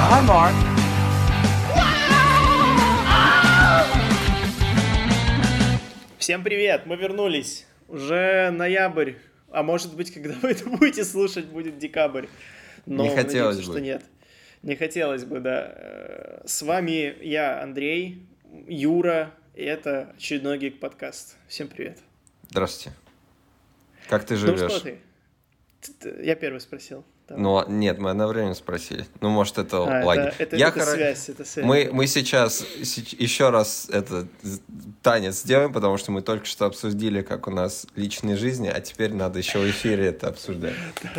Hi, Mark. Всем привет, мы вернулись. Уже ноябрь, а может быть, когда вы это будете слушать, будет декабрь. Но не хотелось надеемся, бы. что нет. Не хотелось бы, да. С вами я, Андрей, Юра, и это очередной Гик-подкаст. Всем привет. Здравствуйте. Как ты живешь? Ну что ты? Я первый спросил. Давай. Ну, нет, мы одновременно спросили. Ну, может, это лагерь. Это связь, это связь. Мы сейчас еще раз танец сделаем, потому что мы только что обсудили, как у нас личные жизни, а теперь надо еще в эфире это обсуждать.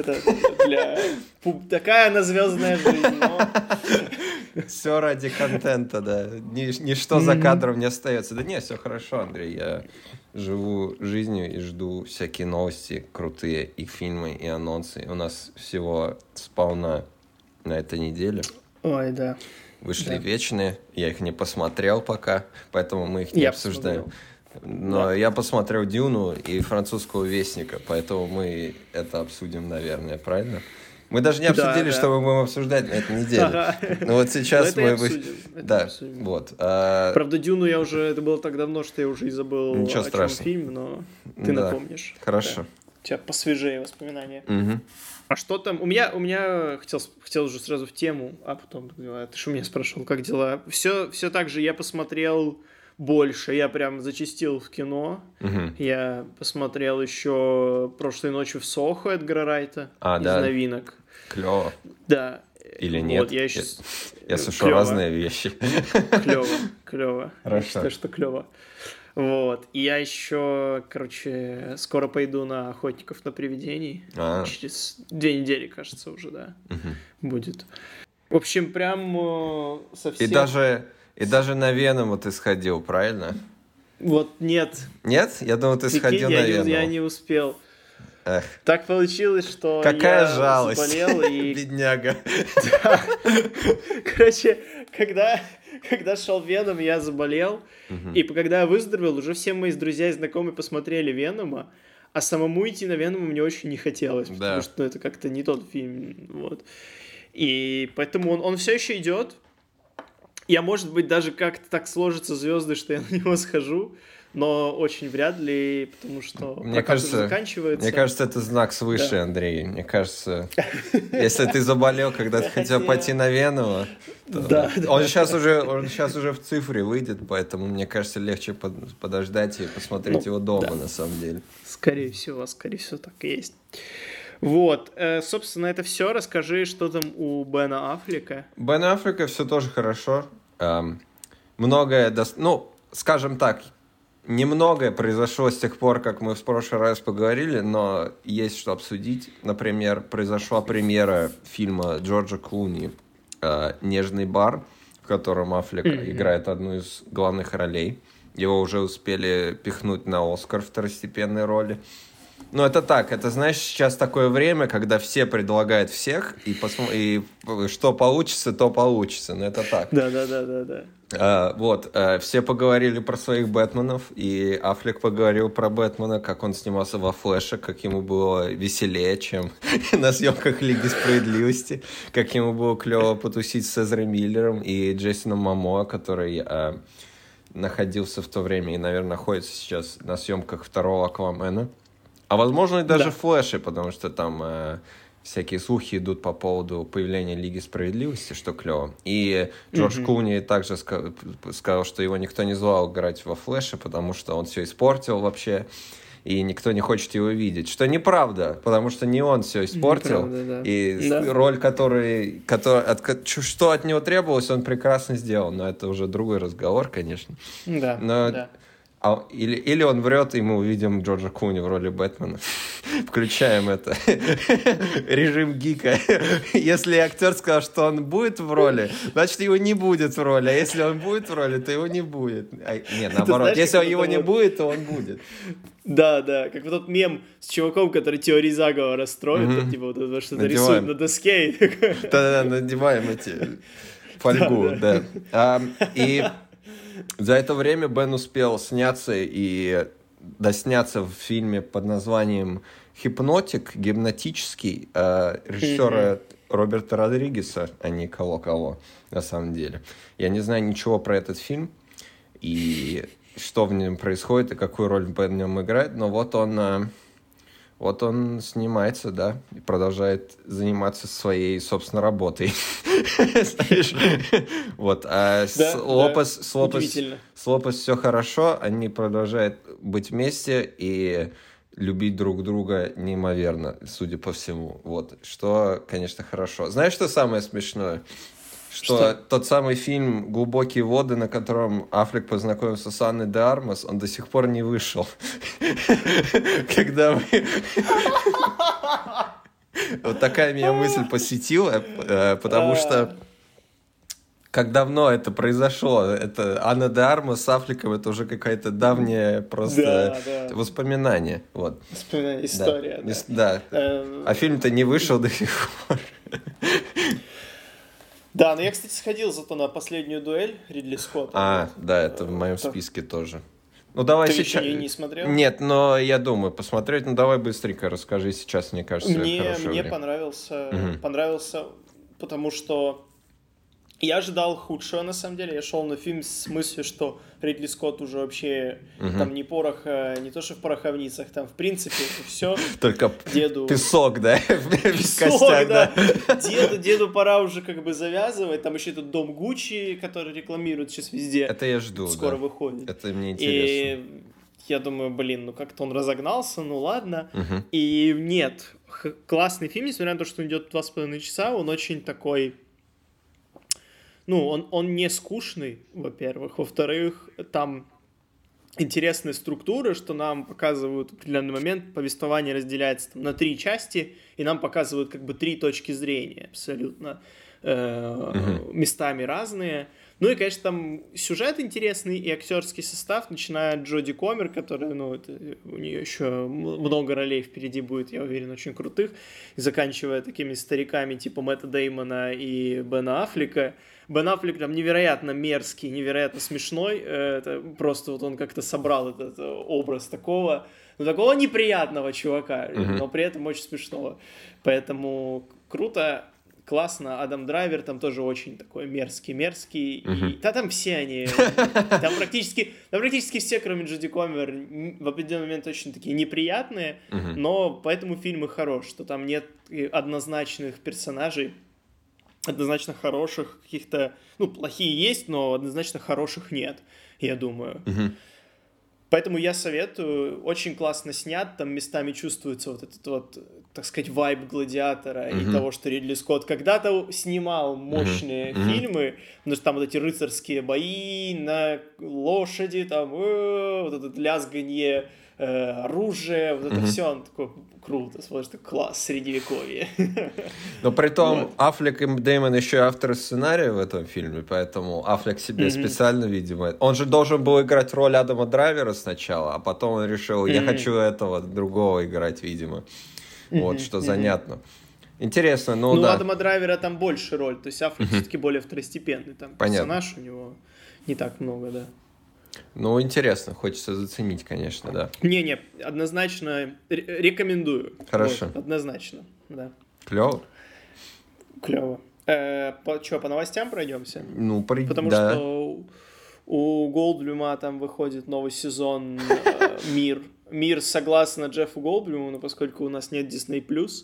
Такая она звездная жизнь. Все ради контента, да. Ничто за кадром не остается. Да нет, все хорошо, Андрей. Я живу жизнью и жду всякие новости крутые, и фильмы, и анонсы. У нас всего сполна на этой неделе. Ой, да. Вышли вечные. Я их не посмотрел пока, поэтому мы их не обсуждаем. Но я посмотрел «Дюну» и «Французского вестника», поэтому мы это обсудим, наверное, правильно? Мы даже не обсудили, что мы будем обсуждать на этой неделе. Но вот сейчас мы... Да, вот. Правда, «Дюну» я уже... Это было так давно, что я уже и забыл, Ничего о страшного. чем фильм, но ты напомнишь. Хорошо. У тебя посвежее воспоминания. Угу. А что там? У меня хотел уже сразу в тему, а потом ты же меня спрашивал, как дела. Все так же я посмотрел больше. Я прям зачастил в кино. Угу. Я посмотрел еще «Прошлой ночью в Сохо» Эдгара Райта из новинок. Клево. Да. Или нет? Вот, я слышу разные вещи. Клево. Хорошо. Я считаю, что клево. Вот. И я еще, скоро пойду на «Охотников на привидений». Через 2 недели, кажется, уже, да, будет. В общем, прям совсем... И даже на «Венома» ты сходил, правильно? Вот нет. Нет? Я думал, ты сходил на «Венома». Я не успел. Эх. Так получилось, что какая я жалость. заболел и... Бедняга. Короче, когда шел «Веном», я заболел, и когда я выздоровел, уже все мои друзья и знакомые посмотрели «Венома», а самому идти на «Венома» мне очень не хотелось, потому что это как-то не тот фильм, вот. И поэтому он все еще идет. Я, может быть, даже как-то так сложатся звезды, что я на него схожу, но очень вряд ли, потому что прокат уже заканчивается. Мне кажется, это знак свыше, Андрей. Мне кажется, если ты заболел, когда ты хотел пойти на «Венома», он сейчас уже в цифре выйдет, поэтому, мне кажется, легче подождать и посмотреть его дома, на самом деле. Скорее всего, так и есть. Вот, собственно, это все. Расскажи, что там у Бена Аффлека. Бена Аффлека все тоже хорошо. Многое, скажем так, немногое произошло с тех пор, как мы в прошлый раз поговорили, но есть что обсудить. Например, произошла премьера фильма Джорджа Клуни «Нежный бар», в котором Аффлек играет одну из главных ролей. Его уже успели пихнуть на «Оскар» второстепенной роли. Ну, это так, это, знаешь, сейчас такое время, когда все предлагают всех, и что получится, то получится, но это так. Да. Вот, все поговорили про своих Бэтменов, и Аффлек поговорил про Бэтмена, как он снимался во «Флэше», как ему было веселее, чем на съемках «Лиги справедливости», как ему было клево потусить с Эзрой Миллером и Джейсоном Момоа, который находился в то время и, наверное, находится сейчас на съемках второго «Аквамена». А возможно и даже «Флэше», потому что там всякие слухи идут по поводу появления Лиги Справедливости, что клево. И Джордж Клуни также сказал, что его никто не звал играть во «Флэше», потому что он все испортил вообще, и никто не хочет его видеть. Что неправда, потому что не он все испортил. Неправда, да. И роль, что от него требовалось, он прекрасно сделал. Но это уже другой разговор, конечно. Да. Или он врет, и мы увидим Джорджа Клуни в роли Бэтмена. Включаем это. Режим гика. Если актер сказал, что он будет в роли, значит, его не будет в роли. А если он будет в роли, то его не будет. Нет, наоборот. Если его не будет, то он будет. Да. Как вот тот мем с чуваком, который теории заговора строит. Типа вот это что-то рисует на доске. Да, надеваем эти фольгу. Да. И... За это время Бен успел сняться и досняться в фильме под названием «Гипнотик», гипнотический, режиссера Роберта Родригеса, а не кого-кого, на самом деле. Я не знаю ничего про этот фильм, и что в нем происходит, и какую роль в нем играет, но вот он снимается, да, и продолжает заниматься своей, собственно, работой. Вот, а с Лопес все хорошо, они продолжают быть вместе и любить друг друга неимоверно, судя по всему. Вот, что, конечно, хорошо. Знаешь, что самое смешное? Что тот самый фильм «Глубокие воды», на котором Аффлек познакомился с Анной де Армас, он до сих пор не вышел. Когда мы... Вот такая меня мысль посетила, потому что как давно это произошло. Это Анна де Армас с Аффлеком, это уже какая-то давняя просто воспоминание. Вот. Воспоминание, история. Да. А фильм-то не вышел до сих пор. Да, но я, кстати, сходил зато на «Последнюю дуэль» Ридли Скотта. Да, это в моем списке тоже. Ну, давай Ты сейчас... еще не смотрел? Нет, но я думаю посмотреть. Ну, давай быстренько расскажи сейчас, мне кажется, Мне понравился, потому что я ожидал худшего, на самом деле. Я шел на фильм с мыслью, что Ридли Скотт уже вообще там не то что в пороховницах, там в принципе все. Только деду... песок, да? Песок, да. Деду пора уже как бы завязывать. Там еще этот дом Гуччи, который рекламируют сейчас везде. Это я жду, скоро выходит. Это мне интересно. И я думаю, ну как-то он разогнался, ну ладно. И нет, классный фильм, несмотря на то, что он идет 2,5 часа, он очень такой... Ну, он не скучный, во-первых. Во-вторых, там интересная структура, что нам показывают в определенный момент, повествование разделяется там на 3 части, и нам показывают как бы 3 точки зрения абсолютно местами разные. Ну и, конечно, там сюжет интересный и актерский состав, начиная от Джоди Комер, которая, ну, у нее еще много ролей впереди будет, я уверен, очень крутых, и заканчивая такими стариками типа Мэтта Деймона и Бена Аффлека. Бен Аффлек там невероятно мерзкий, невероятно смешной, это просто вот он как-то собрал этот образ такого неприятного чувака, но при этом очень смешного. Поэтому круто. Классно, Адам Драйвер там тоже очень такой мерзкий. И, там все они, там практически все, кроме Джоди Комер, в определенный момент очень такие неприятные, но поэтому фильм и хорош, что там нет однозначных персонажей, однозначно хороших каких-то, ну, плохие есть, но однозначно хороших нет, я думаю. Поэтому я советую, очень классно снят, там местами чувствуется вот этот вот, так сказать, вайб «Гладиатора» и того, что Ридли Скотт когда-то снимал мощные фильмы, потому что там вот эти рыцарские бои на лошади, там вот это лязганье оружие, вот это все, он такой круто, смотришь, такой класс, средневековье. Но при том Аффлек и Дэймон еще и авторы сценария в этом фильме, поэтому Аффлек себе специально, видимо... Он же должен был играть роль Адама Драйвера сначала, а потом он решил, я хочу этого другого играть, видимо. Вот, что занятно. Интересно, ну да. У Адама Драйвера там больше роль, то есть Аффлек все-таки более второстепенный, там персонаж у него не так много, да. Ну, интересно, хочется заценить, конечно, да. Не, однозначно рекомендую. Хорошо. Вот, однозначно, да. Клево? Клево. По новостям пройдемся? Ну, Потому что у Голдблюма там выходит новый сезон «Мир». «Мир» согласно Джеффу Голдблюму, но поскольку у нас нет Disney+,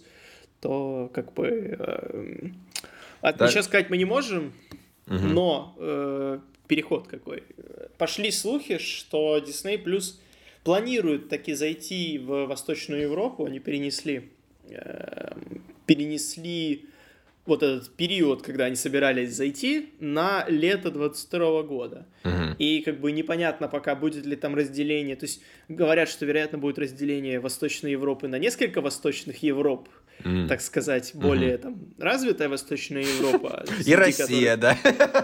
то как бы... Ничего сказать мы не можем, но... переход какой. Пошли слухи, что Disney Plus планирует таки зайти в Восточную Европу. Они перенесли вот этот период, когда они собирались зайти, на лето 2022 года. И как бы непонятно пока, будет ли там разделение. То есть говорят, что, вероятно, будет разделение Восточной Европы на несколько Восточных Европ, так сказать, более там развитая Восточная Европа. И Россия, да?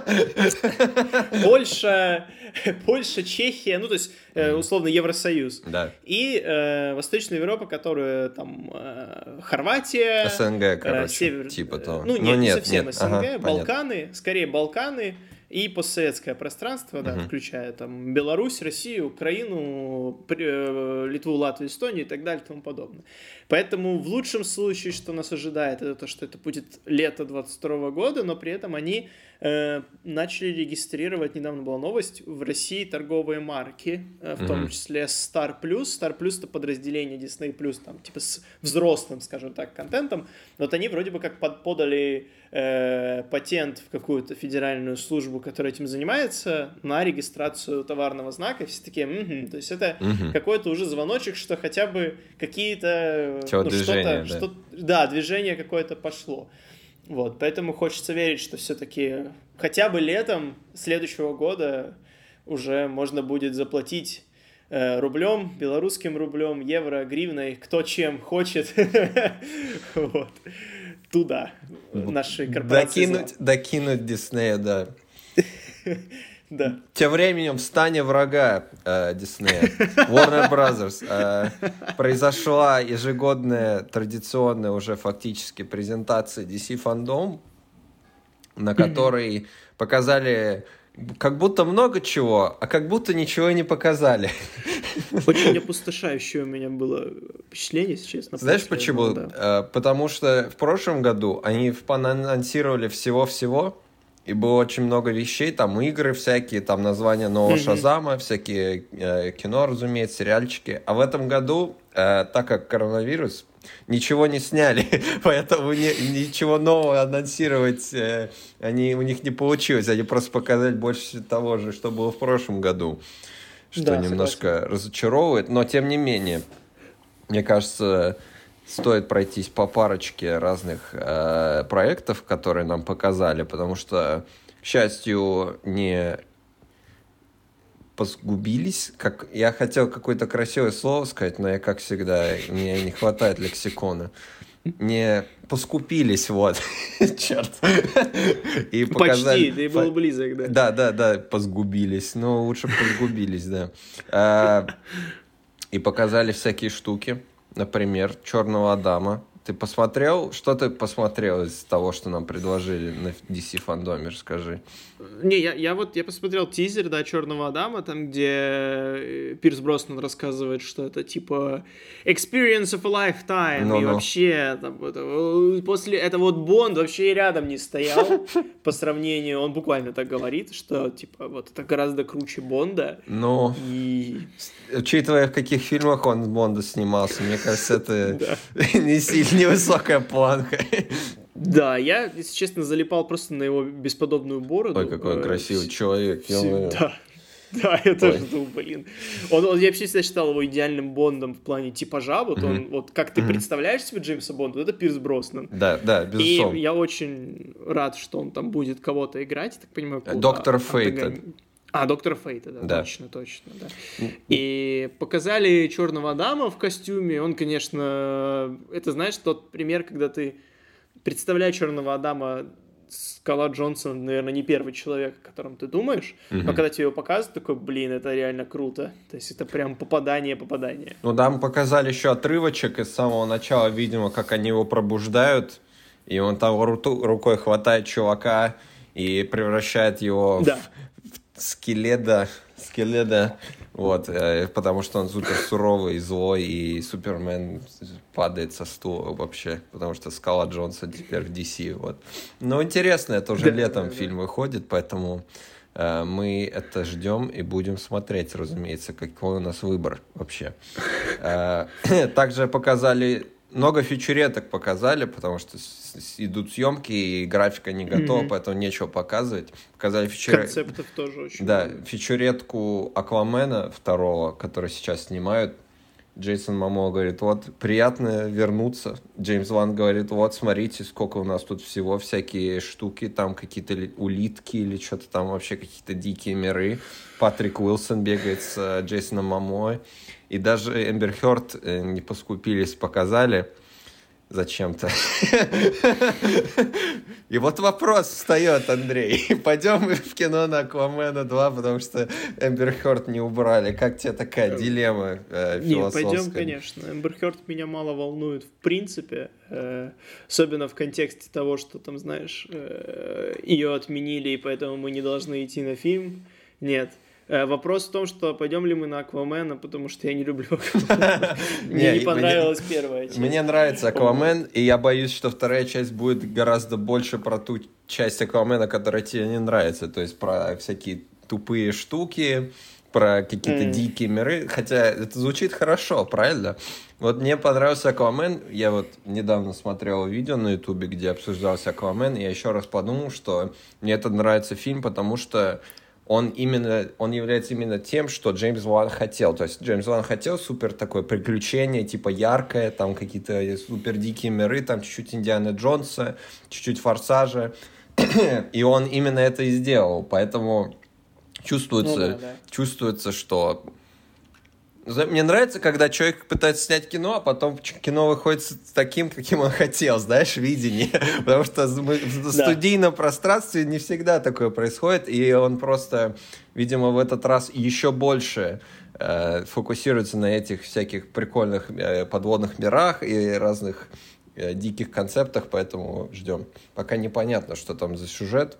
Польша, Чехия, ну, то есть, условно, Евросоюз. Да. И Восточная Европа, которая там Хорватия. СНГ, короче, север... типа того. Ну, нет, не совсем СНГ, ага, Балканы, скорее Балканы, и постсоветское пространство, да, включая там Беларусь, Россию, Украину, Литву, Латвию, Эстонию и так далее и тому подобное. Поэтому в лучшем случае, что нас ожидает, это то, что это будет лето 2022 года, но при этом они начали регистрировать, недавно была новость, в России торговые марки, в том числе Star+. Star+ это подразделение Disney+, там, типа с взрослым, скажем так, контентом. Вот они вроде бы как подали патент в какую-то федеральную службу, которая этим занимается, на регистрацию товарного знака. Все такие, то есть это какой-то уже звоночек, что хотя бы какие-то... движение, да, движение какое-то пошло. Вот, поэтому хочется верить, что все-таки хотя бы летом следующего года уже можно будет заплатить рублем, белорусским рублем, евро, гривной, кто чем хочет. Вот. Туда наши корпорации. Докинуть Диснея, да. Да. Тем временем в стане врага Диснея, Warner Brothers, произошла ежегодная, традиционная уже фактически презентация DC Fandom, на которой показали как будто много чего, а как будто ничего не показали. Очень опустошающее у меня было впечатление, если честно. Знаешь почему? Да. Потому что в прошлом году они анонсировали всего-всего, и было очень много вещей, там игры всякие, там названия нового Шазама, всякие кино, разумеется, сериальчики. А в этом году, так как коронавирус, ничего не сняли, поэтому ничего нового анонсировать у них не получилось. Они просто показали больше того же, что было в прошлом году, что немножко разочаровывает. Но, тем не менее, мне кажется... Стоит пройтись по парочке разных проектов, которые нам показали, потому что, к счастью, не посгубились. Я хотел какое-то красивое слово сказать, но я, как всегда, мне не хватает лексикона. Не поскупились, вот. Черт. И почти, ты был близок, да. Да, посгубились. Но лучше посгубились, да. И показали всякие штуки. Например, «Черного Адама». Ты посмотрел? Что ты посмотрел из того, что нам предложили на DC Фандоме? Расскажи. Не, я посмотрел тизер, да, «Черного Адама», там, где Пирс Броснан рассказывает, что это типа experience of a lifetime, и вообще там, после этого вот Бонд вообще и рядом не стоял по сравнению, он буквально так говорит, что типа вот это гораздо круче Бонда. Но, учитывая, в каких фильмах он Бонда снимался, мне кажется, это невысокая планка. Да, я, если честно, залипал просто на его бесподобную бороду. Ой, какой красивый человек. Да, я тоже думал, блин. Я вообще всегда считал его идеальным Бондом в плане типажа. Вот он, вот как ты представляешь себе Джеймса Бонда, это Пирс Броснан. Да, безусловно. И я очень рад, что он там будет кого-то играть, я так понимаю. Доктора Фейта. Доктора Фейта, да. Точно, да. И показали Черного Адама в костюме. Он, конечно, это, знаешь, тот пример, когда ты представляешь Черного Адама, Скала Джонсон, наверное, не первый человек, о котором ты думаешь, но когда тебе его показывают, такой, блин, это реально круто. То есть это прям попадание. Ну да, мы показали еще отрывочек из самого начала, видимо, как они его пробуждают, и он там рукой хватает чувака и превращает его в скелета, вот, потому что он супер суровый и злой, и Супермен падает со стула вообще, потому что Скала Джонсон теперь в DC, вот. Но интересно, это уже летом фильм выходит, поэтому мы это ждем и будем смотреть, разумеется, какой у нас выбор вообще. Также показали... Много фичуреток показали, потому что идут съемки, и графика не готова, поэтому нечего показывать. Показали концептов тоже очень много. Фичуретку Аквамена второго, который сейчас снимают. Джейсон Момо говорит, вот, приятно вернуться. Джеймс Ван говорит, вот, смотрите, сколько у нас тут всего, всякие штуки, там какие-то улитки или что-то там, вообще какие-то дикие миры. Патрик Уилсон бегает с Джейсоном Момо. И даже Эмбер Хёрд не поскупились, показали. зачем-то. И вот вопрос встает, Андрей. Пойдем мы в кино на Аквамена 2, потому что Эмбер Хёрд не убрали. Как тебе такая дилемма философская? Не, пойдем, конечно. Эмбер Хёрд меня мало волнует в принципе. Особенно в контексте того, что там, знаешь, ее отменили, и поэтому мы не должны идти на фильм. Нет. Вопрос в том, что пойдем ли мы на Аквамена, потому что я не люблю Аквамена. Мне не понравилась первая часть. Мне нравится Аквамен, и я боюсь, что вторая часть будет гораздо больше про ту часть Аквамена, которая тебе не нравится. То есть про всякие тупые штуки, про какие-то дикие миры. Хотя это звучит хорошо, правильно? Вот мне понравился Аквамен. Я вот недавно смотрел видео на Ютубе, где обсуждался Аквамен, и я еще раз подумал, что мне это нравится фильм, потому что он является именно тем, что Джеймс Ван хотел. То есть Джеймс Ван хотел супер такое приключение, типа яркое, там какие-то супер дикие миры, там чуть-чуть Индианы Джонса, чуть-чуть Форсажа. И он именно это и сделал. Поэтому чувствуется, что... Мне нравится, когда человек пытается снять кино, а потом кино выходит с таким, каким он хотел, знаешь, видение. Потому что в студийном пространстве не всегда такое происходит, и он просто, видимо, в этот раз еще больше фокусируется на этих всяких прикольных подводных мирах и разных диких концептах, поэтому ждем. Пока непонятно, что там за сюжет,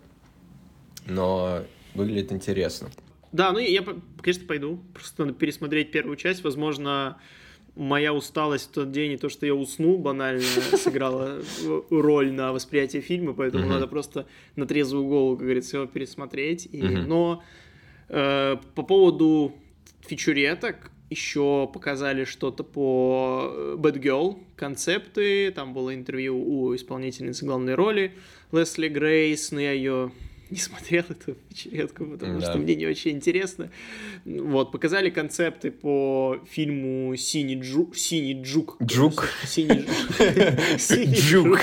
но выглядит интересно. Да, ну я, конечно, пойду. Просто надо пересмотреть первую часть. Возможно, моя усталость в тот день и то, что я уснул, банально сыграла роль на восприятие фильма, поэтому надо просто на трезвую голову, как говорится, его пересмотреть. Но по поводу фичуреток еще показали что-то по Bad Girl, концепты. Там было интервью у исполнительницы главной роли Лесли Грейс, но я ее... не смотрел эту вечеринку, потому что мне не очень интересно. Вот, показали концепты по фильму «Синий Джук». Джук? Синий Джук.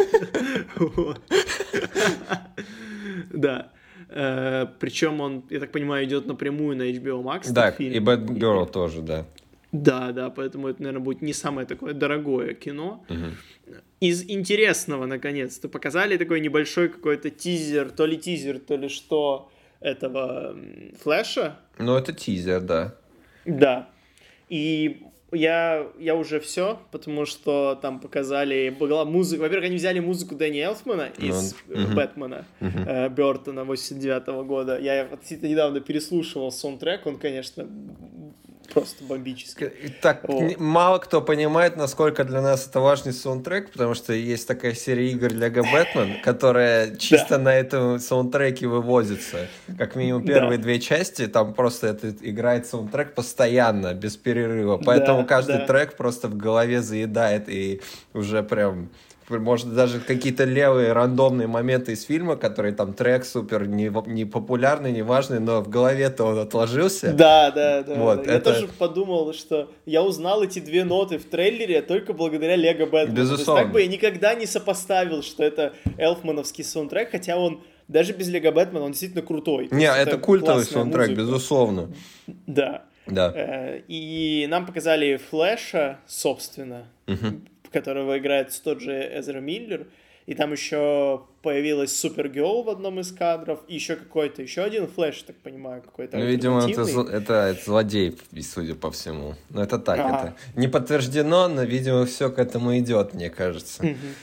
Да. Причем он, я так понимаю, идет напрямую на HBO Max. Да, и Bad Girl тоже, да. Да, поэтому это, наверное, будет не самое такое дорогое кино. Из интересного, наконец-то, показали такой небольшой какой-то тизер, то ли что, этого Флэша. Ну, это тизер, да. Да. И я уже все, потому что там показали, была музыка. Во-первых, они взяли музыку Дэнни Элфмана из Бэтмена Бёртона 89-го года. Я относительно недавно переслушивал саундтрек, он, конечно, просто бомбический. Так, мало кто понимает, насколько для нас это важный саундтрек, потому что есть такая серия игр Lego Batman, которая чисто на этом саундтреке вывозится. Как минимум первые две части, там просто это играет саундтрек постоянно, без перерыва. Поэтому каждый трек просто в голове заедает, и уже прям... Может, даже какие-то левые рандомные моменты из фильма, которые там трек супер не популярный, не важный, но в голове-то он отложился. Да. Вот, я тоже подумал, что я узнал эти две ноты в трейлере только благодаря Лего Бэтмену. Безусловно. То есть, так бы я никогда не сопоставил, что это элфмановский саундтрек, хотя он даже без Лего Бэтмена, он действительно крутой. Не, это культовый саундтрек, безусловно. Да. И нам показали Флэша, собственно, которого играет тот же Эзра Миллер, и там еще появилась Супергерл в одном из кадров, и еще один Флэш, так понимаю, какой-то. Ну, видимо, это злодей, судя по всему. Но это так, это не подтверждено, но, видимо, все к этому идет, мне кажется.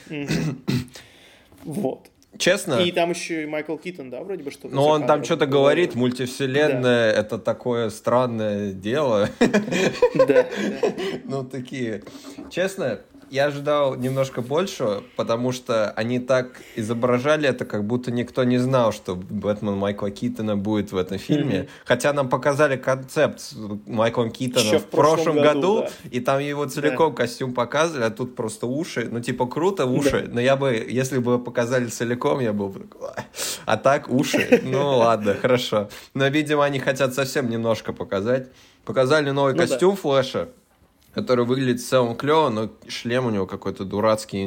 Вот. Честно? И там еще и Майкл Китон, да, вроде бы что-то. Ну, он там что-то говорит, мультивселенная, это такое странное дело. Да. Ну, такие. Честно, я ожидал немножко большего, потому что они так изображали это, как будто никто не знал, что Бэтмен Майкла Китона будет в этом фильме. Хотя нам показали концепт с Майклом Китоном еще в прошлом году, да. И там его целиком костюм показывали, а тут просто уши. Ну, типа, круто уши, но я бы, если бы показали целиком, я был бы такой... А так уши? Ну, ладно, хорошо. Но, видимо, они хотят совсем немножко показать. Показали новый костюм Флэша. который выглядит в целом клево, но шлем у него какой-то дурацкий,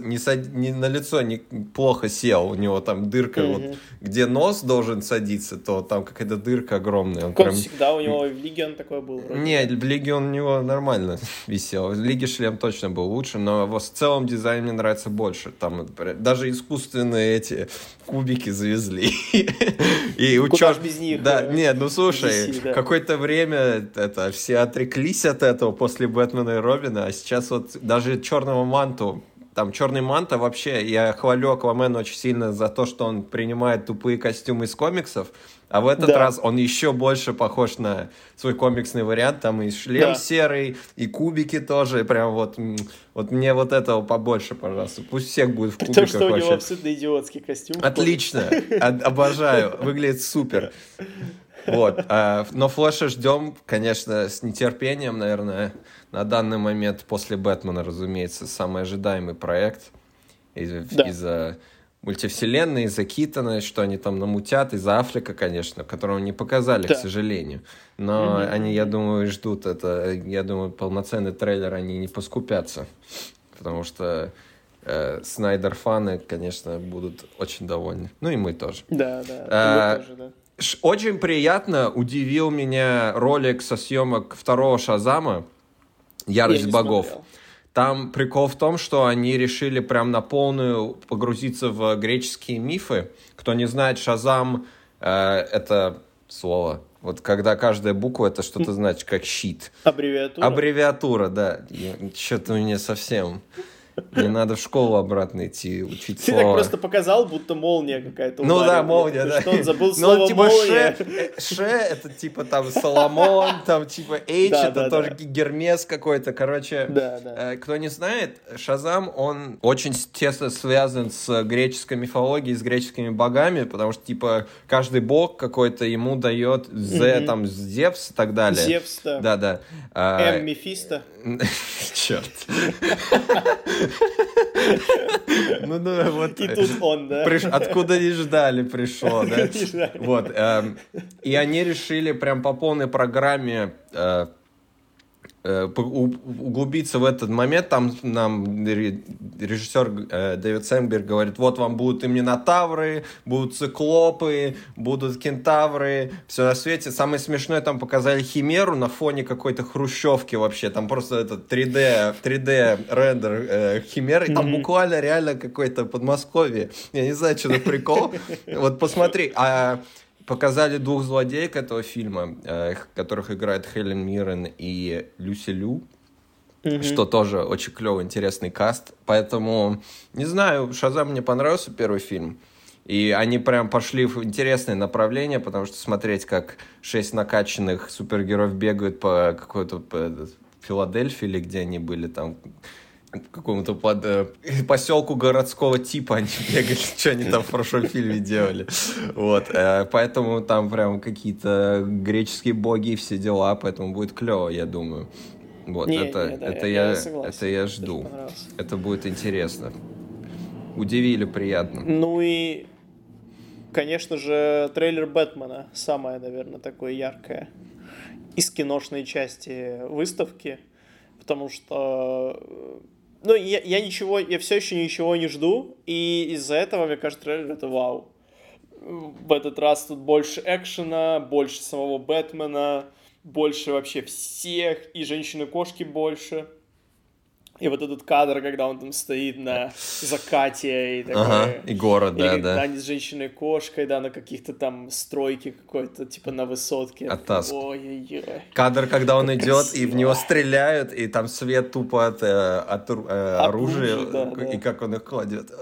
не на лицо плохо сел, у него там дырка, вот где нос должен садиться, то там какая-то дырка огромная. Он прям... всегда у него в Лиге он такой был? Вроде. Не, в Лиге он у него нормально висел, в Лиге шлем точно был лучше, но в целом дизайн мне нравится больше, там даже искусственные эти кубики завезли. И куда ж без них? Да, нет, ну слушай, какое-то время все отреклись от этого после Бэтмена и Робина, а сейчас вот даже черного манту, там черный манта вообще, я хвалю Аквамена очень сильно за то, что он принимает тупые костюмы из комиксов, а в этот раз он еще больше похож на свой комиксный вариант, там и шлем серый, и кубики тоже, прям вот мне вот этого побольше, пожалуйста, пусть всех будет в кубиках вообще. Потому что у него абсолютно идиотский костюм. Отлично, обожаю, выглядит супер. Вот, но Флэша ждем, конечно, с нетерпением, наверное, на данный момент после Бэтмена, разумеется, самый ожидаемый проект из-за мультивселенной, из-за Китона, что они там намутят, из-за Аффлека, конечно, которого не показали, к сожалению. Но они, я думаю, ждут это, я думаю, полноценный трейлер они не поскупятся, потому что Снайдер-фаны, конечно, будут очень довольны. Ну и мы тоже. Да, мы тоже, да. Очень приятно удивил меня ролик со съемок второго Шазама «Ярость богов». Смотрел. Там прикол в том, что они решили прям на полную погрузиться в греческие мифы. Кто не знает, Шазам это слово. Вот когда каждая буква это что-то значит, как щит. Аббревиатура? Аббревиатура, да. Что-то у меня совсем... Не надо в школу обратно идти, учить слово. Ты так просто показал, будто молния какая-то ударила. Ну да, молния, да. Что он забыл слово типа молния? Ше, это типа там Соломон, там типа Эйч, это тоже Гермес какой-то. Короче, кто не знает, Шазам, он очень тесно связан с греческой мифологией, с греческими богами, потому что типа каждый бог какой-то ему дает там Зевс и так далее. Зевс, да. Да. Мефисто. Черт. Ну, вот. И тут он, да. Откуда не ждали, пришло, да. Вот. И они решили прям по полной программе углубиться в этот момент. Там нам режиссер Дэвид Сенберг говорит, вот вам будут и минотавры, будут циклопы, будут кентавры, все на свете. Самое смешное, там показали химеру на фоне какой-то хрущевки вообще. Там просто этот 3D рендер химеры. И там буквально реально какой-то Подмосковье. Я не знаю, что за прикол. Вот посмотри. Показали двух злодеек этого фильма, которых играют Хелен Миррен и Люси Лю, что тоже очень клевый, интересный каст. Поэтому, не знаю, Шазам мне понравился первый фильм. И они прям пошли в интересное направление, потому что смотреть, как 6 накачанных супергероев бегают по какой-то Филадельфии, или где они были там... какому-то поселку городского типа они бегали, что они там в прошлом фильме делали. Вот. Поэтому там прям какие-то греческие боги и все дела, поэтому будет клево, я думаю. Вот. Это я жду. Это будет интересно. Удивили приятно. Ну и, конечно же, трейлер Бэтмена самое, наверное, такое яркое из киношной части выставки, потому что... Ну, я все еще ничего не жду, и из-за этого, мне кажется, трейлер это вау. В этот раз тут больше экшена, больше самого Бэтмена, больше вообще всех, и Женщины-кошки больше. И вот этот кадр, когда он там стоит на закате, и такой... и город, да. Да, с Женщиной-кошкой, да, на каких-то там стройке какой-то, типа на высотке. Ой-ой-ой. Кадр, когда он идет, и в него стреляют, и там свет тупо от оружия, и как он их кладет.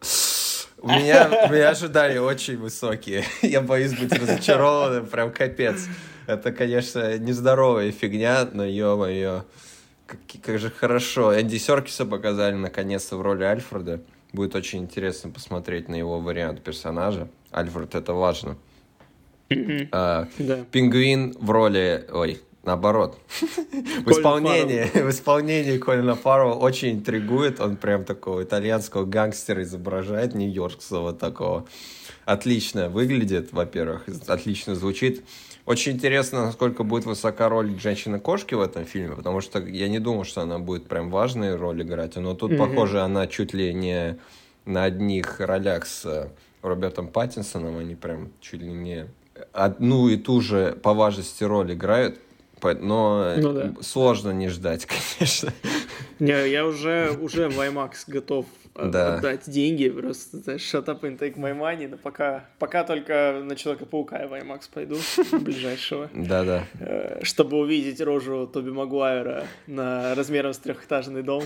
У меня ожидания очень высокие. Я боюсь быть разочарованным, прям капец. Это, конечно, нездоровая фигня, но ё-моё. Как же хорошо. Энди Серкиса показали наконец-то в роли Альфреда. Будет очень интересно посмотреть на его вариант персонажа. Альфред — это важно. Пингвин в роли... Наоборот. В исполнении Колина Фаррелла очень интригует. Он прям такого итальянского гангстера изображает, нью-йоркского такого. Отлично выглядит, во-первых, отлично звучит. Очень интересно, насколько будет высока роль женщины-кошки в этом фильме, потому что я не думал, что она будет прям важную роль играть. Но тут, похоже, она чуть ли не на одних ролях с Робертом Паттинсоном. Они прям чуть ли не одну и ту же по важности роль играют. Но сложно не ждать, конечно. Не, я уже в IMAX готов отдать деньги, просто shut up and take my money, но пока только на Человека-паука я в IMAX пойду, ближайшего. Да-да. Чтобы увидеть рожу Тоби Магуайра размером с трехэтажный дом.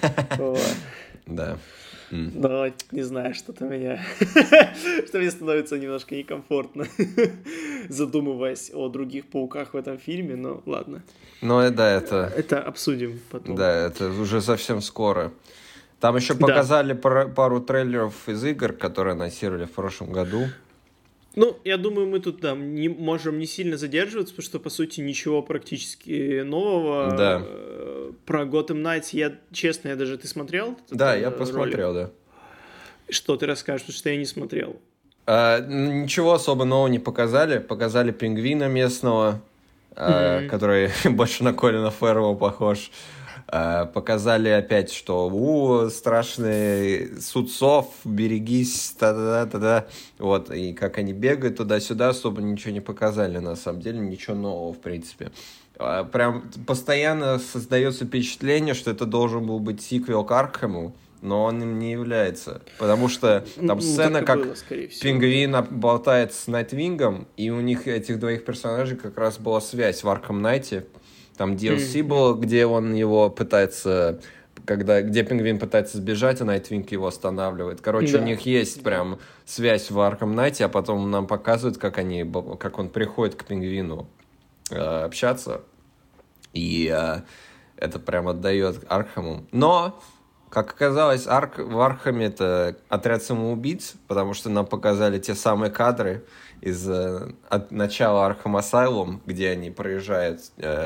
Да. Но не знаю, что-то мне становится немножко некомфортно, задумываясь о других пауках в этом фильме, но ладно. Ну да, это обсудим потом. Да, это уже совсем скоро. Там еще показали пару трейлеров из игр, которые анонсировали в прошлом году. Ну, я думаю, мы тут не можем не сильно задерживаться, потому что, по сути, ничего практически нового. Да. Про Gotham Knights, честно, ты смотрел? Да, я посмотрел, да. Что ты расскажешь, потому что я не смотрел? Ничего особо нового не показали. Показали пингвина местного, который больше на Колина Фаррелла похож. Показали опять, что страшный Судцов, берегись, та-да-да-да-да. Вот, и как они бегают туда-сюда, особо ничего не показали, на самом деле, ничего нового, в принципе. Прям постоянно создается впечатление, что это должен был быть сиквел к Аркхэму, но он им не является, потому что там сцена, как было, пингвин болтает с Найтвингом, и у них, этих двоих персонажей, как раз была связь в Аркхэм Найте. Там DLC было, где он его пытается, где пингвин пытается сбежать, а Найтвинг его останавливает. Короче, у них есть прям связь в Аркхэм Найте, а потом нам показывают, как он приходит к пингвину общаться, и это прям отдает Аркхэму. Но, как оказалось, в Аркхэме это отряд самоубийц, потому что нам показали те самые кадры от начала Аркхэм Асайлум, где они проезжают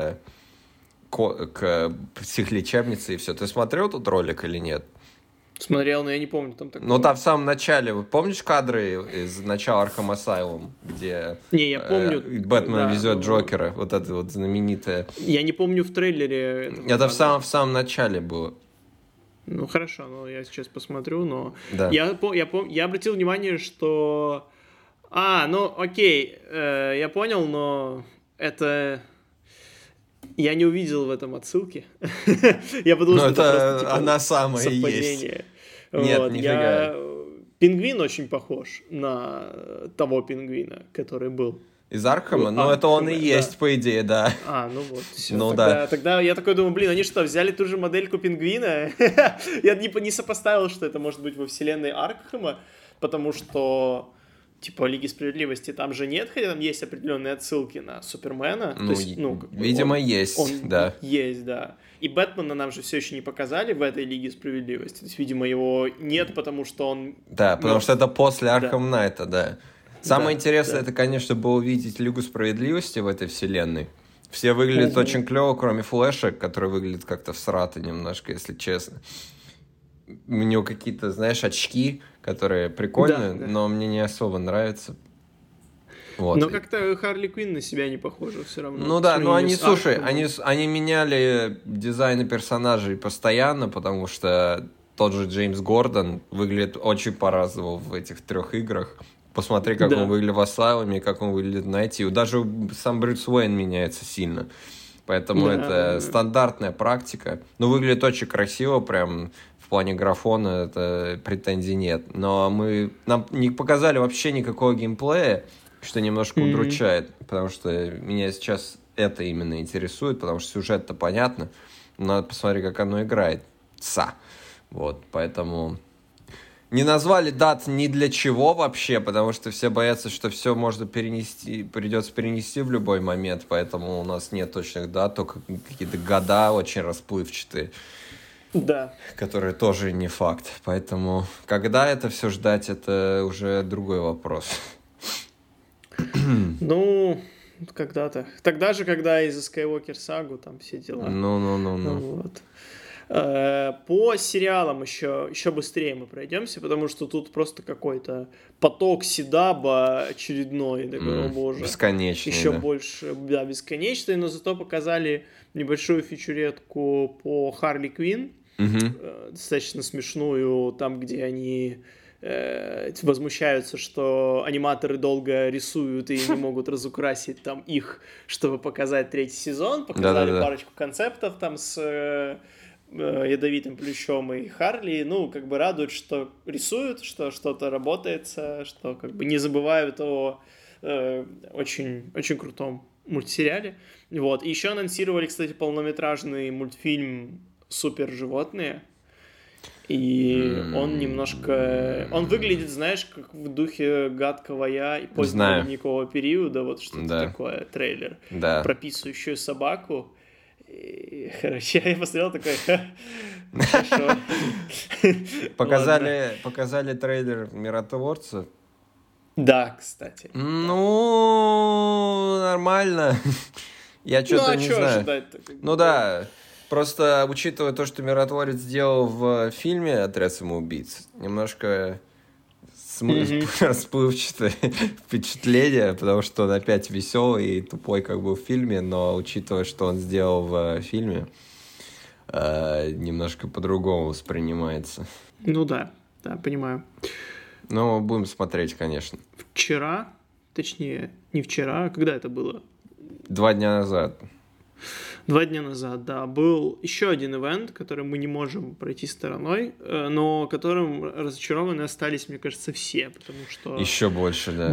к психлечебнице и все. Ты смотрел тут ролик или нет? Смотрел, но я не помню там такого. Ну, там в самом начале, помнишь кадры из начала Arkham Asylum, где не, я помню, Бэтмен везет Джокера, вот это вот знаменитое. Я не помню в трейлере. Это в самом начале было. Ну, хорошо, я сейчас посмотрю, но... Да. Я обратил внимание, что... окей, я понял, но это... Я не увидел в этом отсылки. Я подумал, что это просто, она самая совпадение. Есть. Нет, нифига. Пингвин очень похож на того пингвина, который был. Из Аркхема? Ну, это он и есть, по идее, да. Ну вот, все. Ну, тогда я такой думаю, они что, взяли ту же модельку пингвина? Я не сопоставил, что это может быть во вселенной Аркхема, потому что... Типа Лиги Справедливости там же нет, хотя там есть определенные отсылки на Супермена. Видимо, есть, да. Есть, да. И Бэтмена нам же все еще не показали в этой Лиге Справедливости. То есть, видимо, его нет, потому что он... Да, потому что это после Аркхэм Найта, да. Самое интересное, это, конечно, было увидеть Лигу Справедливости в этой вселенной. Все выглядят очень клево, кроме Флэша, который выглядит как-то всрато немножко, если честно. У него какие-то, знаешь, очки, которые прикольные, но мне не особо нравятся. Вот. Но как-то Харли Квинн на себя не похожа все равно. Ну да, но они меняли дизайны персонажей постоянно, потому что тот же Джеймс Гордон выглядит очень по-разному в этих 3 играх. Посмотри, как он выглядит в Асайлуме, как он выглядит в Найте. Даже сам Брюс Уэйн меняется сильно. Поэтому это стандартная практика. Но выглядит очень красиво, прям... В плане графона это претензий нет. Но нам не показали вообще никакого геймплея, что немножко удручает, потому что меня сейчас это именно интересует, потому что сюжет-то понятно. Надо посмотреть, как оно играет. Вот, поэтому... Не назвали дат ни для чего вообще, потому что все боятся, что все придется перенести в любой момент, поэтому у нас нет точных дат, только какие-то года очень расплывчатые. Да. Которые тоже не факт. Поэтому, когда это все ждать, это уже другой вопрос. Ну, когда-то. Тогда же, когда из Skywalker сагу, там все дела. Ну. Вот. По сериалам еще быстрее мы пройдемся, потому что тут просто какой-то поток седаба очередной, такой, о боже. Бесконечный. Еще больше, да, бесконечный, но зато показали небольшую фичуретку по Харли Квинн, достаточно смешную, там, где они возмущаются, что аниматоры долго рисуют и не могут разукрасить там их, чтобы показать третий сезон. Показали парочку концептов там с Ядовитым Плющом и Харли. Ну, как бы радует, что рисуют, что что-то работается, что как бы не забывают о очень, очень крутом мультсериале. Вот. И еще анонсировали, кстати, полнометражный мультфильм «Супер животные». И он немножко... Он выглядит, знаешь, как в духе «Гадкого я» и позднего ледникового периода, вот что-то такое, трейлер, про писающую собаку. И, короче, я посмотрел такой... Хорошо. Показали трейлер «Миротворца». Да, кстати. Ну, нормально. Я что-то не знаю. Ожидать-то? Ну да... Просто, учитывая то, что «Миротворец» сделал в фильме «Отряд самоубийц», немножко расплывчатое впечатление, потому что он опять веселый и тупой, как бы в фильме, но учитывая, что он сделал в фильме, немножко по-другому воспринимается. Ну да, понимаю. Ну, будем смотреть, конечно. Вчера, точнее, не вчера, а когда это было? 2 дня назад. 2 дня назад, да, был еще один ивент, который мы не можем пройти стороной, но которым разочарованы остались, мне кажется, все, потому что... Еще больше, да.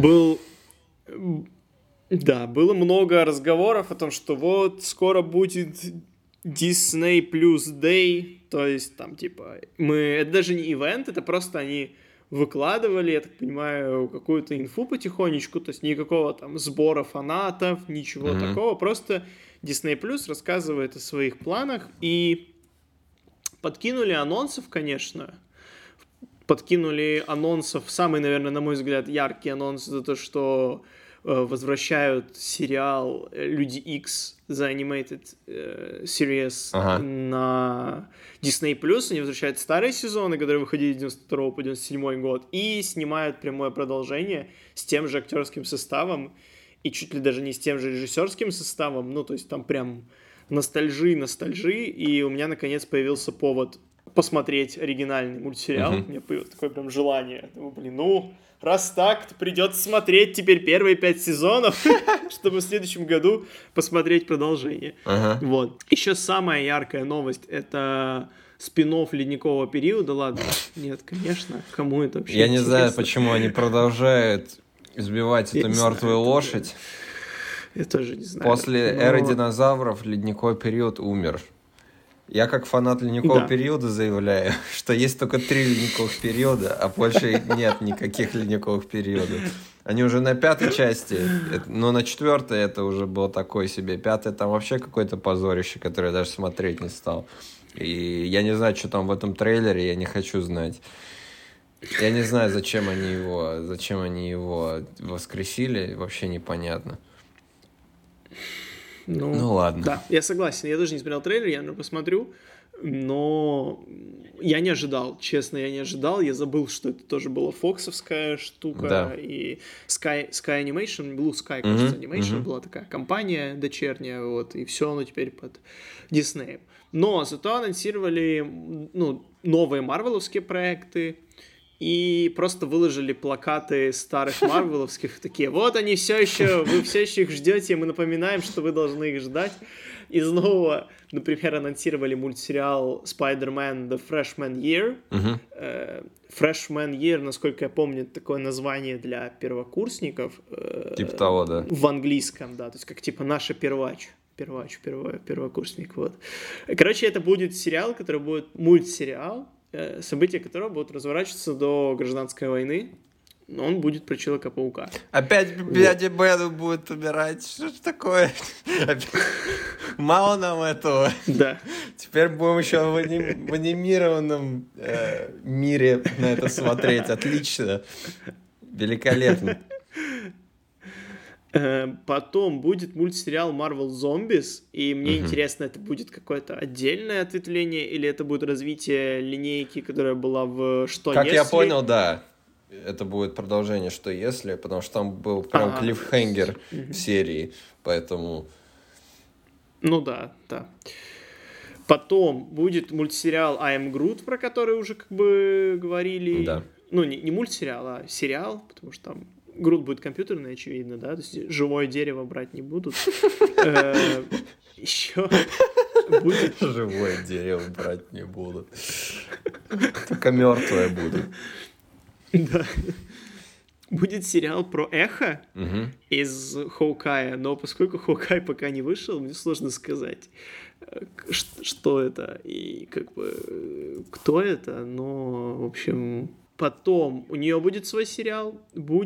Было много разговоров о том, что вот скоро будет Disney Plus Day, то есть там типа... Это даже не ивент, это просто они выкладывали, я так понимаю, какую-то инфу потихонечку, то есть никакого там сбора фанатов, ничего такого, просто... Disney Plus рассказывает о своих планах и подкинули анонсов, конечно. Подкинули анонсов, самый, наверное, на мой взгляд, яркий анонс за то, что возвращают сериал Люди Икс The Animated Series на Disney Plus. Они возвращают старые сезоны, которые выходили с 92 по 97 год, и снимают прямое продолжение с тем же актерским составом. И чуть ли даже не с тем же режиссерским составом, ну, то есть там прям ностальжи, и у меня, наконец, появился повод посмотреть оригинальный мультсериал. У меня появилось такое прям желание. Думаю, раз так, то придется смотреть теперь первые 5 сезонов, чтобы в следующем году посмотреть продолжение. Вот. Еще самая яркая новость — это спин-офф «Ледникового периода». Ладно, нет, конечно, кому это вообще Я не знаю, почему они продолжают... избивать эту мертвую лошадь. Я тоже не знаю. После эры динозавров ледниковый период умер. Я как фанат ледникового периода заявляю, что есть только 3 ледниковых периода, а больше нет никаких ледниковых периодов. Они уже на 5-й части, но на 4-й это уже было такое себе. 5-й там вообще какое-то позорище, которое я даже смотреть не стал. И я не знаю, что там в этом трейлере, я не хочу знать. Я не знаю, зачем они его воскресили, вообще непонятно. Ну ладно. Да, я согласен. Я даже не смотрел трейлер, я посмотрю, но я не ожидал, честно, я забыл, что это тоже была фоксовская штука, да. И Sky Animation, Blue Sky, кажется, Animation была такая компания дочерняя, вот, и все оно теперь под Disney. Но зато анонсировали, новые марвеловские проекты, и просто выложили плакаты старых марвеловских, такие, вот они вы все еще их ждете, мы напоминаем, что вы должны их ждать. Из нового, например, анонсировали мультсериал Spider-Man The Freshman Year. Freshman Year, насколько я помню, это такое название для первокурсников. Типа того, да. В английском, да, то есть как типа наша первокурсник, вот. Короче, это будет сериал, который будет мультсериал, события которого будут разворачиваться до гражданской войны. Но он будет про Человека-паука. Опять дядя Бену будет умирать. Что ж такое? Мало нам этого. Да. Теперь будем еще в анимированном мире на это смотреть. Отлично. Великолепно. Потом будет мультсериал Marvel Zombies, и мне интересно, это будет какое-то отдельное ответвление, или это будет развитие линейки, которая была в «Что как если?». Я понял, да. Это будет продолжение «Что если?», потому что там был прям клиффхенгер в серии, поэтому... Ну да. Потом будет мультсериал I Am Groot, про который уже как бы говорили. Да. Ну, не мультсериал, а сериал, потому что там Грут будет компьютерный, очевидно, да, то есть живое дерево брать не будут. Еще будет... Живое дерево брать не будут. Только мертвое будут. Да. Будет сериал про Эхо из Хоукая, но поскольку Хоукай пока не вышел, мне сложно сказать, что это и как бы кто это, но, в общем... Потом у нее будет свой сериал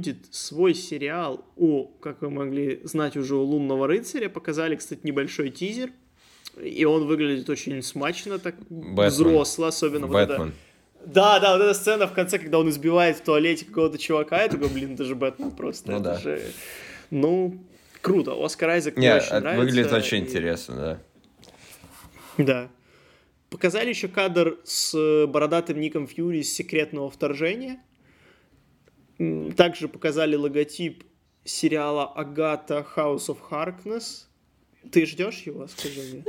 у, как вы могли знать уже, у «Лунного рыцаря». Показали, кстати, небольшой тизер, и он выглядит очень смачно, так взросло, особенно Бэтмен. вот это. Да, вот эта сцена в конце, когда он избивает в туалете какого-то чувака, я такой, блин, это же Бэтмен просто. Ну это да. же... Ну, круто, Оскар Айзек мне очень нравится. Выглядит очень интересно, да. Да. Показали еще кадр с бородатым Ником Фьюри из «Секретного вторжения». Также показали логотип сериала «Агата House of Harkness». Ты ждешь его, скажи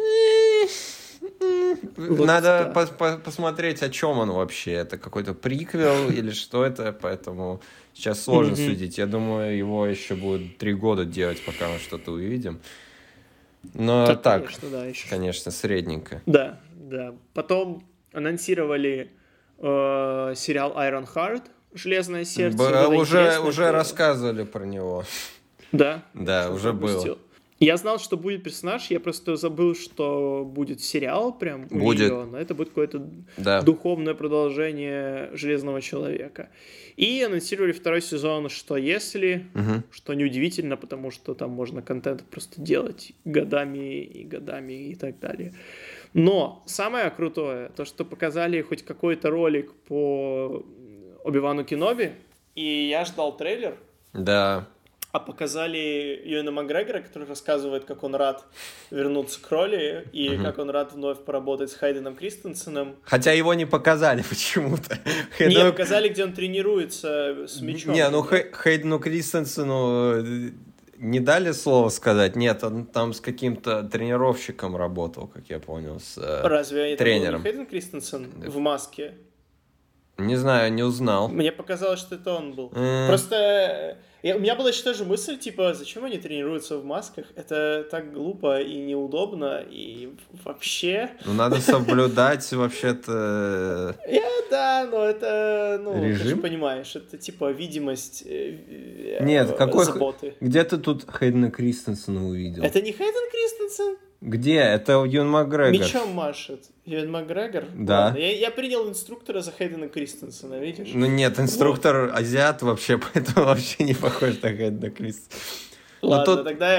мне? Надо посмотреть, о чем он вообще. Это какой-то приквел или что это, поэтому сейчас сложно судить. Я думаю, его еще будет 3 года делать, пока мы что-то увидим. Но так, конечно, средненько. Да. Потом анонсировали сериал Iron Heart, «Железное сердце». Уже рассказывали про него. Да? Да, уже было. Я знал, что будет персонаж, я просто забыл, что будет сериал прям у нее, но это будет какое-то духовное продолжение «Железного человека». И анонсировали 2-й сезон «Что если?», что неудивительно, потому что там можно контент просто делать годами и так далее. Но самое крутое, то, что показали хоть какой-то ролик по Оби-Вану Кеноби, и я ждал трейлер. Да. А показали Юэна Макгрегора, который рассказывает, как он рад вернуться к роли, и как он рад вновь поработать с Хайденом Кристенсеном. Хотя его не показали почему-то. Не, показали, где он тренируется с мячом. Не, Хайдену Кристенсену не дали слово сказать? Нет, он там с каким-то тренировщиком работал, как я понял, с Разве тренером. Это был не Хайден Кристенсен в маске? Не знаю, не узнал. Мне показалось, что это он был. Просто у меня была еще тоже мысль, типа, зачем они тренируются в масках? Это так глупо и неудобно, и вообще... Ну, надо соблюдать вообще-то... Да, но это, режим? Ты же понимаешь, это типа видимость Нет, какой... заботы. Где ты тут Хайдена Кристенсена увидел? Это не Хайден Кристенсен? Где? Это Юэн Макгрегор. Мечом машет. Юэн Макгрегор? Да. Ладно, я принял инструктора за Хайдена Кристенсена, видишь? Ну нет, инструктор азиат вообще, поэтому вообще не похож на Хайдена Кристенсена. Ладно, тогда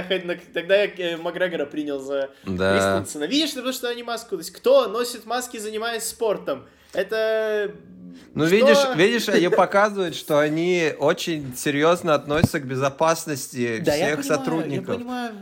я Макгрегора принял за Кристенсена. Видишь, потому что они маску... То есть кто носит маски, занимаясь спортом? Это... Ну, видишь, они показывают, что они очень серьезно относятся к безопасности всех сотрудников.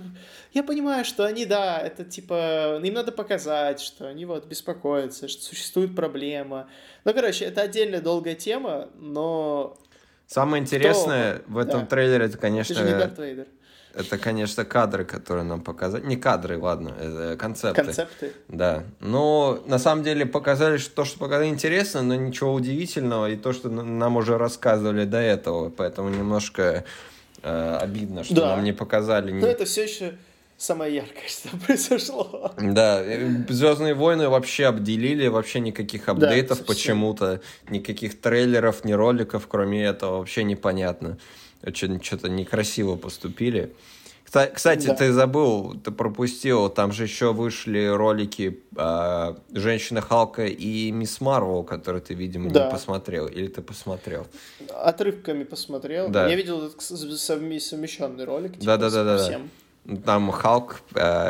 Я понимаю, что они, да, это типа, им надо показать, что они вот беспокоятся, что существует проблема. Ну, короче, это отдельная долгая тема, но... Самое интересное в этом трейлере, это, конечно... Ты же не Дарт Вейдер. Это, конечно, кадры, которые нам показали. Не кадры, ладно, это концепты. Концепты? Да. Но на самом деле показали, что то, что показали, интересно, но ничего удивительного. И то, что нам уже рассказывали до этого. Поэтому немножко обидно, что нам не показали. Но это все еще самое яркое, что произошло. Да, «Звездные войны» вообще обделили, вообще никаких апдейтов почему-то, никаких трейлеров, ни роликов, кроме этого, вообще непонятно. Что-то некрасиво поступили. Кстати, ты забыл, ты пропустил, там же еще вышли ролики «Женщина Халка» и «Мисс Марвел», которые ты, видимо, не посмотрел. Или ты посмотрел? Отрывками посмотрел. Да. Я видел этот совмещенный ролик. Да. Там Халк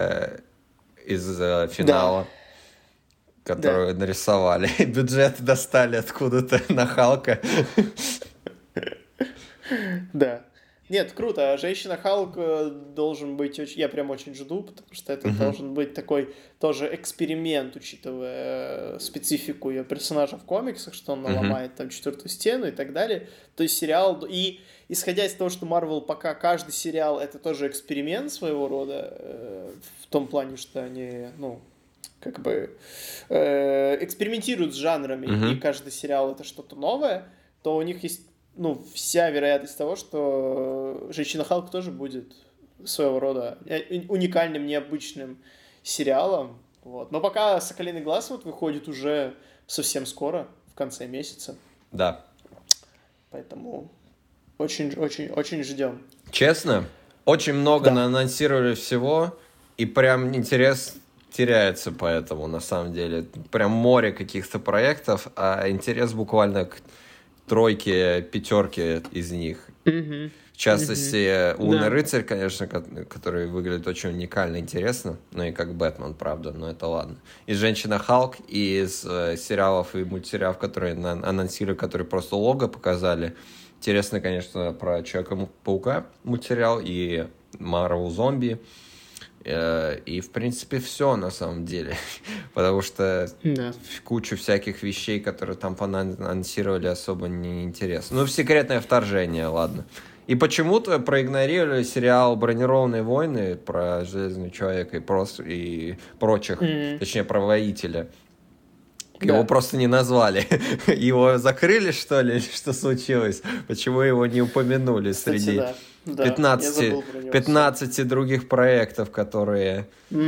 из финала, которую нарисовали. Бюджет достали откуда-то на Халка. Да. Нет, круто. Женщина Халк должен быть очень... Я прям очень жду, потому что это должен быть такой тоже эксперимент, учитывая специфику ее персонажа в комиксах, что он наломает там четвертую стену и так далее. То есть сериал... И исходя из того, что Marvel пока каждый сериал это тоже эксперимент своего рода, в том плане, что они, ну, как бы экспериментируют с жанрами, и каждый сериал это что-то новое, то у них есть, ну, вся вероятность того, что Женщина Халк тоже будет своего рода уникальным, необычным сериалом. Вот. Но пока «Соколиный глаз» вот выходит уже совсем скоро, в конце месяца. Да. Поэтому очень ждем. Честно, очень много наанонсировали всего, и прям интерес теряется поэтому, на самом деле. Прям море каких-то проектов, а интерес буквально к тройке, пятерке из них. В частности, «Лунный рыцарь», конечно, который выглядит очень уникально интересно, ну и как Бэтмен, правда, но это ладно. И «Женщина Халк», и из сериалов и мультсериалов, которые анонсировали, которые просто лого показали. Интересно, конечно, про Человека-паука мультсериал и Марвел Зомби. И, в принципе, все на самом деле. Потому что кучу всяких вещей, которые там анонсировали, особо не интересно. Ну, «Секретное вторжение», ладно. И почему-то проигнорировали сериал «Бронированные войны» про Железного человека и прочих, точнее, про воителя. Его просто не назвали. Его закрыли, что ли? Что случилось? Почему его не упомянули среди 15 других проектов, которые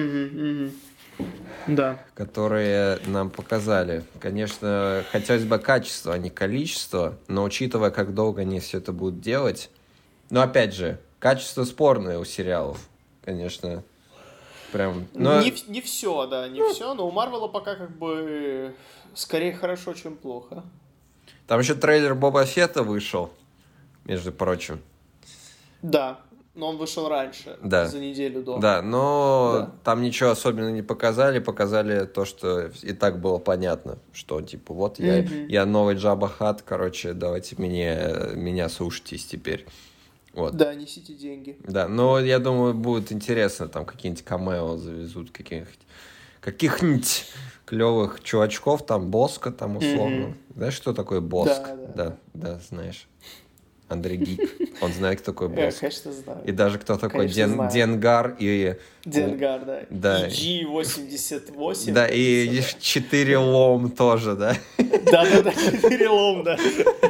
которые нам показали? Конечно, хотелось бы качество, а не количество, но учитывая, как долго они все это будут делать... Но опять же, качество спорное у сериалов, конечно... Прям, но... Не все, да, не все, но у Марвела пока как бы скорее хорошо, чем плохо. Там еще трейлер Боба Фетта вышел, между прочим. Да, но он вышел раньше, за неделю до. Да, но там ничего особенного не показали, показали то, что и так было понятно, что типа вот я новый Джабба Хатт, короче, давайте меня слушайтесь теперь. Вот. Да, несите деньги. Да, но я думаю, будет интересно, там какие-нибудь камео завезут, каких-нибудь клевых чувачков, там Боско, там условно. Знаешь, что такое Боск? Да, знаешь. Андрей Гик, он знает, кто такой Боск. Я, конечно, знаю. И даже кто такой Денгар и... Денгар, да. Да. И G88. Да, и 4 лом тоже, да? Да, 4 лом, да.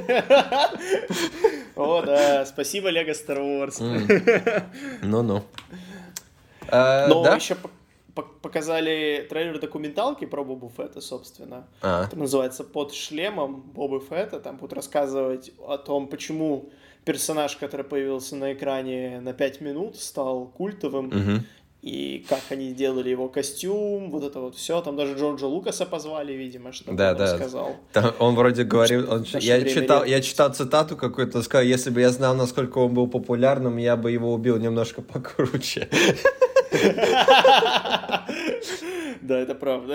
О, да, спасибо, Лего Star Wars. Ну-ну. Но еще показали трейлер документалки про Бобу Фетта, собственно. Это называется «Под шлемом Бобы Фетта». Там будут рассказывать о том, почему персонаж, который появился на экране на 5 минут, стал культовым. И как они делали его костюм, вот это вот все. Там даже Джорджа Лукаса позвали, видимо, чтобы он рассказал. Там он вроде говорил... Я читал цитату какую-то, он сказал, если бы я знал, насколько он был популярным, я бы его убил немножко покруче. Да, это правда.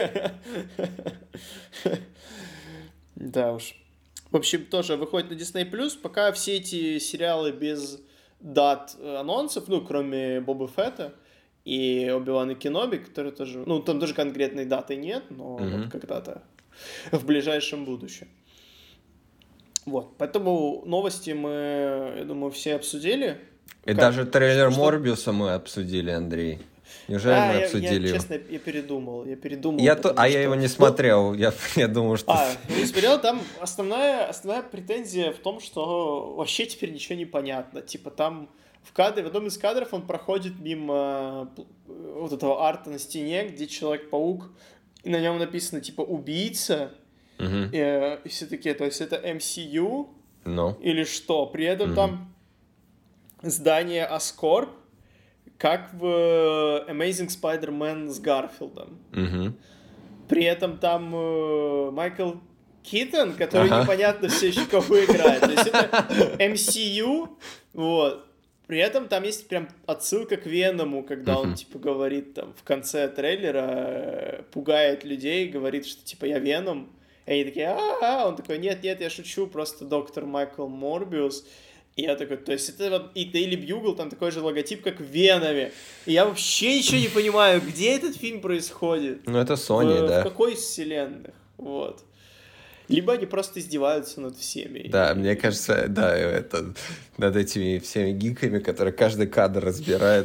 Да уж. В общем, тоже выходит на Disney+. Пока все эти сериалы без дат анонсов, ну, кроме Боба Фетта и Оби-Вана Кеноби, которые тоже... Ну, там тоже конкретной даты нет, но вот когда-то в ближайшем будущем. Вот. Поэтому новости мы, я думаю, все обсудили. И даже трейлер Морбиуса мы обсудили, Андрей. Неужели мы обсудили его? Честно, я передумал. Я его не смотрел. Я думал, что... я не смотрел. Там основная претензия в том, что вообще теперь ничего не понятно. Типа там в одном из кадров он проходит мимо вот этого арта на стене, где Человек-паук, и на нем написано типа «убийца». И все такие, то есть это MCU? Или что? При этом там здание Аскорб, как в Amazing Spider-Man с Гарфилдом. При этом там Майкл Китон, который непонятно все еще кого играет. То есть это MCU, вот. При этом там есть прям отсылка к Веному, когда он, типа, говорит там в конце трейлера, пугает людей, говорит, что, типа, я Веном. И они такие, он такой, нет, я шучу, просто доктор Майкл Морбиус. И я такой, то есть это вот и Daily Bugle, там такой же логотип, как в Веноме. И я вообще ничего не понимаю, где этот фильм происходит. Ну, это Sony, да. В какой из вселенных, вот. Либо они просто издеваются над всеми. Да, мне кажется, да, это над этими всеми гиками, которые каждый кадр разбирают,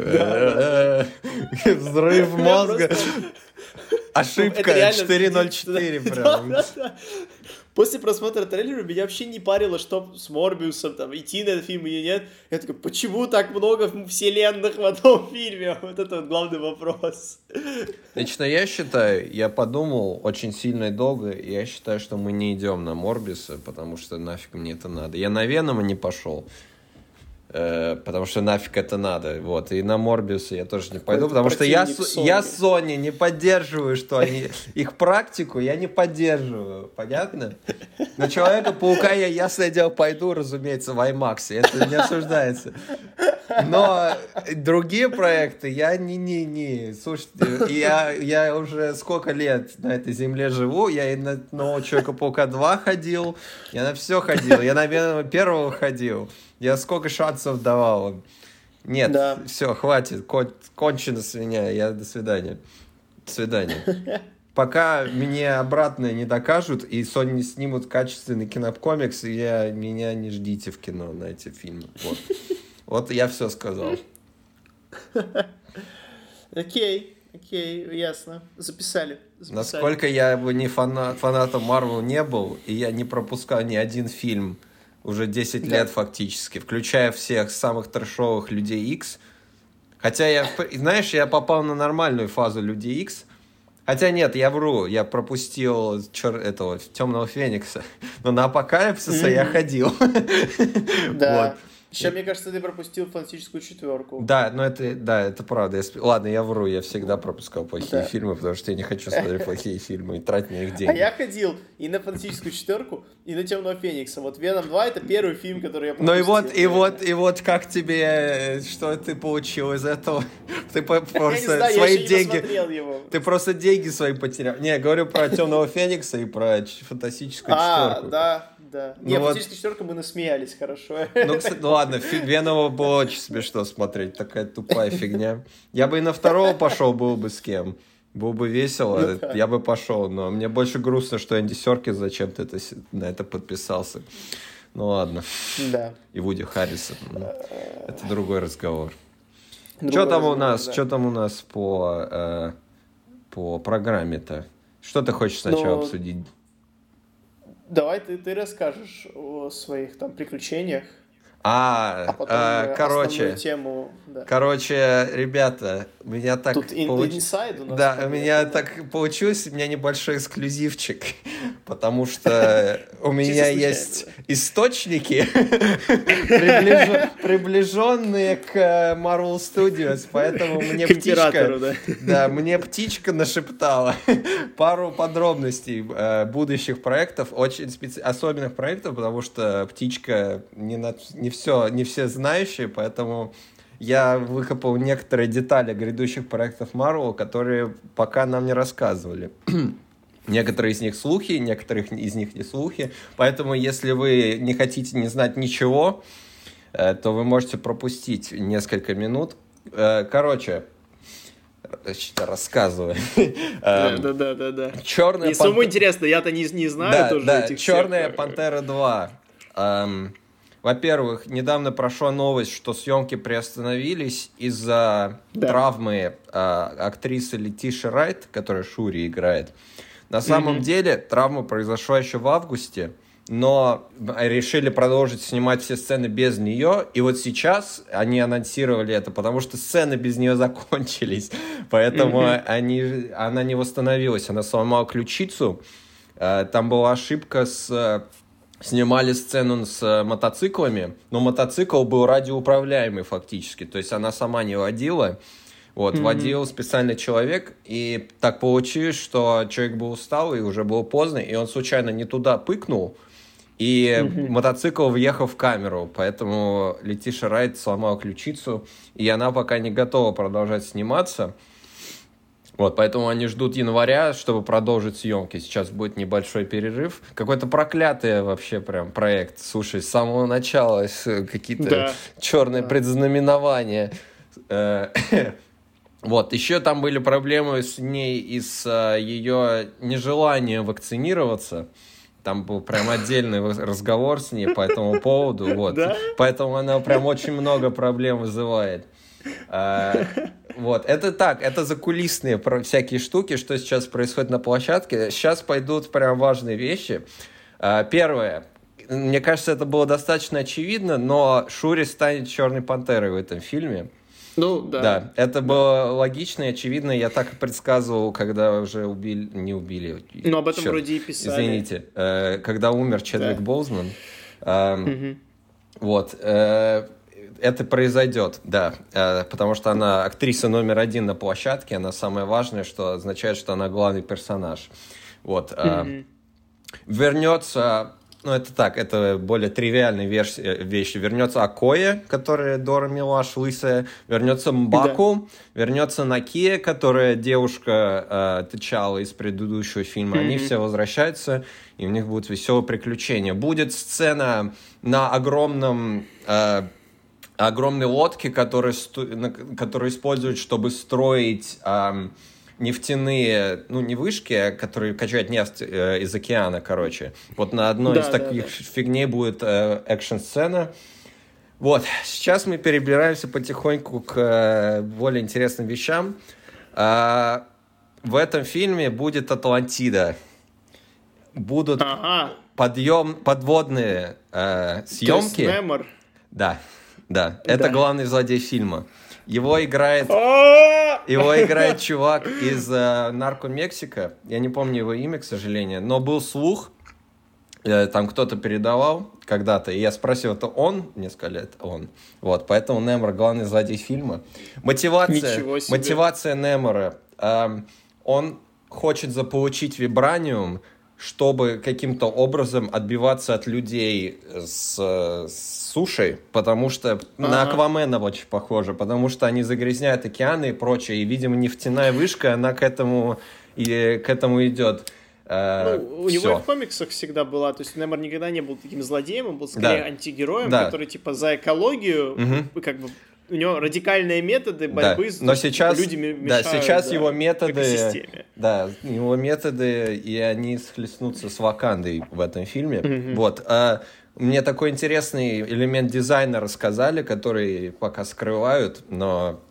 взрыв мозга. Ошибка 404 прям. После просмотра трейлера меня вообще не парило, что с Морбиусом, там, идти на этот фильм или нет. Я такой, почему так много вселенных в одном фильме? Вот это вот главный вопрос. Лично я считаю, я подумал очень сильно и долго, и я считаю, что мы не идем на Морбиуса, потому что нафиг мне это надо. Я на Венома не пошел, потому что нафиг это надо. Вот. И на Морбиуса я тоже не пойду, потому что я Sony не поддерживаю, что они их практику я не поддерживаю. Понятно? На Человека-паука я, ясное дело, пойду, разумеется, в IMAX. Это не обсуждается. Но другие проекты я не. Слушайте, я уже сколько лет на этой земле живу. Я и на нового Человека-паука 2 ходил. Я на все ходил. Я на Венома 1 ходил. Я сколько шансов давал им. Нет, да. Все, хватит. Кончено с меня. Я до свидания. До свидания. Пока мне обратно не докажут, и Sony не снимут качественный кинокомикс, меня не ждите в кино на эти фильмы. Вот я все сказал. Окей, ясно. Записали. Насколько я бы не фанатом Marvel не был, и я не пропускал ни один фильм уже 10 лет фактически, включая всех самых трэшовых Людей Икс. Хотя я попал на нормальную фазу Людей Икс. Хотя нет, я вру, я пропустил Темного Феникса. Но на Апокалипсиса я ходил. Да. Еще, мне кажется, ты пропустил Фантастическую четверку. Да, это правда. Ладно, я вру, я всегда пропускал плохие фильмы, потому что я не хочу смотреть плохие фильмы и тратить на них деньги. А я ходил и на Фантастическую четверку, и на Темного Феникса. Вот Веном 2 это первый фильм, который я пропустил. Ну и вот как тебе, что ты получил из этого? Ты просто свои деньги... Ты просто деньги свои потерял. Не, я говорю про Темного Феникса и про Фантастическую четверку. Да. Не, Фантастическая четверка мы насмеялись, хорошо. Ну ладно, Венома было очень смешно смотреть, такая тупая фигня. Я бы и на второго пошел, был бы с кем. Было бы весело, я бы пошел, но мне больше грустно, что Энди Серкис зачем-то на это подписался. Ну ладно. Да. И Вуди Харрисон. Это другой разговор. Что там у нас по программе-то? Что ты хочешь сначала обсудить? Давай ты расскажешь о своих там приключениях. Короче, тему, да. Ребята, у меня так у меня так получилось, у меня небольшой эксклюзивчик, потому что у меня есть источники, приближенные к Marvel Studios, поэтому мне птичка нашептала пару подробностей будущих проектов, очень особенных проектов, потому что птичка не все знающие, поэтому я выкопал некоторые детали грядущих проектов Marvel, которые пока нам не рассказывали. Некоторые из них слухи, некоторых из них не слухи, поэтому если вы не хотите не знать ничего, то вы можете пропустить несколько минут. Короче, рассказываю. Да. Черная самому интересно, я-то не знаю тоже этих «Черная Пантера 2». Во-первых, недавно прошла новость, что съемки приостановились из-за травмы актрисы Летиши Райт, которая Шури играет. На самом деле травма произошла еще в августе, но решили продолжить снимать все сцены без нее. И вот сейчас они анонсировали это, потому что сцены без нее закончились. Поэтому она не восстановилась. Она сломала ключицу. Там была ошибка Снимали сцену с мотоциклами, но мотоцикл был радиоуправляемый фактически. То есть она сама не водила. Водил специальный человек, и так получилось, что человек был усталый, уже было поздно, и он случайно не туда пыкнул, и мотоцикл въехал в камеру, поэтому Летиша Райт сломала ключицу, и она пока не готова продолжать сниматься. Вот, поэтому они ждут января, чтобы продолжить съемки. Сейчас будет небольшой перерыв. Какой-то проклятый вообще прям проект. Слушай, с самого начала какие-то черные предзнаменования. Вот, еще там были проблемы с ней и с ее нежеланием вакцинироваться. Там был прям отдельный разговор с ней по этому поводу. Вот. Поэтому она прям очень много проблем вызывает. Вот, это так, это закулисные всякие штуки, что сейчас происходит на площадке. Сейчас пойдут прям важные вещи. Первое, мне кажется, это было достаточно очевидно, но Шури станет Черной Пантерой в этом фильме. Ну, да. Да, это было логично и очевидно. Я так и предсказывал, когда уже не убили. Ну, об этом вроде и писали. Извините. Когда умер Чедвик Боузман. Вот. Это произойдет, да. Потому что она актриса номер 1 на площадке. Она самая важная, что означает, что она главный персонаж. Вот. Вернется... Ну, это так, это более тривиальные вещи. Вернется Акоя, которая Дора Милаш, лысая. Вернется Мбаку. Вернется Накия, которая девушка Тычала из предыдущего фильма. Они все возвращаются, и у них будут веселые приключения. Будет сцена на огромной лодке, которую используют, чтобы строить... нефтяные, ну, не вышки, а которые качают нефть из океана, короче. Вот на одной из таких фигней будет экшн-сцена. Вот, сейчас мы перебираемся потихоньку к более интересным вещам. В этом фильме будет Атлантида. Будут подводные съемки. То есть Немор. Да. Это главный злодей фильма. Его играет чувак из Нарко Мексика. Я не помню его имя, к сожалению. Но был слух, там кто-то передавал когда-то. И я спросил, это он? Мне сказали, это он. Вот, поэтому Немор главный злодей фильма. Мотивация Немора. Он хочет заполучить вибраниум, чтобы каким-то образом отбиваться от людей с суши, потому что на Аквамена очень похоже, потому что они загрязняют океаны и прочее, и, видимо, нефтяная вышка, она к этому идет. У него и в комиксах всегда была, то есть Немор никогда не был таким злодеем, он был скорее антигероем, который типа за экологию, как бы у него радикальные методы борьбы с людьми мешают. Да, сейчас его методы, и они схлестнутся с Вакандой в этом фильме. Вот. Мне такой интересный элемент дизайна рассказали, который пока скрывают, но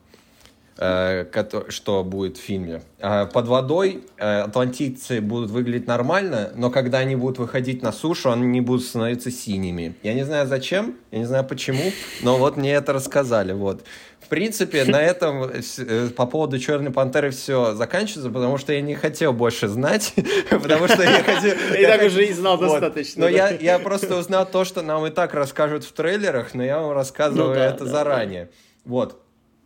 что будет в фильме. Под водой атлантийцы будут выглядеть нормально, но когда они будут выходить на сушу, они будут становиться синими. Я не знаю зачем, я не знаю почему, но вот мне это рассказали. Вот. В принципе, на этом по поводу Черной Пантеры все заканчивается, потому что я не хотел больше знать, потому что я хотел... И так уже и знал достаточно. Но я просто узнал то, что нам и так расскажут в трейлерах, но я вам рассказываю это заранее. Вот.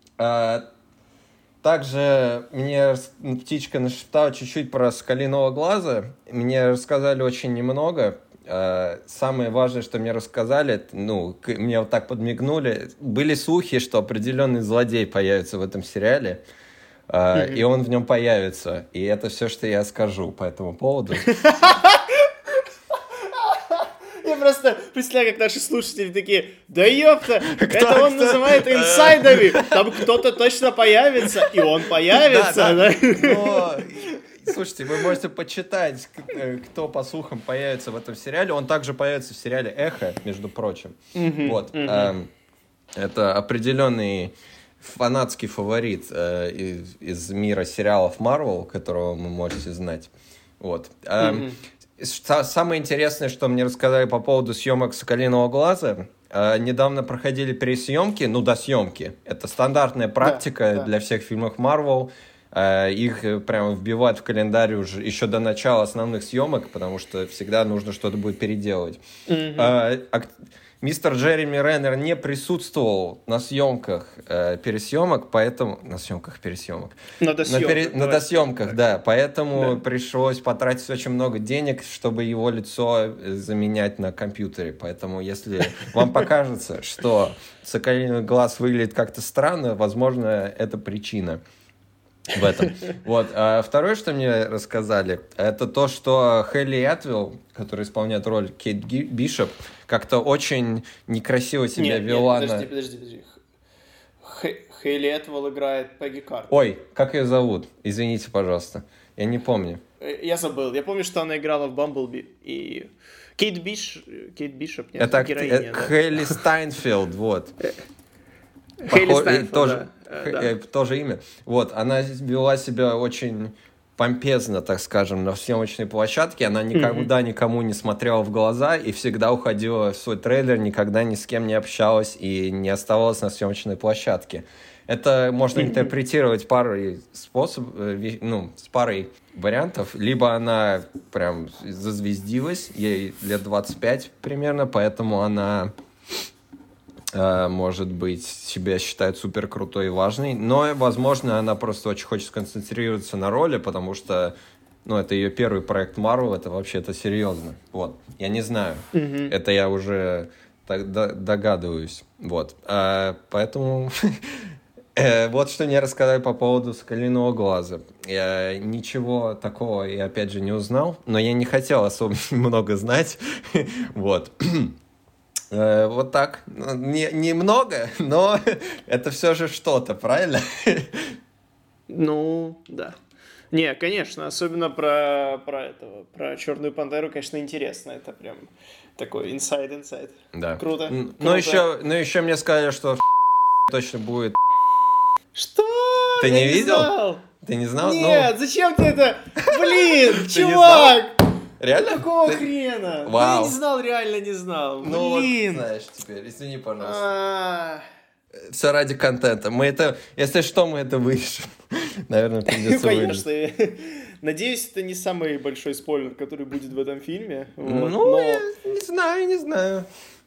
Также мне птичка нашептала чуть-чуть про Соколиного глаза. Мне рассказали очень немного. Самое важное, что мне рассказали, мне вот так подмигнули. Были слухи, что определенный злодей появится в этом сериале, и он в нем появится. И это все, что я скажу по этому поводу. Я просто представляю, как наши слушатели такие, да ёпта, это он называет инсайдами, там кто-то точно появится, и он появится. Да. Но, слушайте, вы можете почитать, кто по слухам появится в этом сериале. Он также появится в сериале «Эхо», между прочим. Вот. Это определенный фанатский фаворит из мира сериалов Marvel, которого вы можете знать. Вот. Самое интересное, что мне рассказали по поводу съемок «Соколиного глаза», недавно проходили пересъемки, досъемки. Это стандартная практика для всех фильмов Marvel. Их прямо вбивают в календарь уже еще до начала основных съемок, потому что всегда нужно что-то будет переделывать. Мистер Джереми Реннер не присутствовал на съемках пересъемок, поэтому... На досъемках, да. Поэтому пришлось потратить очень много денег, чтобы его лицо заменять на компьютере. Поэтому если вам покажется, что Соколиный глаз выглядит как-то странно, возможно, это причина. в этом. Вот. А второе, что мне рассказали, это то, что Хейли Этвилл, которая исполняет роль Кейт Бишоп, как-то очень некрасиво себя вела. Подожди. Хейли Этвилл играет Пегги Картер. Ой, как ее зовут? Извините, пожалуйста. Я не помню. Я забыл. Я помню, что она играла в «Бамблби». И Кейт Бишоп, нет? Это героиня, Хейли Стайнфилд, вот. Хейли Стайнфилд, тоже имя. Вот, она вела себя очень помпезно, так скажем, на съемочной площадке. Она никогда никому не смотрела в глаза и всегда уходила в свой трейлер, никогда ни с кем не общалась и не оставалась на съемочной площадке. Это можно интерпретировать с парой вариантов. Либо она прям зазвездилась, ей лет 25 примерно, поэтому она, может быть, себя считает супер крутой и важной. Но, возможно, она просто очень хочет сконцентрироваться на роли, потому что это ее первый проект Marvel, это вообще-то серьезно. Вот. Я не знаю. Это я уже догадываюсь. Вот. Поэтому... Вот что мне рассказали по поводу «Соколиного глаза». Я ничего такого я, опять же, не узнал, но я не хотел особо много знать. Вот. Вот так. Немного, но это все же что-то, правильно? Ну, да. Не, конечно, особенно про «Черную пантеру», конечно, интересно. Это прям такой инсайд. Да. Круто. Но еще мне сказали, что точно будет... Что? Ты не видел? Знал. Ты не знал? Нет, зачем ты это? Блин, чувак! Реально? Какого хрена? Вау. Я не знал, реально не знал. Ну Блин. вот, знаешь, теперь, извини, пожалуйста. Все ради контента. Если что, мы это вырежем. Наверное, придется вырезать. Конечно. Надеюсь, это не самый большой спойлер, который будет в этом фильме. Я не знаю.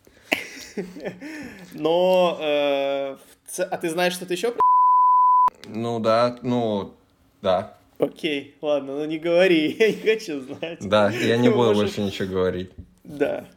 Но... А ты знаешь что-то еще? Да. Окей, ладно, не говори, я не хочу знать. Да, я не буду больше ничего говорить. Да.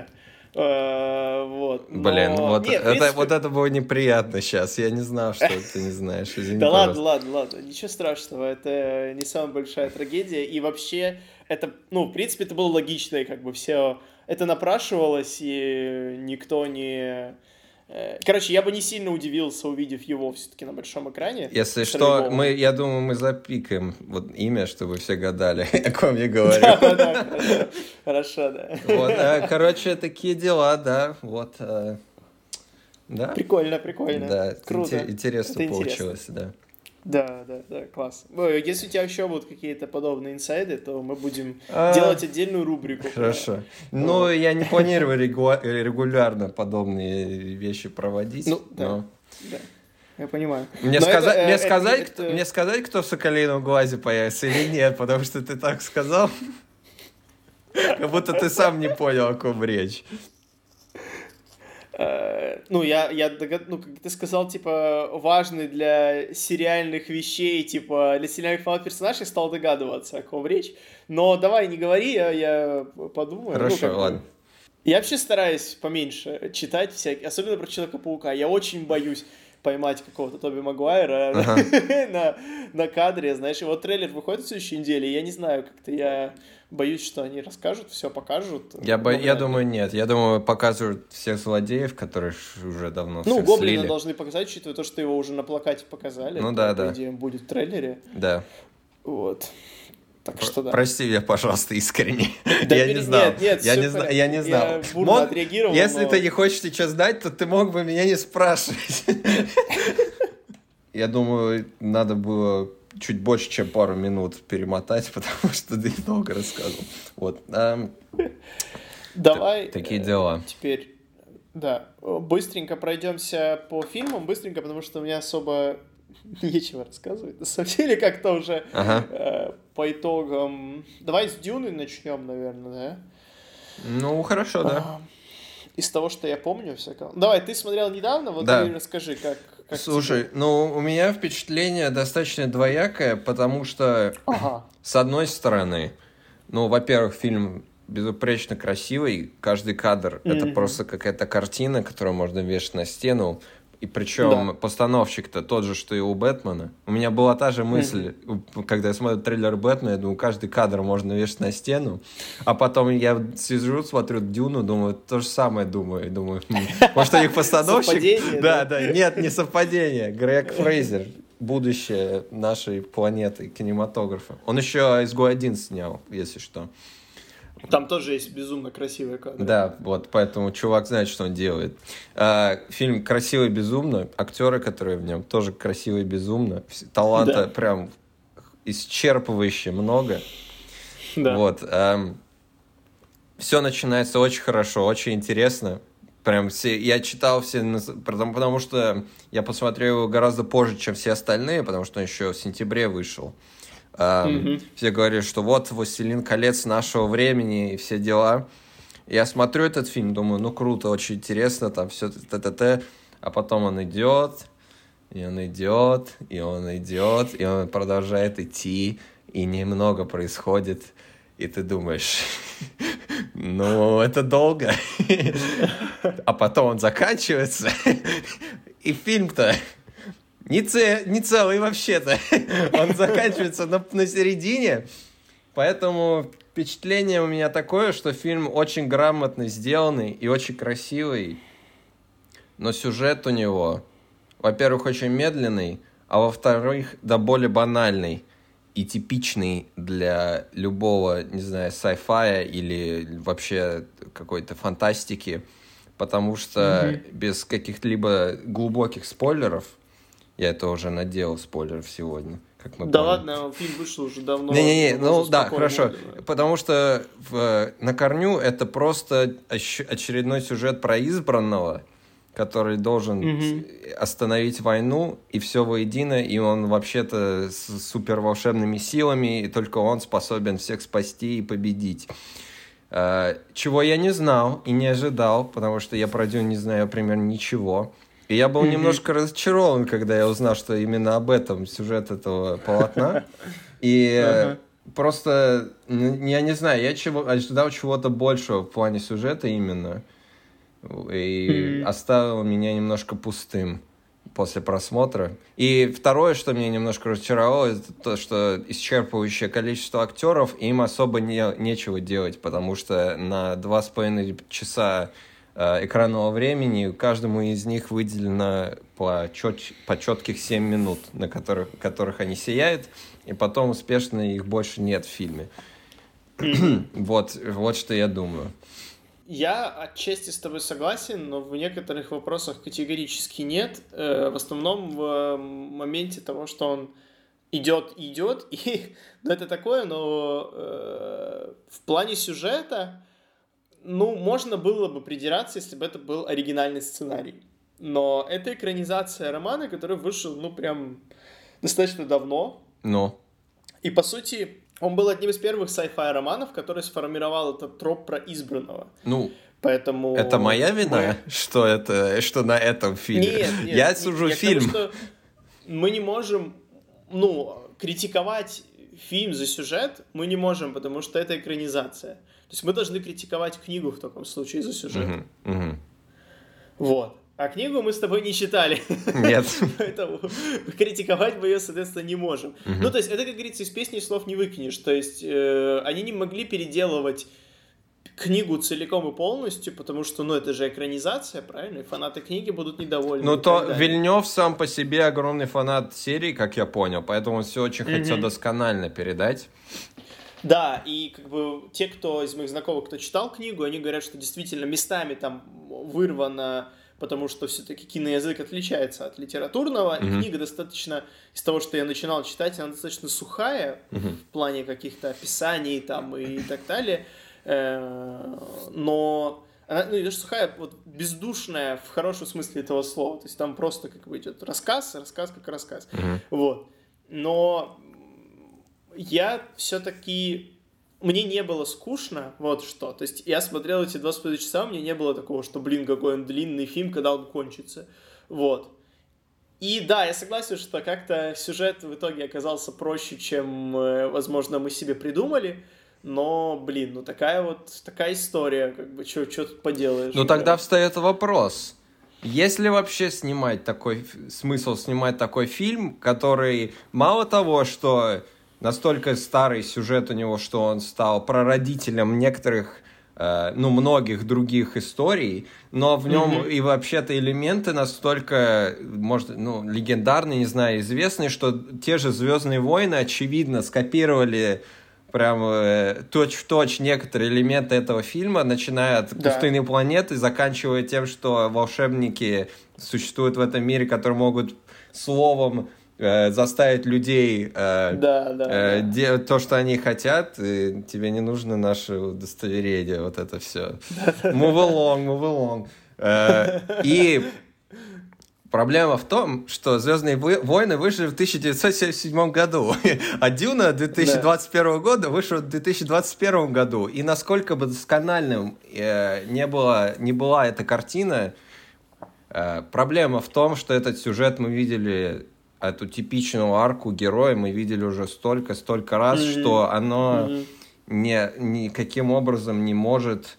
Вот. Блин, вот это было неприятно сейчас. Я не знал, что ты не знаешь. Извини, да ладно. Ничего страшного. Это не самая большая трагедия. И вообще, это, в принципе, это было логично, и как бы все это напрашивалось, и никто не... Короче, я бы не сильно удивился, увидев его все-таки на большом экране. Если что, я думаю, мы запикаем вот имя, чтобы все гадали, о ком я говорю. Да, хорошо, да. Вот, короче, такие дела, да, вот. Да. Прикольно. Да, Круто. Интересно получилось, да. Да, класс. Если у тебя еще будут какие-то подобные инсайды, то мы будем делать отдельную рубрику. Хорошо. Я не планирую регулярно подобные вещи проводить. Да. Я понимаю. Мне сказать, кто в «Соколином глазе» появится или нет, потому что ты так сказал, как будто ты сам не понял, о ком речь. Как ты сказал, типа, важный для сериальных вещей, типа, для сериальных персонажей, стал догадываться, о ком речь. Но давай не говори, я подумаю. Хорошо, ладно. Я вообще стараюсь поменьше читать всякие, особенно про Человека-паука. Я очень боюсь поймать какого-то Тоби Магуайра на кадре, знаешь. И вот трейлер выходит в следующей неделе, я не знаю, как-то я боюсь, что они расскажут, все покажут. Я думаю, нет. Я думаю, показывают всех злодеев, которых уже давно всех слили. Гоблина должны показать, учитывая то, что его уже на плакате показали. Да. По идее, он будет в трейлере. Да. Вот. Так что да. Прости меня, пожалуйста, искренне. Да, я не знал. Нет, я не знал. Я бурно отреагировал. Если ты не хочешь сейчас знать, то ты мог бы меня не спрашивать. Я думаю, надо было чуть больше, чем пару минут перемотать, потому что ты много рассказывал. Вот. Давай. Такие дела. Теперь, да, быстренько пройдемся по фильмам, потому что у меня особо нечего рассказывать. На самом деле, как-то уже по итогам... Давай с «Дюны» начнем, наверное, да? Хорошо, да. Из того, что я помню, всякого. Давай, ты смотрел недавно, вот да. Ты расскажи, как Слушай, тебе? У меня впечатление достаточно двоякое, потому что, с одной стороны, во-первых, фильм безупречно красивый, каждый кадр — это просто какая-то картина, которую можно вешать на стену. И причем постановщик-то тот же, что и у Бэтмена. У меня была та же мысль, когда я смотрю трейлер Бэтмена, я думаю, каждый кадр можно вешать на стену. А потом я сижу, смотрю Дюну, думаю, то же самое думаю. Может, у них постановщик? Да, нет, не совпадение. Грег Фрейзер, будущее нашей планеты кинематографа. Он еще «Изгой 1» снял, если что. Там тоже есть безумно красивые кадры. Да, вот, поэтому чувак знает, что он делает. Фильм красивый безумно, актеры, которые в нем, тоже красивые безумно. Таланта прям исчерпывающе много. Да. Вот. Все начинается очень хорошо, очень интересно. Прям я читал все, потому что я посмотрел его гораздо позже, чем все остальные, потому что он еще в сентябре вышел. Все говорят, что вот «Властелин колец» нашего времени и все дела. Я смотрю этот фильм, думаю, ну круто, очень интересно, там все т-т-т. А потом он идет, и он идет, и он идет, и он продолжает идти, и немного происходит, и ты думаешь, ну это долго. А потом он заканчивается, и фильм-то не целый вообще-то. Он заканчивается на середине. Поэтому впечатление у меня такое, что фильм очень грамотно сделанный и очень красивый. Но сюжет у него, во-первых, очень медленный, а во-вторых, да более банальный и типичный для любого, не знаю, sci-fi или вообще какой-то фантастики. Потому что без каких-либо глубоких спойлеров, я это уже наделал спойлеров сегодня, как мы Да поняли. ладно, фильм вышел уже давно. Ну да, хорошо. Потому что на корню это просто очередной сюжет про избранного, который должен остановить войну, и все воедино, и он вообще-то с суперволшебными силами, и только он способен всех спасти и победить. Чего я не знал и не ожидал, потому что я про Дюну не знаю примерно ничего. И я был немножко разочарован, когда я узнал, что именно об этом сюжет этого полотна. И просто, я не знаю, я ожидал чего-то большего в плане сюжета именно. И оставил меня немножко пустым после просмотра. И второе, что меня немножко разочаровало, это то, что исчерпывающее количество актеров, им особо нечего делать, потому что на 2,5 часа экранного времени каждому из них выделено по четких 7 минут, на которых они сияют, и потом успешно их больше нет в фильме. Вот что я думаю. Я отчасти с тобой согласен, но в некоторых вопросах категорически нет. В основном в моменте того, что он идет, и ну, это такое, но в плане сюжета, ну, можно было бы придираться, если бы это был оригинальный сценарий. Но это экранизация романа, который вышел, ну, прям достаточно давно. Но. И, по сути, он был одним из первых sci-fi романов, который сформировал этот троп про избранного. Ну, поэтому это моя вина, что на этом фильме? Нет, я сужу фильм. Потому что мы не можем, критиковать фильм за сюжет, мы не можем, потому что это экранизация. То есть мы должны критиковать книгу в таком случае за сюжет. Вот. А книгу мы с тобой не читали. Нет. Поэтому критиковать мы ее, соответственно, не можем. Ну, то есть, это, как говорится, из песни слов не выкинешь. То есть, они не могли переделывать книгу целиком и полностью, потому что, это же экранизация, правильно? И фанаты книги будут недовольны. Ну, то Вильнёв сам по себе огромный фанат серии, как я понял, поэтому он все очень хотел досконально передать. Да, и как бы те, кто из моих знакомых, кто читал книгу, они говорят, что действительно местами там вырвано, потому что все-таки киноязык отличается от литературного, и книга достаточно, из того, что я начинал читать, она достаточно сухая в плане каких-то описаний там и так далее, но она, даже сухая, вот бездушная в хорошем смысле этого слова, то есть там просто как бы идет рассказ как рассказ, вот, но я все-таки... Мне не было скучно, вот что. То есть я смотрел эти 2,5 часа, у меня не было такого, что, какой он длинный фильм, когда он кончится. Вот. И да, я согласен, что как-то сюжет в итоге оказался проще, чем, возможно, мы себе придумали. Но, такая история, как бы, что тут поделаешь. Ну, тогда встает вопрос. Есть ли вообще смысл снимать такой фильм, который мало того, что настолько старый сюжет у него, что он стал прародителем некоторых, многих других историй, но в нем и вообще-то элементы настолько, может, легендарные, не знаю, известные, что те же «Звездные войны», очевидно, скопировали прям точь-в-точь некоторые элементы этого фильма, начиная от пустынной планеты, заканчивая тем, что волшебники существуют в этом мире, которые могут словом заставить людей делать то, что они хотят, и тебе не нужно наше удостоверение, вот это все. Move along. И проблема в том, что «Звездные войны» вышли в 1977 году, а «Дюна» 2021 года вышла в 2021 году. И насколько бы доскональным не была эта картина, проблема в том, что этот сюжет мы видели, эту типичную арку героя мы видели уже столько раз, что оно никаким образом не может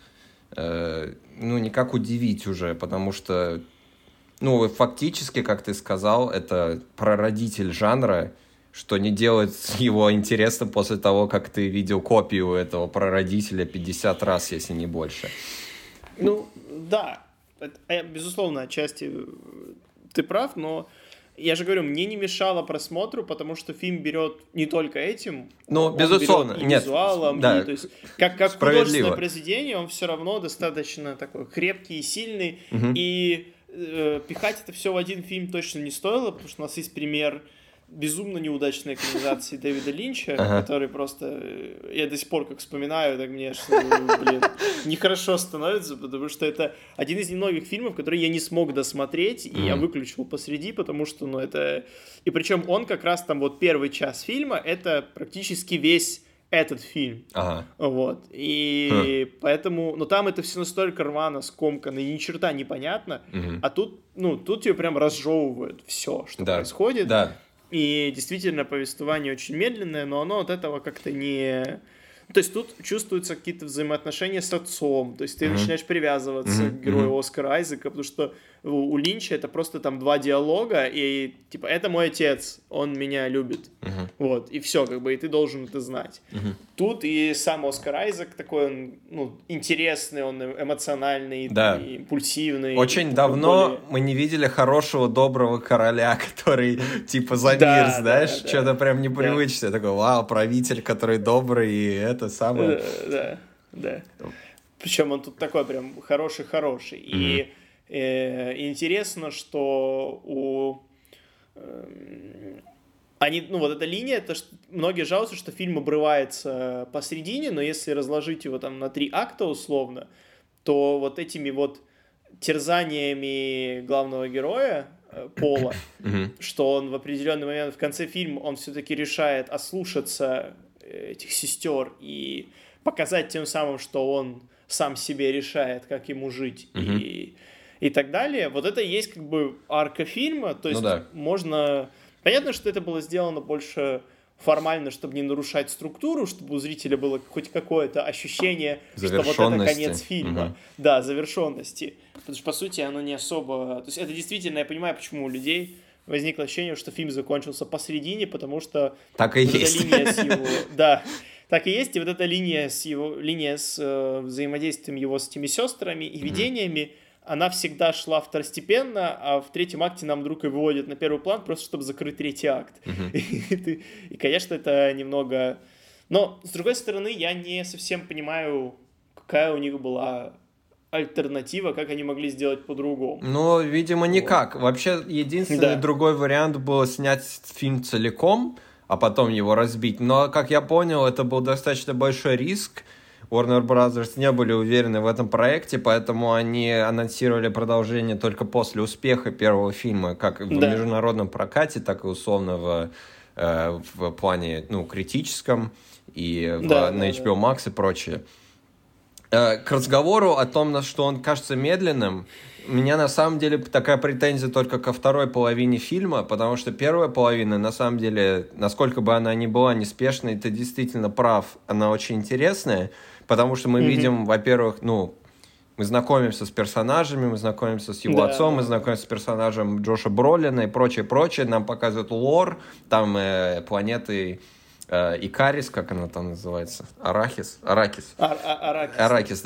никак удивить уже, потому что фактически, как ты сказал, это прародитель жанра, что не делает его интересным после того, как ты видел копию этого прародителя 50 раз, если не больше. Да. Безусловно, отчасти ты прав, но я же говорю, мне не мешало просмотру, потому что фильм берет не только этим, он безусловно, берет и визуалом, то есть как художественное произведение, он все равно достаточно такой крепкий и сильный, и пихать это все в один фильм точно не стоило, потому что у нас есть пример безумно неудачной экранизации Дэвида Линча, который просто... Я до сих пор, как вспоминаю, так мне нехорошо становится, потому что это один из немногих фильмов, которые я не смог досмотреть, и я выключил посреди, потому что, это... И причем он как раз там первый час фильма, это практически весь этот фильм. Вот. И поэтому... Но там это все настолько рвано, скомкано, и ни черта непонятно, а тут, тут тебе прям разжевывают все, что происходит. Да. И действительно повествование очень медленное, но оно от этого как-то не... То есть тут чувствуются какие-то взаимоотношения с отцом, то есть ты начинаешь привязываться к герою Оскара Айзека, потому что у Линча это просто там 2 диалога, и типа это мой отец, он меня любит, вот, и все, и ты должен это знать. Тут и сам Оскар Айзек такой, он, интересный, он эмоциональный, и импульсивный. Очень давно мы не видели хорошего, доброго короля, который типа за мир, знаешь, что-то прям непривычное, такой, вау, правитель, который добрый, и это самое... Да. Причем он тут такой прям хороший-хороший. И интересно, что эта линия, это многие жалуются, что фильм обрывается посередине, но если разложить его там на 3 акта условно, то этими терзаниями главного героя Пола, что он в определенный момент в конце фильма он все-таки решает ослушаться этих сестер и показать тем самым, что он сам себе решает, как ему жить и так далее. Вот это и есть арка фильма, то есть можно... Понятно, что это было сделано больше формально, чтобы не нарушать структуру, чтобы у зрителя было хоть какое-то ощущение, что вот это конец фильма. Да, завершенности. Потому что, по сути, оно не особо... То есть это действительно, я понимаю, почему у людей возникло ощущение, что фильм закончился посередине, потому что... Так и есть. Линия с его... Да, так и есть. И вот эта линия с взаимодействием его с этими сестрами и видениями, она всегда шла второстепенно, а в 3-м акте нам вдруг и выводят на первый план, просто чтобы закрыть 3-й акт. И, конечно, это немного... Но, с другой стороны, я не совсем понимаю, какая у них была альтернатива, как они могли сделать по-другому. Видимо, никак. Вообще, единственный другой вариант был снять фильм целиком, а потом его разбить. Но, как я понял, это был достаточно большой риск. Warner Brothers не были уверены в этом проекте, поэтому они анонсировали продолжение только после успеха первого фильма, как в международном прокате, так и условно в плане критическом и на HBO Max и прочее. К разговору о том, что он кажется медленным, у меня на самом деле такая претензия только ко второй половине фильма, потому что первая половина, на самом деле, насколько бы она ни была неспешной, ты действительно прав, она очень интересная, потому что мы видим, во-первых, мы мы знакомимся с персонажами, мы знакомимся с его отцом, мы знакомимся с персонажем Джоша Бролина и прочее. Нам показывают лор, там планеты Икарис, как она там называется? Аракис, да. Аракис.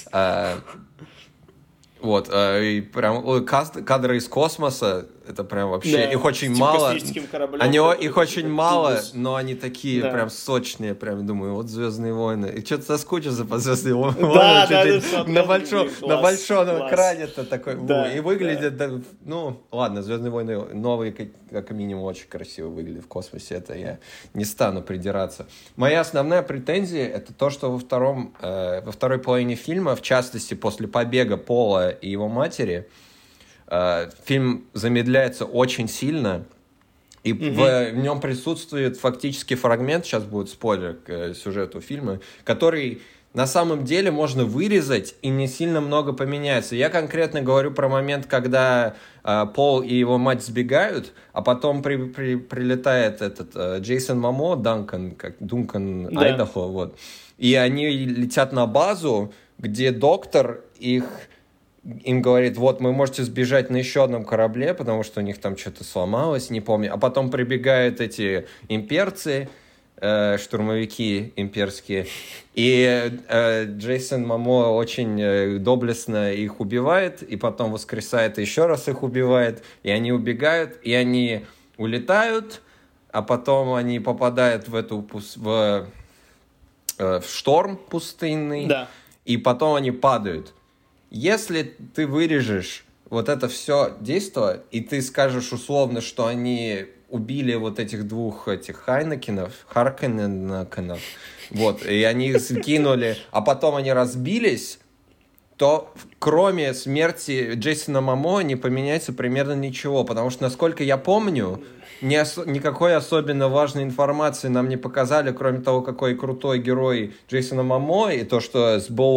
Вот, и прям кадры из космоса, это прям вообще, их очень мало. Их очень мало, но они такие прям сочные, прям думаю, вот «Звездные войны». И что-то соскучился по «Звездным войнам». На большом экране-то такой. И выглядит, ну, ладно, «Звездные войны» новые, как минимум, очень красиво выглядят в космосе, это я не стану придираться. Моя основная претензия — это то, что во второй половине фильма, в частности, после побега Пола и его матери, фильм замедляется очень сильно, и в нем присутствует фактически фрагмент, сейчас будет спойлер к сюжету фильма, который на самом деле можно вырезать и не сильно много поменяется. Я конкретно говорю про момент, когда Пол и его мать сбегают, а потом прилетает этот Джейсон Момо, Дункан Айдахо, вот, и они летят на базу, где доктор им говорит, вот, вы можете сбежать на еще одном корабле, потому что у них там что-то сломалось, не помню. А потом прибегают эти имперцы, штурмовики имперские, и Джейсон Момо очень доблестно их убивает, и потом воскресает и еще раз их убивает, и они убегают, и они улетают, а потом они попадают в шторм пустынный, и потом они падают. Если ты вырежешь вот это все действо, и ты скажешь условно, что они убили вот этих двух Харконненов, вот, и они их скинули, а потом они разбились, то кроме смерти Джейсона Момо не поменяется примерно ничего, потому что, насколько я помню, никакой особенно важной информации нам не показали, кроме того, какой крутой герой Джейсона Момо, и то, что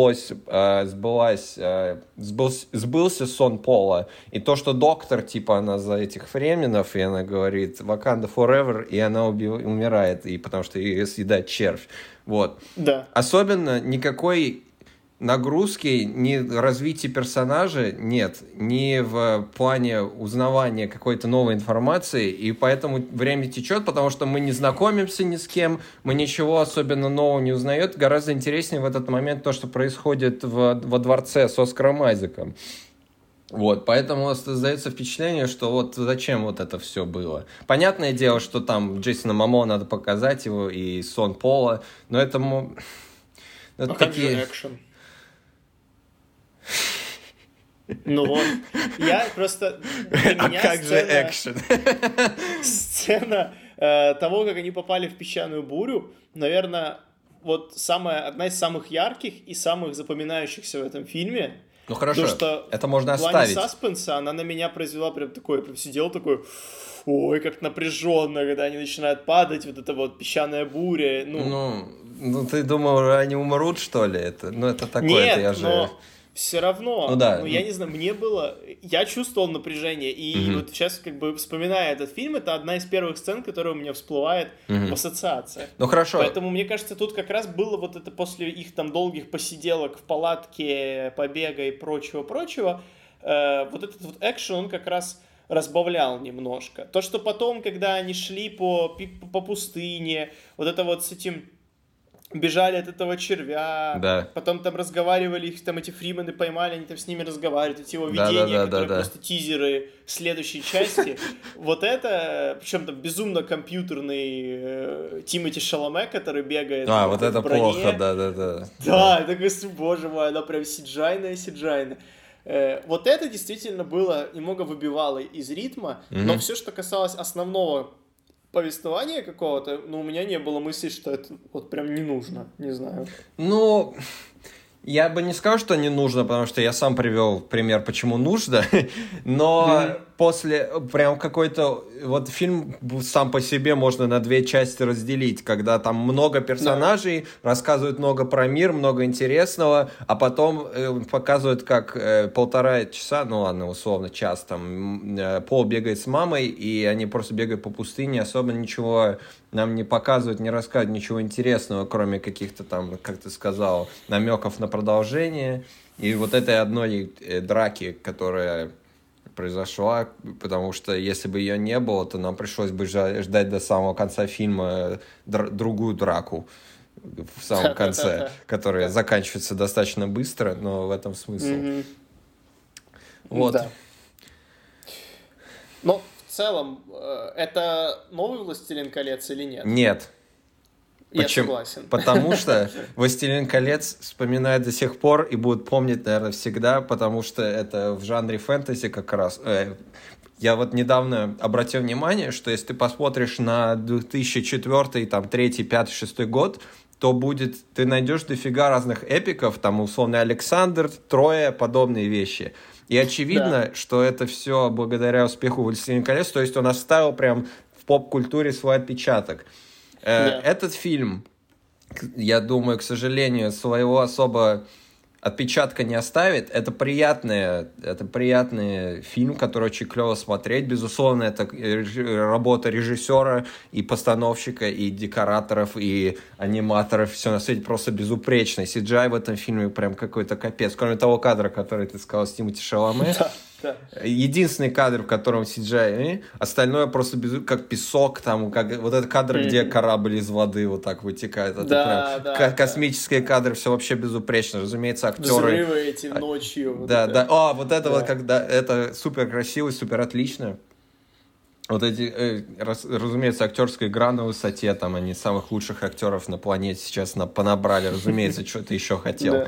сбылся сон Пола, и то, что доктор, типа, она за этих фременов, и она говорит «Wakanda forever», и она умирает, и потому что ее съедает червь. Вот. Да. Особенно никакой нагрузки, ни развития персонажа нет, ни в плане узнавания какой-то новой информации, и поэтому время течет, потому что мы не знакомимся ни с кем, мы ничего особенно нового не узнаем. Гораздо интереснее в этот момент то, что происходит во дворце с Оскаром Айзеком. Вот, поэтому создается впечатление, что вот зачем вот это все было. Понятное дело, что там Джейсона Момо надо показать его и сон Пола, но это... как же экшен? Ну вот, я просто... как же экшен? Сцена того, как они попали в песчаную бурю, наверное, вот одна из самых ярких и самых запоминающихся в этом фильме. Ну хорошо, что это можно оставить. В плане оставить. Саспенса она на меня произвела прям такое, прям сидел такой, ой, как напряженно, когда они начинают падать, вот эта вот песчаная буря. Ну ты думал, они умрут, что ли? Это такое, нет, это я же... но все равно, да. я не знаю, я чувствовал напряжение, и вот сейчас, как бы, вспоминая этот фильм, это одна из первых сцен, которая у меня всплывает в ассоциациях. Ну, хорошо. Поэтому, мне кажется, тут как раз было вот это после их там долгих посиделок в палатке, побега и прочего-прочего, вот этот вот экшен, он как раз разбавлял немножко. То, что потом, когда они шли по пустыне, вот это вот с этим... бежали от этого червя, да. Потом там разговаривали, их там эти фримены поймали, они там с ними разговаривают, эти его видения, которые просто тизеры следующей части. Вот это, причем там безумно компьютерный Тимоти Шаломе, который бегает в вот это броне. плохо, да. Да, я такой, боже мой, она прям сиджайная. Вот это действительно было, немного выбивало из ритма, но все, что касалось основного повествования какого-то, у меня не было мысли, что это вот прям не нужно, не знаю. Я бы не сказал, что не нужно, потому что я сам привел пример, почему нужно, но после прям какой-то... Вот фильм сам по себе можно на две части разделить, когда там много персонажей, рассказывают много про мир, много интересного, а потом показывают, как 1,5 часа, условно час, там Пол бегает с мамой, и они просто бегают по пустыне, особо ничего нам не показывают, не рассказывают ничего интересного, кроме каких-то там, как ты сказал, намеков на продолжение. И вот этой одной драки, которая произошла, потому что если бы ее не было, то нам пришлось бы ждать до самого конца фильма другую драку в самом конце, которая заканчивается достаточно быстро, но в этом смысл. Вот. Да. Но в целом, это новый «Властелин колец» или нет? Нет. Я согласен. Потому что «Властелин колец» вспоминают до сих пор и будут помнить, наверное, всегда, потому что это в жанре фэнтези как раз. Я вот недавно обратил внимание, что если ты посмотришь на 2004, там, 3, 5, 6 год, то ты найдешь дофига разных эпиков, там, условно, Александр, Троя, подобные вещи. И очевидно, что это все благодаря успеху «Властелин колец», то есть он оставил прям в поп-культуре свой отпечаток. Этот фильм, я думаю, к сожалению, своего особо отпечатка не оставит. Это приятный фильм, который очень клево смотреть. Безусловно, это работа режиссера и постановщика, и декораторов, и аниматоров. Все на свете просто безупречно. CGI в этом фильме прям какой-то капец. Кроме того кадра, который ты сказал, с Тимоти Шаломе. Единственный кадр, в котором CGI, остальное просто как песок, там, как вот этот кадр, где корабль из воды вот так вытекает. Это прям космические кадры, все вообще безупречно. Разумеется, актеры... Взрывы эти ночью. Вот это вот, когда это супер красиво, супер отлично. Вот эти, разумеется, актерская игра на высоте, там они самых лучших актеров на планете сейчас понабрали, разумеется, что ты еще хотел.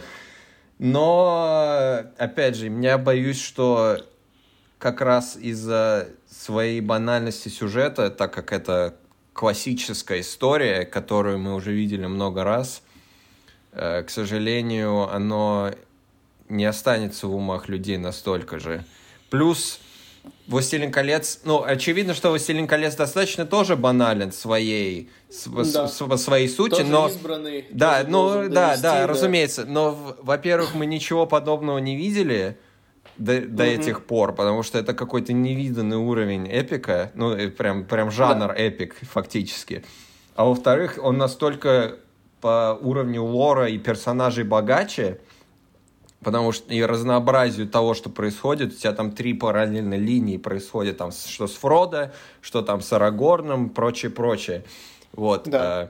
Но, опять же, я боюсь, что как раз из-за своей банальности сюжета, так как это классическая история, которую мы уже видели много раз, к сожалению, оно не останется в умах людей настолько же. Плюс «Властелин колец», очевидно, что «Властелин колец» достаточно тоже банален своей сути, тоже но... избранный. Разумеется. Но, во-первых, мы ничего подобного не видели до этих пор, потому что это какой-то невиданный уровень эпика, прям жанр эпик фактически. А во-вторых, он настолько по уровню лора и персонажей богаче, потому что и разнообразию того, что происходит, у тебя там 3 параллельные линии происходят, там, что с Фродо, что там с Арагорном, прочее. Вот. Да.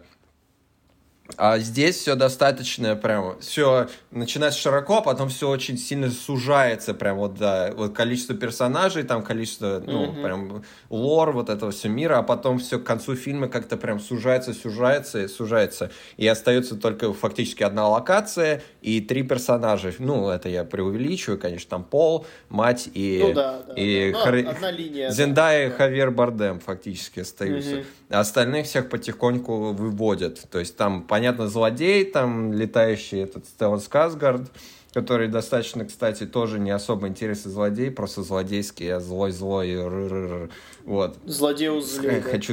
А здесь все достаточно прям, все начинается широко, а потом все очень сильно сужается, прям вот количество персонажей, там количество, прям лор вот этого всего мира, а потом все к концу фильма как-то прям сужается, и остается только фактически одна локация и 3 персонажа. Это я преувеличиваю, конечно, там Пол, мать и... одна линия. Зендая и Хавьер Бардем фактически остаются. А остальных всех потихоньку выводят. То есть там, понятно, злодей, там летающий этот Стеллан Скарсгард, который достаточно, кстати, тоже не особо интересный злодей, просто злодейский, я злой, вот. Злодей злой. Хочу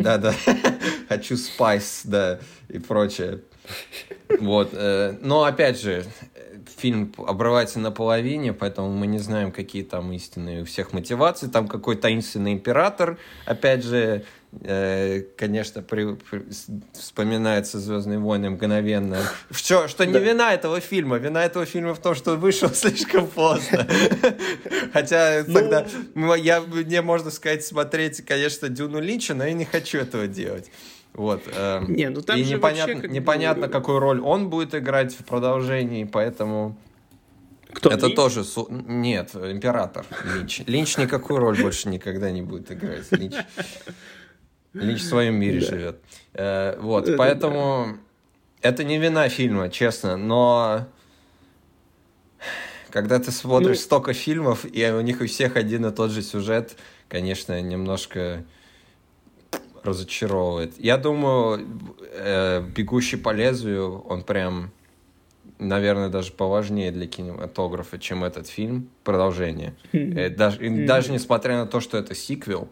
спайс, да, и прочее. Вот. Но, опять же, фильм обрывается наполовине, поэтому мы не знаем, какие там истинные у всех мотивации. Там какой таинственный император, опять же, конечно, вспоминается «Звездные войны» мгновенно. Что не вина этого фильма. Вина этого фильма в том, что он вышел слишком поздно. Хотя тогда мне можно сказать смотреть, конечно, «Дюну Линча», но я не хочу этого делать. Вот. И непонятно, какую роль он будет играть в продолжении, поэтому... Кто, это Линч? тоже... Нет, император Линч. Линч никакую роль больше никогда не будет играть. Линч в своем мире живет. Вот, поэтому... Это не вина фильма, честно, но... Когда ты смотришь столько фильмов, и у них у всех один и тот же сюжет, конечно, немножко... разочаровывает. Я думаю, «Бегущий по лезвию», он прям, наверное, даже поважнее для кинематографа, чем этот фильм. Продолжение. Даже несмотря на то, что это сиквел.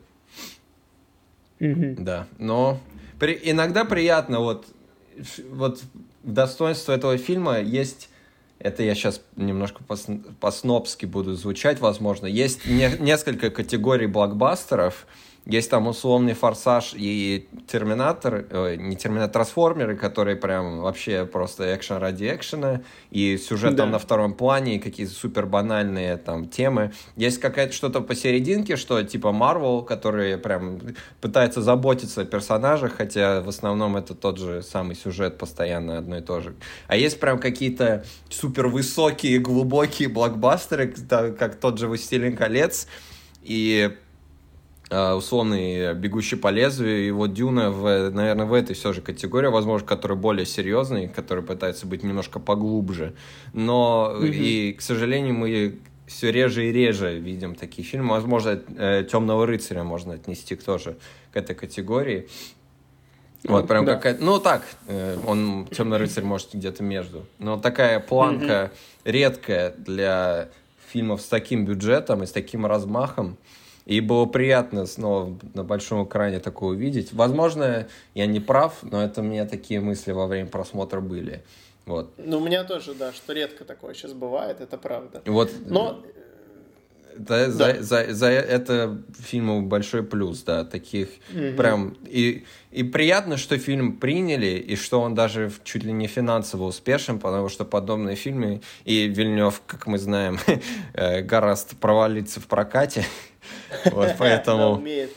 Да. Но иногда приятно, вот достоинство этого фильма есть... Это я сейчас немножко по-снобски буду звучать, возможно. Есть несколько категорий блокбастеров, Есть там условный «Форсаж» и «Терминатор», не «Терминатор», «Трансформеры», которые прям вообще просто экшен ради экшена, и сюжет там на втором плане, и какие-то супер банальные там темы. Есть какая-то что-то посерединке, что типа Marvel, которые прям пытаются заботиться о персонажах, хотя в основном это тот же самый сюжет постоянно одно и то же. А есть прям какие-то супер высокие, глубокие блокбастеры, как тот же «Властелин колец», и условный «Бегущий по лезвию», и вот «Дюна», наверное, в этой все же категории, возможно, который более серьезный, который пытается быть немножко поглубже. Но, и, к сожалению, мы все реже и реже видим такие фильмы. Возможно, «Темного рыцаря» можно отнести тоже к этой категории. Вот прям какая-то... Ну, так, он, «Темный рыцарь», может, где-то между. Но такая планка редкая для фильмов с таким бюджетом и с таким размахом. И было приятно снова на большом экране такое увидеть. Возможно, я не прав, но это у меня такие мысли во время просмотра были. Вот. Ну, у меня тоже, да, что редко такое сейчас бывает, это правда. Вот. Но... За это фильму большой плюс, да, таких прям... И приятно, что фильм приняли, и что он даже чуть ли не финансово успешен, потому что подобные фильмы, и Вильнёв, как мы знаем, гораздо провалиться в прокате. Вот, поэтому...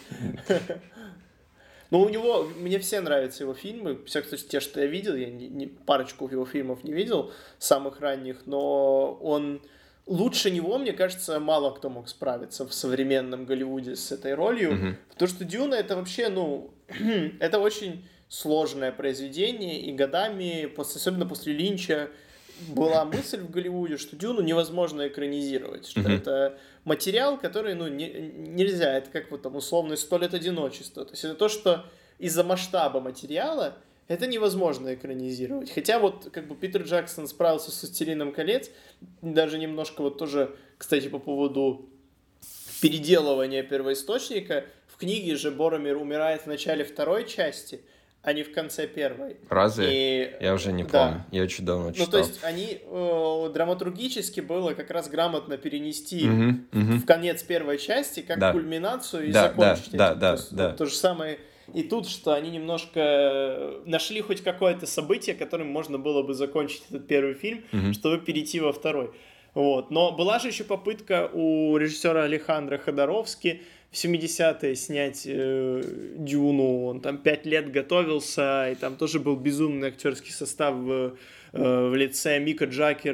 Ну, у него, мне все нравятся его фильмы, все, те, что я видел, я парочку его фильмов не видел, самых ранних, но он... Лучше него, мне кажется, мало кто мог справиться в современном Голливуде с этой ролью, потому что «Дюна» — это вообще, ну, это очень сложное произведение, и годами, особенно после Линча, была мысль в Голливуде, что «Дюну» невозможно экранизировать, что это материал, который, ну, нельзя, это как вот там условно «100 лет одиночества», то есть это то, что из-за масштаба материала это невозможно экранизировать. Хотя вот как бы Питер Джексон справился с «Властелином колец», даже немножко вот тоже, кстати, по поводу переделывания первоисточника, в книге же Боромир умирает в начале второй части, а не в конце первой. Разве? Я уже не помню. Я очень давно читал. Ну, то есть они драматургически было как раз грамотно перенести в конец первой части как кульминацию и закончить этим. То же самое... И тут, что они немножко нашли хоть какое-то событие, которым можно было бы закончить этот первый фильм, чтобы перейти во второй. Вот. Но была же еще попытка у режиссера Алехандро Ходоровски в 70-е снять «Дюну». Он там 5 лет готовился, и там тоже был безумный актерский состав в лице Мика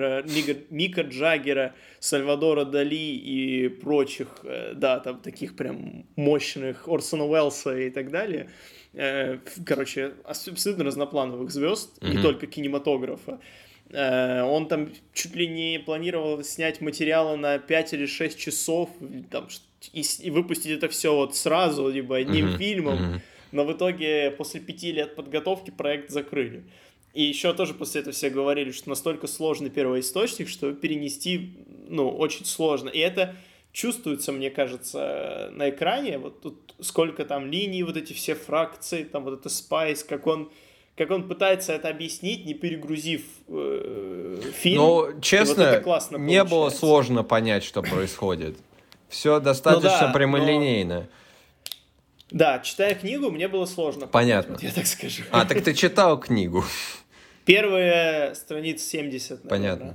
Джаггера, Сальвадора Дали и прочих, да, там таких прям мощных, Орсона Уэллса и так далее. Короче, абсолютно разноплановых звезд, не только кинематографа. Он там чуть ли не планировал снять материалы на 5 или 6 часов там, и выпустить это все вот сразу, либо одним фильмом, но в итоге после 5 лет подготовки проект закрыли. И еще тоже после этого все говорили, что настолько сложный первоисточник, что перенести, ну, очень сложно. И это чувствуется, мне кажется, на экране. Вот тут сколько там линий, вот эти все фракции, там вот это Спайс, как он пытается это объяснить, не перегрузив фильм. Ну, честно, вот не было сложно понять, что происходит. Все достаточно прямолинейно. Да, читая книгу, мне было сложно. Понятно. Я так скажу. Так ты читал книгу? Первые страниц 70, Понятно. наверное.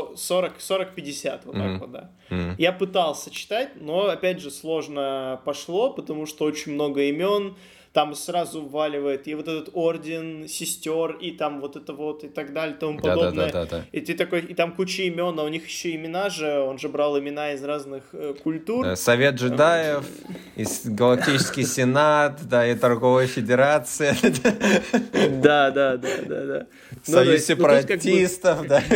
40-50, вот так вот, да. Я пытался читать, но, опять же, сложно пошло, потому что очень много имен, там сразу вваливает и вот этот орден сестер, и там вот это вот, и так далее, и тому подобное. Да. И ты такой, и там куча имен, а у них еще имена же, он же брал имена из разных культур. Совет джедаев, Галактический Сенат, да, и Торговая Федерация. Да. Союз сепаратистов, да.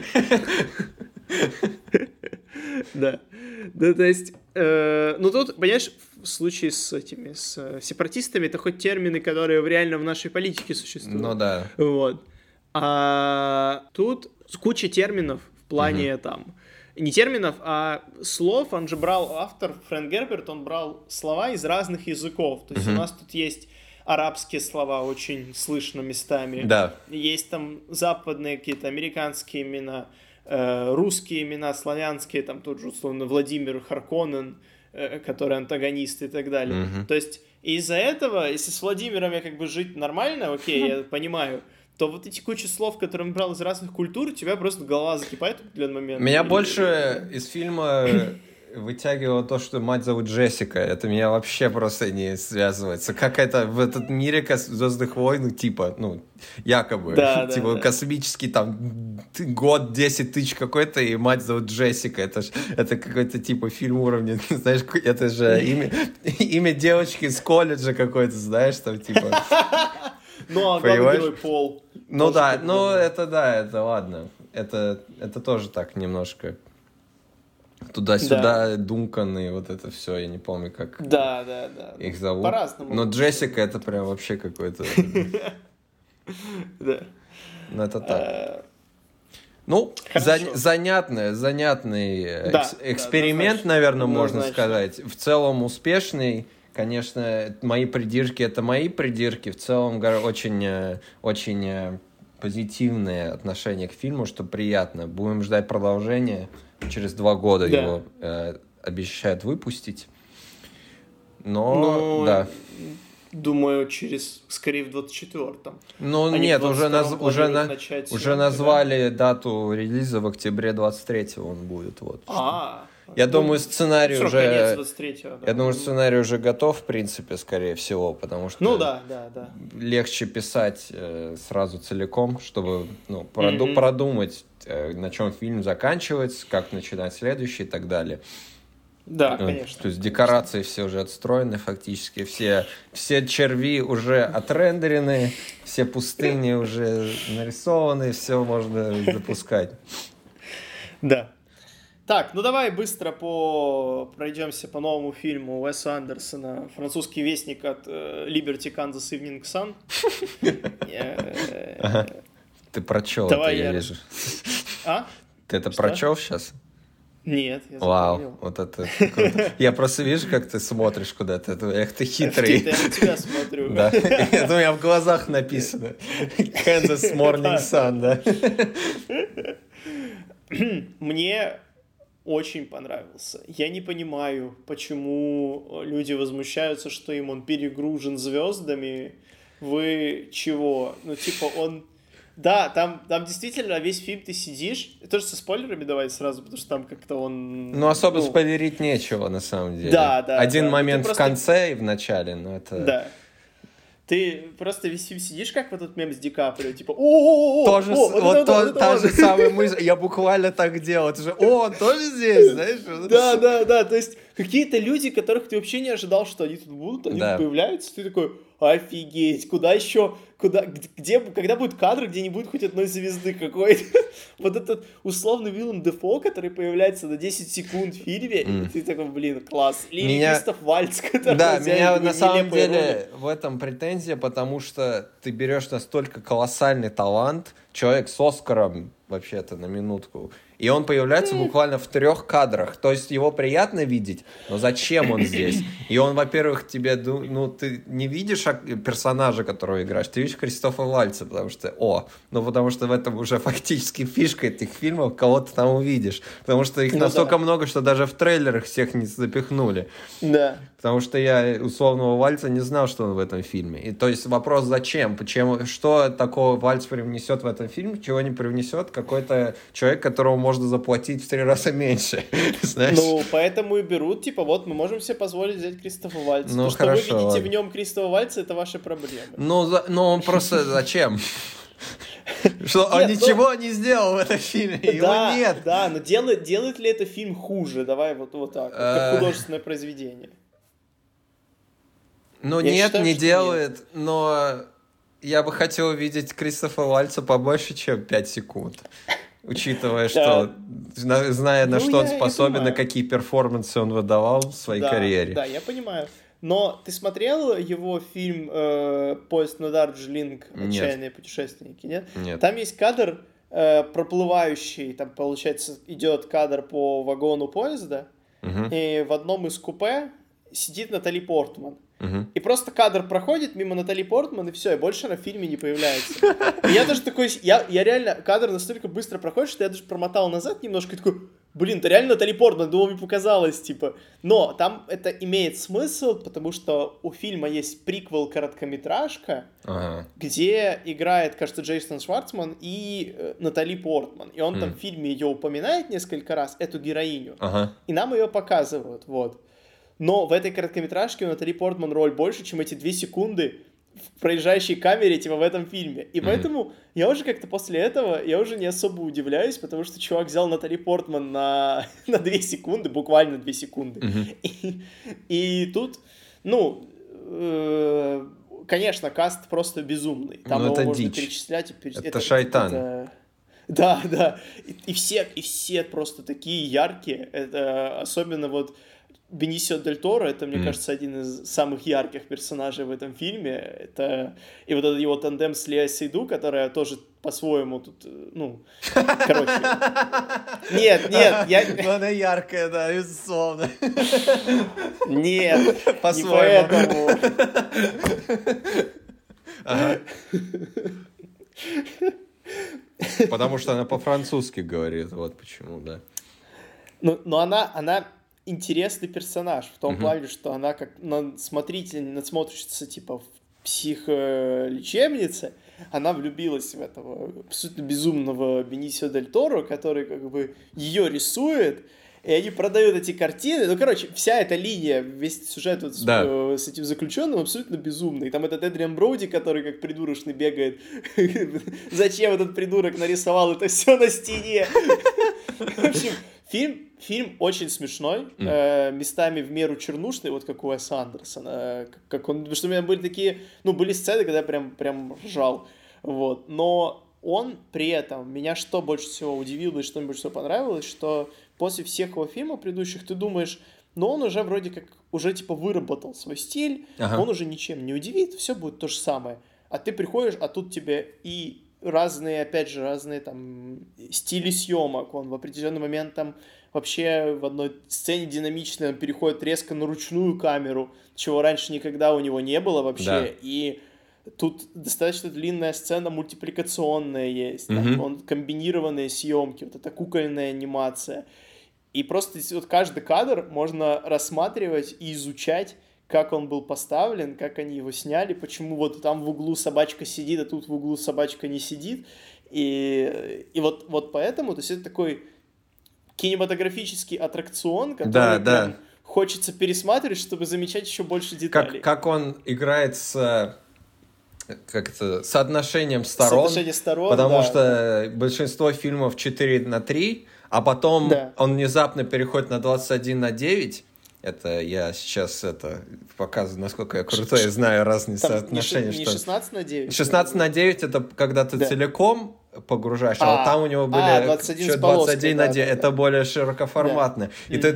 Да. Да, то есть, ну тут, понимаешь, в случае с сепаратистами, это хоть термины, которые реально в нашей политике существуют. Ну да. Вот. А тут куча терминов в плане там, не терминов, а слов. Он же брал, автор Фрэнк Герберт, он брал слова из разных языков. То есть у нас тут есть арабские слова, очень слышно местами. Да. Есть там западные какие-то американские имена, русские имена, славянские, там тот же, условно, Владимир Харконнен, который антагонист и так далее. То есть из-за этого, если с Владимиром я как бы жить нормально, окей, я понимаю, то вот эти куча слов, которые он брал из разных культур, у тебя просто голова закипает в определенный момент. Меня больше из фильма вытягивало то, что мать зовут Джессика. Это меня вообще просто не связывается. Как это в этот мире Звездных войн, типа, якобы, типа, космический там год 10 тысяч какой-то, и мать зовут Джессика. Это какой-то типа фильм уровня, знаешь, это же имя девочки из колледжа какой-то, знаешь, там типа... Ну, а главный герой Пол. Ну да, это ладно. Это тоже так немножко туда-сюда, Дункан и вот это все, я не помню, как их зовут. По-разному. Но Джессика это прям вообще какой-то... Да. Ну, это так. Ну, занятный эксперимент, наверное, можно сказать. В целом успешный. Конечно, мои придирки — это мои придирки. В целом очень позитивное отношение к фильму, что приятно. Будем ждать продолжения. Через 2 года его обещают выпустить. Да. Думаю, скорее в 24-м. Ну, нет, уже назвали дату релиза в октябре 23-го он будет. Вот. Я думаю, сценарий уже... Я думаю, сценарий уже готов, в принципе, скорее всего, потому что легче писать сразу целиком, чтобы продумать, на чем фильм заканчивается, как начинать следующий и так далее. Да, конечно. То есть декорации все уже отстроены фактически, все черви уже отрендерены, все пустыни уже нарисованы, все можно запускать. Да. Так, давай быстро пройдемся по новому фильму Уэса Андерсона «Французский вестник» от Liberty Kansas Evening Sun. Ты прочел это, я вижу. А? Ты это прочел сейчас? Нет, я запомнил. Вау, вот это круто. Я просто вижу, как ты смотришь куда-то. Эх, ты хитрый. Я на тебя смотрю. Да, это у меня в глазах написано. Kansas Morning Sun, да. Мне очень понравился. Я не понимаю, почему люди возмущаются, что он перегружен звездами. Вы чего? Он... Да, там действительно весь фильм ты сидишь. Тоже со спойлерами давай сразу, потому что там как-то он... особо спойлерить нечего, на самом деле. Да. Один момент в конце и в начале, но это... Да. Ты просто весь фильм сидишь, как в этот мем с Ди Каприо, типа, та же самая мысль, я буквально так делал, это же, он тоже здесь, знаешь? Да, то есть какие-то люди, которых ты вообще не ожидал, что они тут будут, они тут появляются, ты такой, офигеть, когда будет кадр, где не будет хоть одной звезды какой-то, вот этот условный Уиллем Дефо, который появляется на 10 секунд в фильме, и ты такой, класс, или Кристоф Вальц, который... Да, меня на самом деле в этом претензия, потому что ты берешь настолько колоссальный талант, человек с Оскаром, вообще-то, на минутку, и он появляется буквально в 3 кадрах. То есть его приятно видеть, но зачем он здесь? И он, во-первых, ты не видишь персонажа, которого играешь, ты видишь Кристофа Вальца, потому что в этом уже фактически фишка этих фильмов, кого-то там увидишь. Потому что их настолько много, что даже в трейлерах всех не запихнули. Да. Потому что я условного Вальца не знал, что он в этом фильме. И то есть вопрос, зачем? Что такого Вальц привнесет в этом фильме, чего не привнесет какой-то человек, которому можно заплатить в 3 раза меньше. Знаешь? Поэтому и берут, мы можем себе позволить взять Кристофа Вальца. То, хорошо, что вы видите в нем Кристофа Вальца, это ваши проблемы. Он просто зачем? Что он ничего не сделал в этом фильме, его нет. Да, но делает ли это фильм хуже? Давай вот так, как художественное произведение. Нет, не делает, но я бы хотел увидеть Кристофа Вальца побольше, чем 5 секунд. Учитывая, что, зная, на что он способен, на какие перформансы он выдавал в своей карьере. Да, я понимаю. Но ты смотрел его фильм «Поезд на Дарджилинг. Отчаянные путешественники», нет? Нет. Там есть кадр проплывающий, там, получается, идет кадр по вагону поезда, и в одном из купе сидит Натали Портман. И просто кадр проходит мимо Натали Портман, и все, и больше она в фильме не появляется. И я даже такой, я реально, кадр настолько быстро проходит, что я даже промотал назад немножко, и такой, блин, это реально Натали Портман, думал, мне показалось, типа. Но там это имеет смысл, потому что у фильма есть приквел-короткометражка, где играет, кажется, Джейсон Шварцман и Натали Портман. И он там в фильме ее упоминает несколько раз, эту героиню. И нам ее показывают, вот. Но в этой короткометражке у Натали Портман роль больше, чем эти 2 секунды в проезжающей камере, типа, в этом фильме. И поэтому я уже как-то после этого, я уже не особо удивляюсь, потому что чувак взял Натали Портман на 2 секунды, буквально 2 секунды. И тут, ну, конечно, каст просто безумный. Там его можно перечислять. Это шайтан. Да. И все просто такие яркие. Это особенно вот Бенисио Дель Торо, это, мне кажется, один из самых ярких персонажей в этом фильме. Это и вот этот его тандем с Леа Сейду, которая тоже по-своему тут, ну, короче. Нет, она яркая, да, безусловно. Нет, по-своему. Не поэтому. Потому что она по-французски говорит, вот почему, да. Но она интересный персонаж в том плане, что она как надсмотрщица типа в психолечебнице, она влюбилась в этого абсолютно безумного Бенисио Дель Торо, который как бы ее рисует, и они продают эти картины. Ну, короче, вся эта линия, весь сюжет вот с этим заключенным абсолютно безумный. Там этот Эдриан Броуди, который как придурочный бегает. Зачем этот придурок нарисовал это все на стене? В общем, фильм очень смешной, местами в меру чернушный, вот как у Уэса Андерсона. Потому что у меня были такие, ну, были сцены, когда я прям ржал. Вот. Но он при этом, меня что больше всего удивило и что мне больше всего понравилось, что после всех его фильмов предыдущих ты думаешь, ну, он уже вроде как, уже типа выработал свой стиль, он уже ничем не удивит, все будет то же самое. А ты приходишь, а тут тебе и разные там стили съемок, он в определенный момент там вообще в одной сцене динамично переходит резко на ручную камеру, чего раньше никогда у него не было вообще, да. И тут достаточно длинная сцена мультипликационная есть, там, комбинированные съемки, вот эта кукольная анимация, и просто вот каждый кадр можно рассматривать и изучать, как он был поставлен, как они его сняли, почему вот там в углу собачка сидит, а тут в углу собачка не сидит. И вот поэтому, то есть это такой кинематографический аттракцион, который прям хочется пересматривать, чтобы замечать еще больше деталей. Как он играет с соотношением сторон, потому что большинство фильмов 4:3, а потом он внезапно переходит на 21:9. Это я сейчас показываю, насколько я крутой, я знаю разные соотношения. Не 16:9? 16:9 это когда ты целиком погружаешь, а вот там у него были 21:9, это более широкоформатное. Да.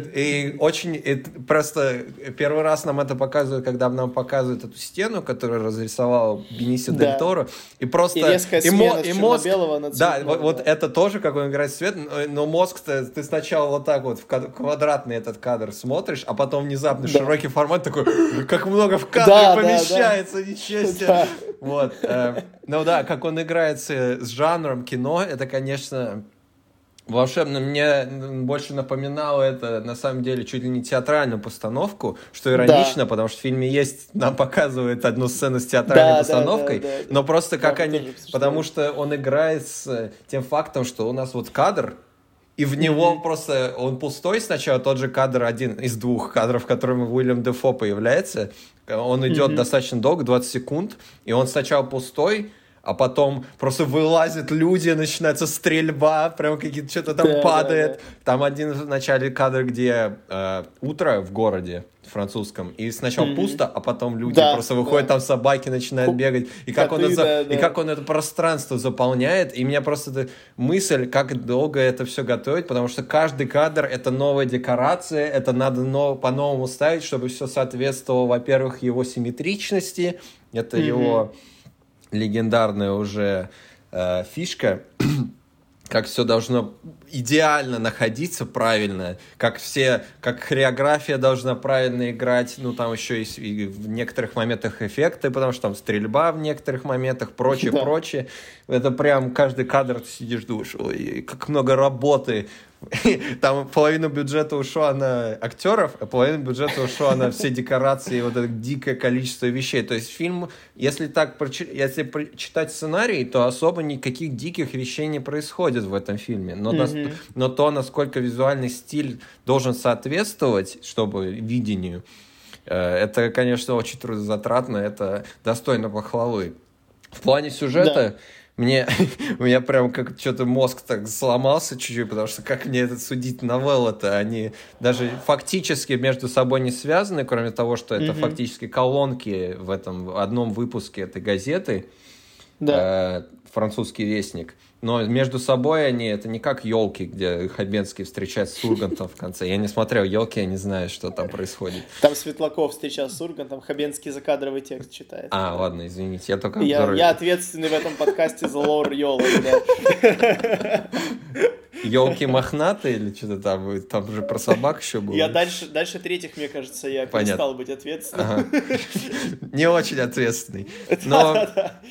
И просто первый раз нам это показывают, когда нам показывают эту стену, которую разрисовал Бенисио Дель Торо, и просто... И резкая смена с черно-белого на цветной. Да, вот это тоже, как он играет цвет, но мозг ты сначала вот так вот в квадратный этот кадр смотришь, а потом внезапно широкий формат такой, как много в кадре помещается, ничего себе. Вот. Ну да, как он играет с жанром кино, это, конечно, волшебно. Мне больше напоминало это, на самом деле, чуть ли не театральную постановку, что иронично, потому что в фильме есть, нам показывают одну сцену с театральной постановкой, но просто как они... Потому что он играет с тем фактом, что у нас вот кадр, и в него просто... Он пустой сначала, тот же кадр, один из 2 кадров, в котором Уильям Дефо появляется. Он идет достаточно долго, 20 секунд, и он сначала пустой, а потом просто вылазят люди, начинается стрельба, прям какие-то что-то там падает. Да. Там один в начале кадр, где утро в городе французском, и сначала пусто, а потом люди просто выходят, там собаки начинают бегать, и как он это пространство заполняет, и у меня просто мысль, как долго это все готовить, потому что каждый кадр — это новая декорация, это надо по-новому ставить, чтобы все соответствовало, во-первых, его симметричности, это его легендарная уже фишка, как все должно идеально находиться правильно, как хореография должна правильно играть, ну там еще есть и в некоторых моментах эффекты, потому что там стрельба в некоторых моментах, прочее. Это прям каждый кадр ты сидишь, думаешь, ой, как много работы Там половину бюджета ушло на актеров, а половину бюджета ушло на все декорации, вот это дикое количество вещей. То есть фильм, если читать сценарий, то особо никаких диких вещей не происходит в этом фильме. Но то, насколько визуальный стиль должен соответствовать, чтобы видению, это, конечно, очень трудозатратно, это достойно похвалы. В плане сюжета... Да. У меня прям как что-то мозг так сломался чуть-чуть, потому что как мне это судить новеллы-то, они даже фактически между собой не связаны, кроме того, что это фактически колонки в этом одном выпуске этой газеты, «Французский вестник». Но между собой они, это не как «Елки», где Хабенский встречается с Ургантом в конце. Я не смотрел «Елки», я не знаю, что там происходит. Там Светлаков встречался с Ургантом, Хабенский закадровый текст читает. Ладно, извините. Я ответственный в этом подкасте за лор «Елок», да. Елки мохнатые или что-то там? Там же про собак еще было. Я дальше третьих, мне кажется, я перестал быть ответственным. Не очень ответственный. Но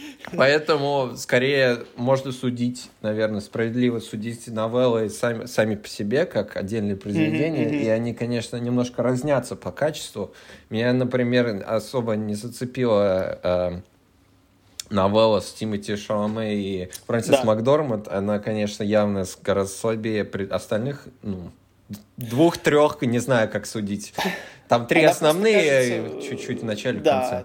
поэтому скорее можно судить, наверное, справедливо судить новеллы сами по себе, как отдельные произведения. И они, конечно, немножко разнятся по качеству. Меня, например, особо не зацепила... новелла с Тимоти Шаламе и Фрэнсис Макдорманд, она, конечно, явно гораздо слабее остальных, двух-трех, не знаю, как судить. Там три основные, кажется, чуть-чуть в начале, в конце.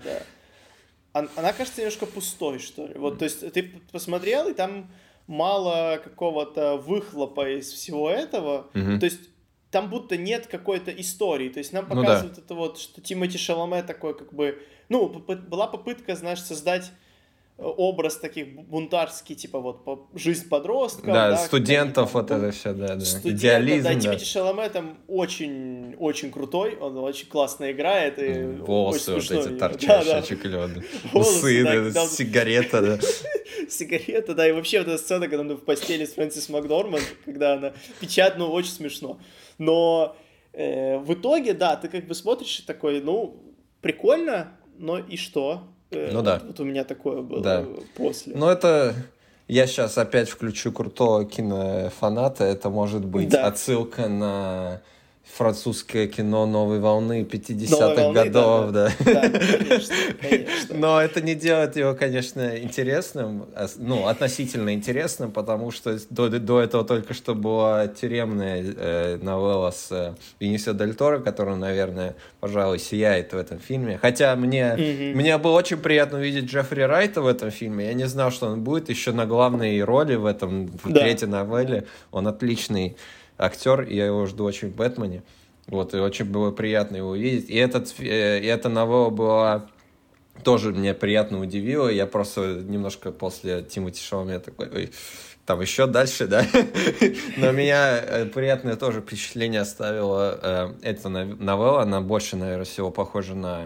Да. Она кажется немножко пустой, что ли. Вот, то есть ты посмотрел, и там мало какого-то выхлопа из всего этого. То есть там будто нет какой-то истории. То есть нам показывают это вот, что Тимоти Шаламе такой как бы... была попытка, знаешь, создать образ таких бунтарский, типа вот жизнь подростков. Да, студентов, вот это все, да. Идеализм, да. Тимоти Шаламе там очень, очень крутой, он очень классно играет. И волосы вот эти торчащие, очеклёдные. Усы, сигарета, да. Сигарета, да, и вообще вот эта сцена, когда он в постели с Фрэнсис Макдорманд, когда она печатает, очень смешно. Но в итоге, да, ты как бы смотришь и такой, прикольно, но и что? Вот у меня такое было после. Это... Я сейчас опять включу крутого кинофаната. Это может быть отсылка на французское кино новой волны 50-х годов. Да, конечно. Но это не делает его, конечно, интересным, относительно интересным, потому что до этого только что была тюремная новелла с Бенисио дель Торо, которая, наверное, пожалуй, сияет в этом фильме. Хотя мне было очень приятно увидеть Джеффри Райта в этом фильме. Я не знал, что он будет еще на главной роли в третьей новелле. Он отличный актер, и я его жду очень в «Бэтмене». И очень было приятно его увидеть. И эта новелла была... Тоже меня приятно удивила. Я просто немножко после Тимоти Шаламе такой... Там еще дальше, да? Но меня приятное тоже впечатление оставила эта новелла. Она больше, наверное, всего похожа на...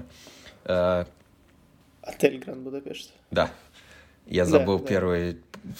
«Отель Гранд Будапешт». Да. Я забыл первые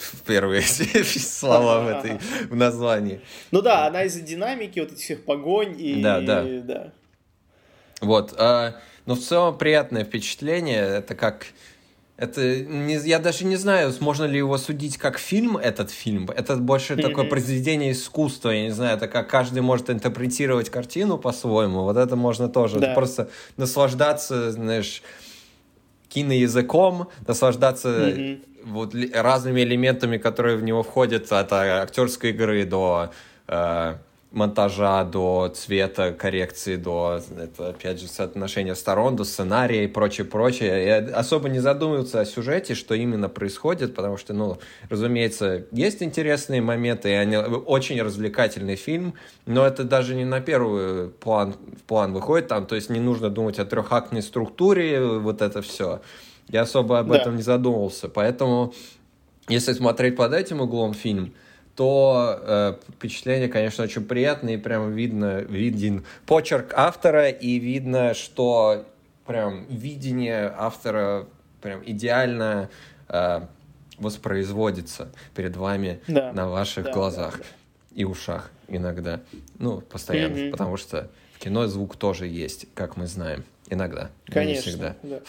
слова в названии. Она из-за динамики, вот этих всех погонь и... Да. Вот. Но в целом приятное впечатление. Это как... я даже не знаю, можно ли его судить как фильм, этот фильм. Это больше такое произведение искусства. Я не знаю, это как каждый может интерпретировать картину по-своему. Вот это можно тоже. Это просто наслаждаться, знаешь... киноязыком, наслаждаться разными элементами, которые в него входят, от актерской игры до монтажа, до цвета, коррекции, до, опять же, соотношения сторон, до сценария и прочее. Я особо не задумывался о сюжете, что именно происходит, потому что, разумеется, есть интересные моменты, и они очень развлекательный фильм, но это даже не на первый план выходит, то есть не нужно думать о трехактной структуре, вот это все. Я особо об этом не задумывался, поэтому, если смотреть под этим углом фильм, то впечатление, конечно, очень приятное, и прям виден почерк автора, и видно, что прям видение автора прям идеально воспроизводится перед вами на ваших глазах и ушах иногда. Постоянно, потому что в кино звук тоже есть, как мы знаем. Иногда, конечно, не всегда. Да.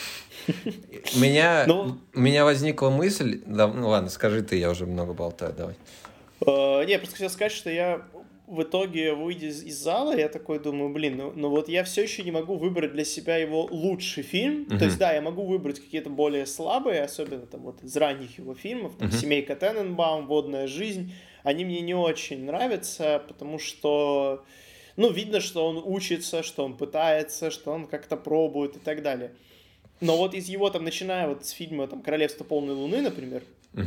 У меня возникла мысль... ладно, скажи ты, я уже много болтаю, давай. Я просто хотел сказать, что я в итоге, выйдя из зала, я такой думаю, блин, ну вот я все еще не могу выбрать для себя его лучший фильм. То есть, да, я могу выбрать какие-то более слабые, особенно там вот из ранних его фильмов, там «Семейка Тененбаум», «Водная жизнь». Они мне не очень нравятся, потому что, ну, видно, что он учится, что он пытается, что он как-то пробует и так далее. Но вот из его, там, начиная вот с фильма там, «Королевство полной луны», например,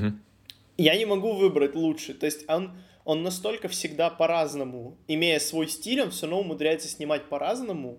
я не могу выбрать лучше. То есть он настолько всегда по-разному, имея свой стиль, он все равно умудряется снимать по-разному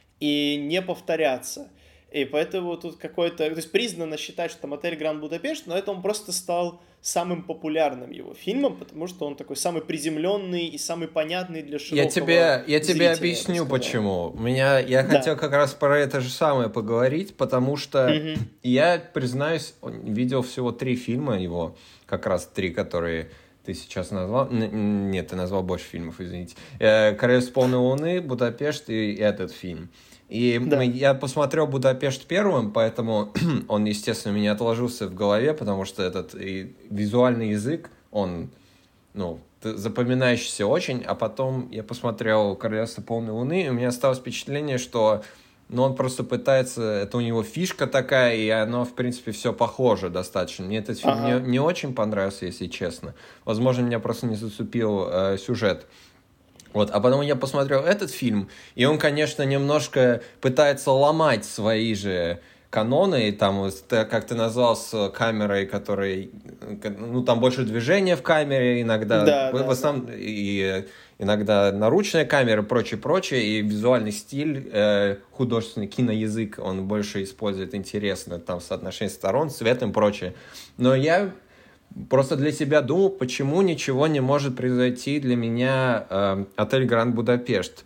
и не повторяться. И поэтому тут какой-то... То есть признано считать, что там «Отель Гранд Будапешт», но это он просто стал самым популярным его фильмом, потому что он такой самый приземленный и самый понятный для широкого зрителя. Я тебе объясню, почему. Я хотел как раз про это же самое поговорить, потому что я, признаюсь, видел всего 3 фильма его, как раз 3, которые ты сейчас назвал. Нет, ты назвал больше фильмов, извините. «Королевство полной луны», «Будапешт» и этот фильм. И я посмотрел «Будапешт» первым, поэтому он, естественно, у меня отложился в голове, потому что этот визуальный язык, он, ну, запоминающийся очень, а потом я посмотрел «Королевство полной луны», и у меня осталось впечатление, что он просто пытается, это у него фишка такая, и оно, в принципе, все похоже достаточно. Мне этот фильм не очень понравился, если честно. Возможно, меня просто не зацепил сюжет. Вот, а потом я посмотрел этот фильм, и он, конечно, немножко пытается ломать свои же каноны, и там, как ты назвал, с камерой, которой, ну, там больше движения в камере иногда, в основном, и иногда наручная камера, прочее, и визуальный стиль, художественный киноязык, он больше использует интересно, там, соотношение сторон, цвет и прочее. Но я просто для себя думал, почему ничего не может произойти для меня «Отель Гранд Будапешт».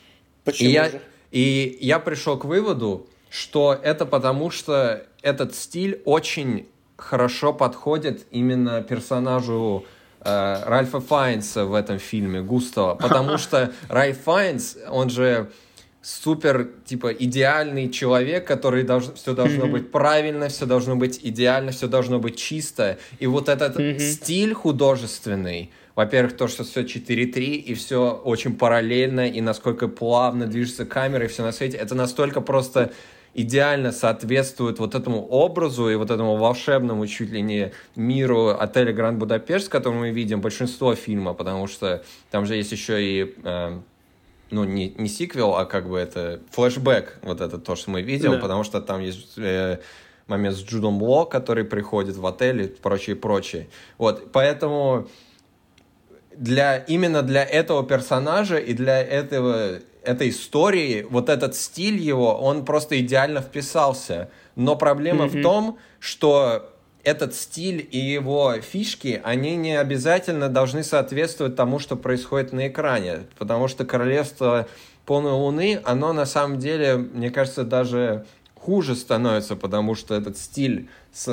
Почему И я пришел к выводу, что это потому, что этот стиль очень хорошо подходит именно персонажу Ральфа Файнса в этом фильме, Густава. Потому что Ральф Файнс, он же супер, типа, идеальный человек, который все должно быть правильно, все должно быть идеально, все должно быть чисто. И вот этот стиль художественный, во-первых, то, что все 4:3, и все очень параллельно, и насколько плавно движется камера, и все на свете, это настолько просто идеально соответствует вот этому образу и вот этому волшебному чуть ли не миру отеля Гранд Будапешт, который мы видим большинство фильма, потому что там же есть еще и... ну, не сиквел, а как бы это флешбэк, вот это то, что мы видим, потому что там есть момент с Джудом Ло, который приходит в отель и прочее. Вот, поэтому именно для этого персонажа и для этой истории вот этот стиль его, он просто идеально вписался. Но проблема в том, что этот стиль и его фишки, они не обязательно должны соответствовать тому, что происходит на экране. Потому что «Королевство полной луны», оно на самом деле, мне кажется, даже хуже становится, потому что этот стиль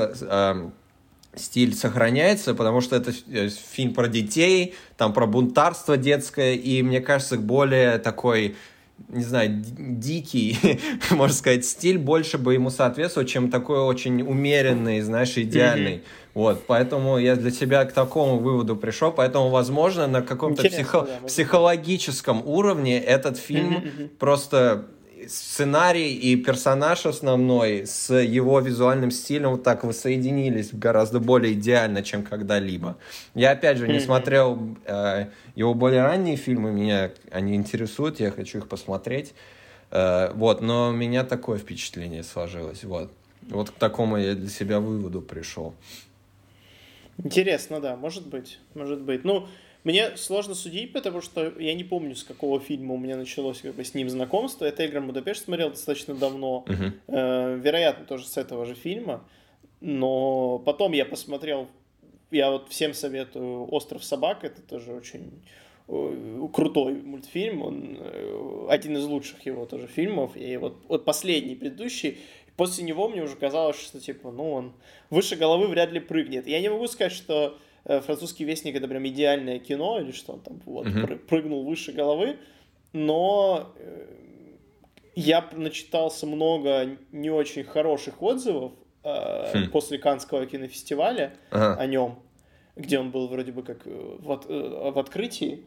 сохраняется, потому что это фильм про детей, там про бунтарство детское, и, мне кажется, более такой... не знаю, дикий, можно сказать, стиль больше бы ему соответствовал, чем такой очень умеренный, знаешь, идеальный. Вот, поэтому я для себя к такому выводу пришел, поэтому, возможно, на каком-то психологическом уровне этот фильм просто сценарий и персонаж основной с его визуальным стилем вот так воссоединились гораздо более идеально, чем когда-либо. Я, опять же, не смотрел его более ранние фильмы, меня они интересуют, я хочу их посмотреть. Вот, но у меня такое впечатление сложилось. Вот к такому я для себя выводу пришел. Интересно, да, может быть. Ну, мне сложно судить, потому что я не помню, с какого фильма у меня началось как бы с ним знакомство. Я «Отель Гранд Будапешт» смотрел достаточно давно. Вероятно, тоже с этого же фильма. Но потом я посмотрел, я вот всем советую «Остров собак». Это тоже очень крутой мультфильм. Он один из лучших его тоже фильмов. И вот последний, предыдущий, после него мне уже казалось, что типа, ну, он выше головы вряд ли прыгнет. Я не могу сказать, что «Французский вестник» — это прям идеальное кино, или что он там прыгнул выше головы, но я начитался много не очень хороших отзывов после Каннского кинофестиваля о нем, где он был вроде бы как в открытии,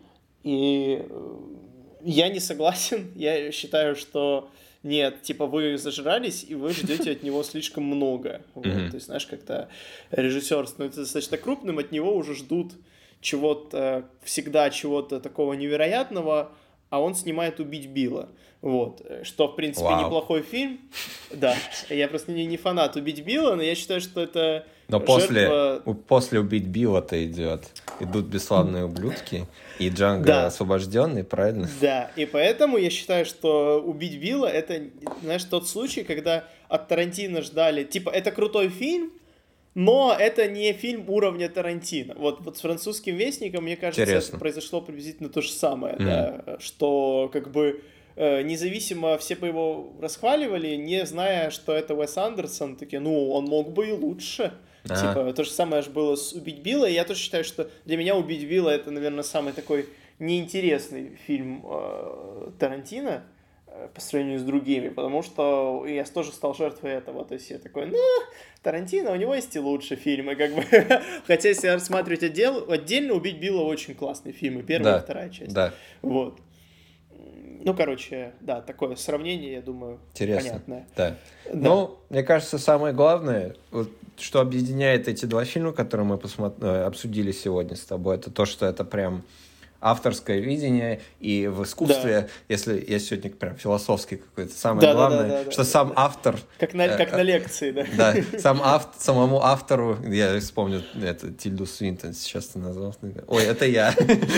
И я не согласен. Я считаю, что нет, типа вы зажрались, и вы ждете от него слишком много. Вот. То есть, знаешь, как-то режиссер становится достаточно крупным, от него уже ждут чего-то, всегда чего-то такого невероятного, а он снимает «Убить Билла». Вот. Что, в принципе, неплохой фильм. Да, я просто не фанат «Убить Билла», но я считаю, что это но после «Убить Билла»-то идут «Бесславные ублюдки» и «Джанго освобожденный», правильно? Да, и поэтому я считаю, что «Убить Билла» — это, знаешь, тот случай, когда от Тарантино ждали... Типа, это крутой фильм, но это не фильм уровня Тарантино. Вот с «Французским вестником», мне кажется, это произошло приблизительно то же самое, да, что как бы независимо все бы его расхваливали, не зная, что это Уэс Андерсон, такие, ну, он мог бы и лучше. Типа, то же самое же было с «Убить Билла», и я тоже считаю, что для меня «Убить Билла» это, наверное, самый такой неинтересный фильм Тарантино по сравнению с другими, потому что я тоже стал жертвой этого, то есть я такой, ну, Тарантино, у него есть и лучшие фильмы, как бы, хотя если рассматривать отдельно, «Убить Билла» очень классный фильм, и первая, и вторая часть, вот. Ну, короче, да, такое сравнение, я думаю, понятное. Да. Ну, мне кажется, самое главное, вот, что объединяет эти два фильма, которые мы обсудили сегодня с тобой, это то, что это прям авторское видение, и в искусстве, если я сегодня прям философский какой-то, самое главное, что сам автор... Как на лекции, да. Да, самому автору, я вспомню это, Тильду Свинтон сейчас ты назвал. Ой, это я.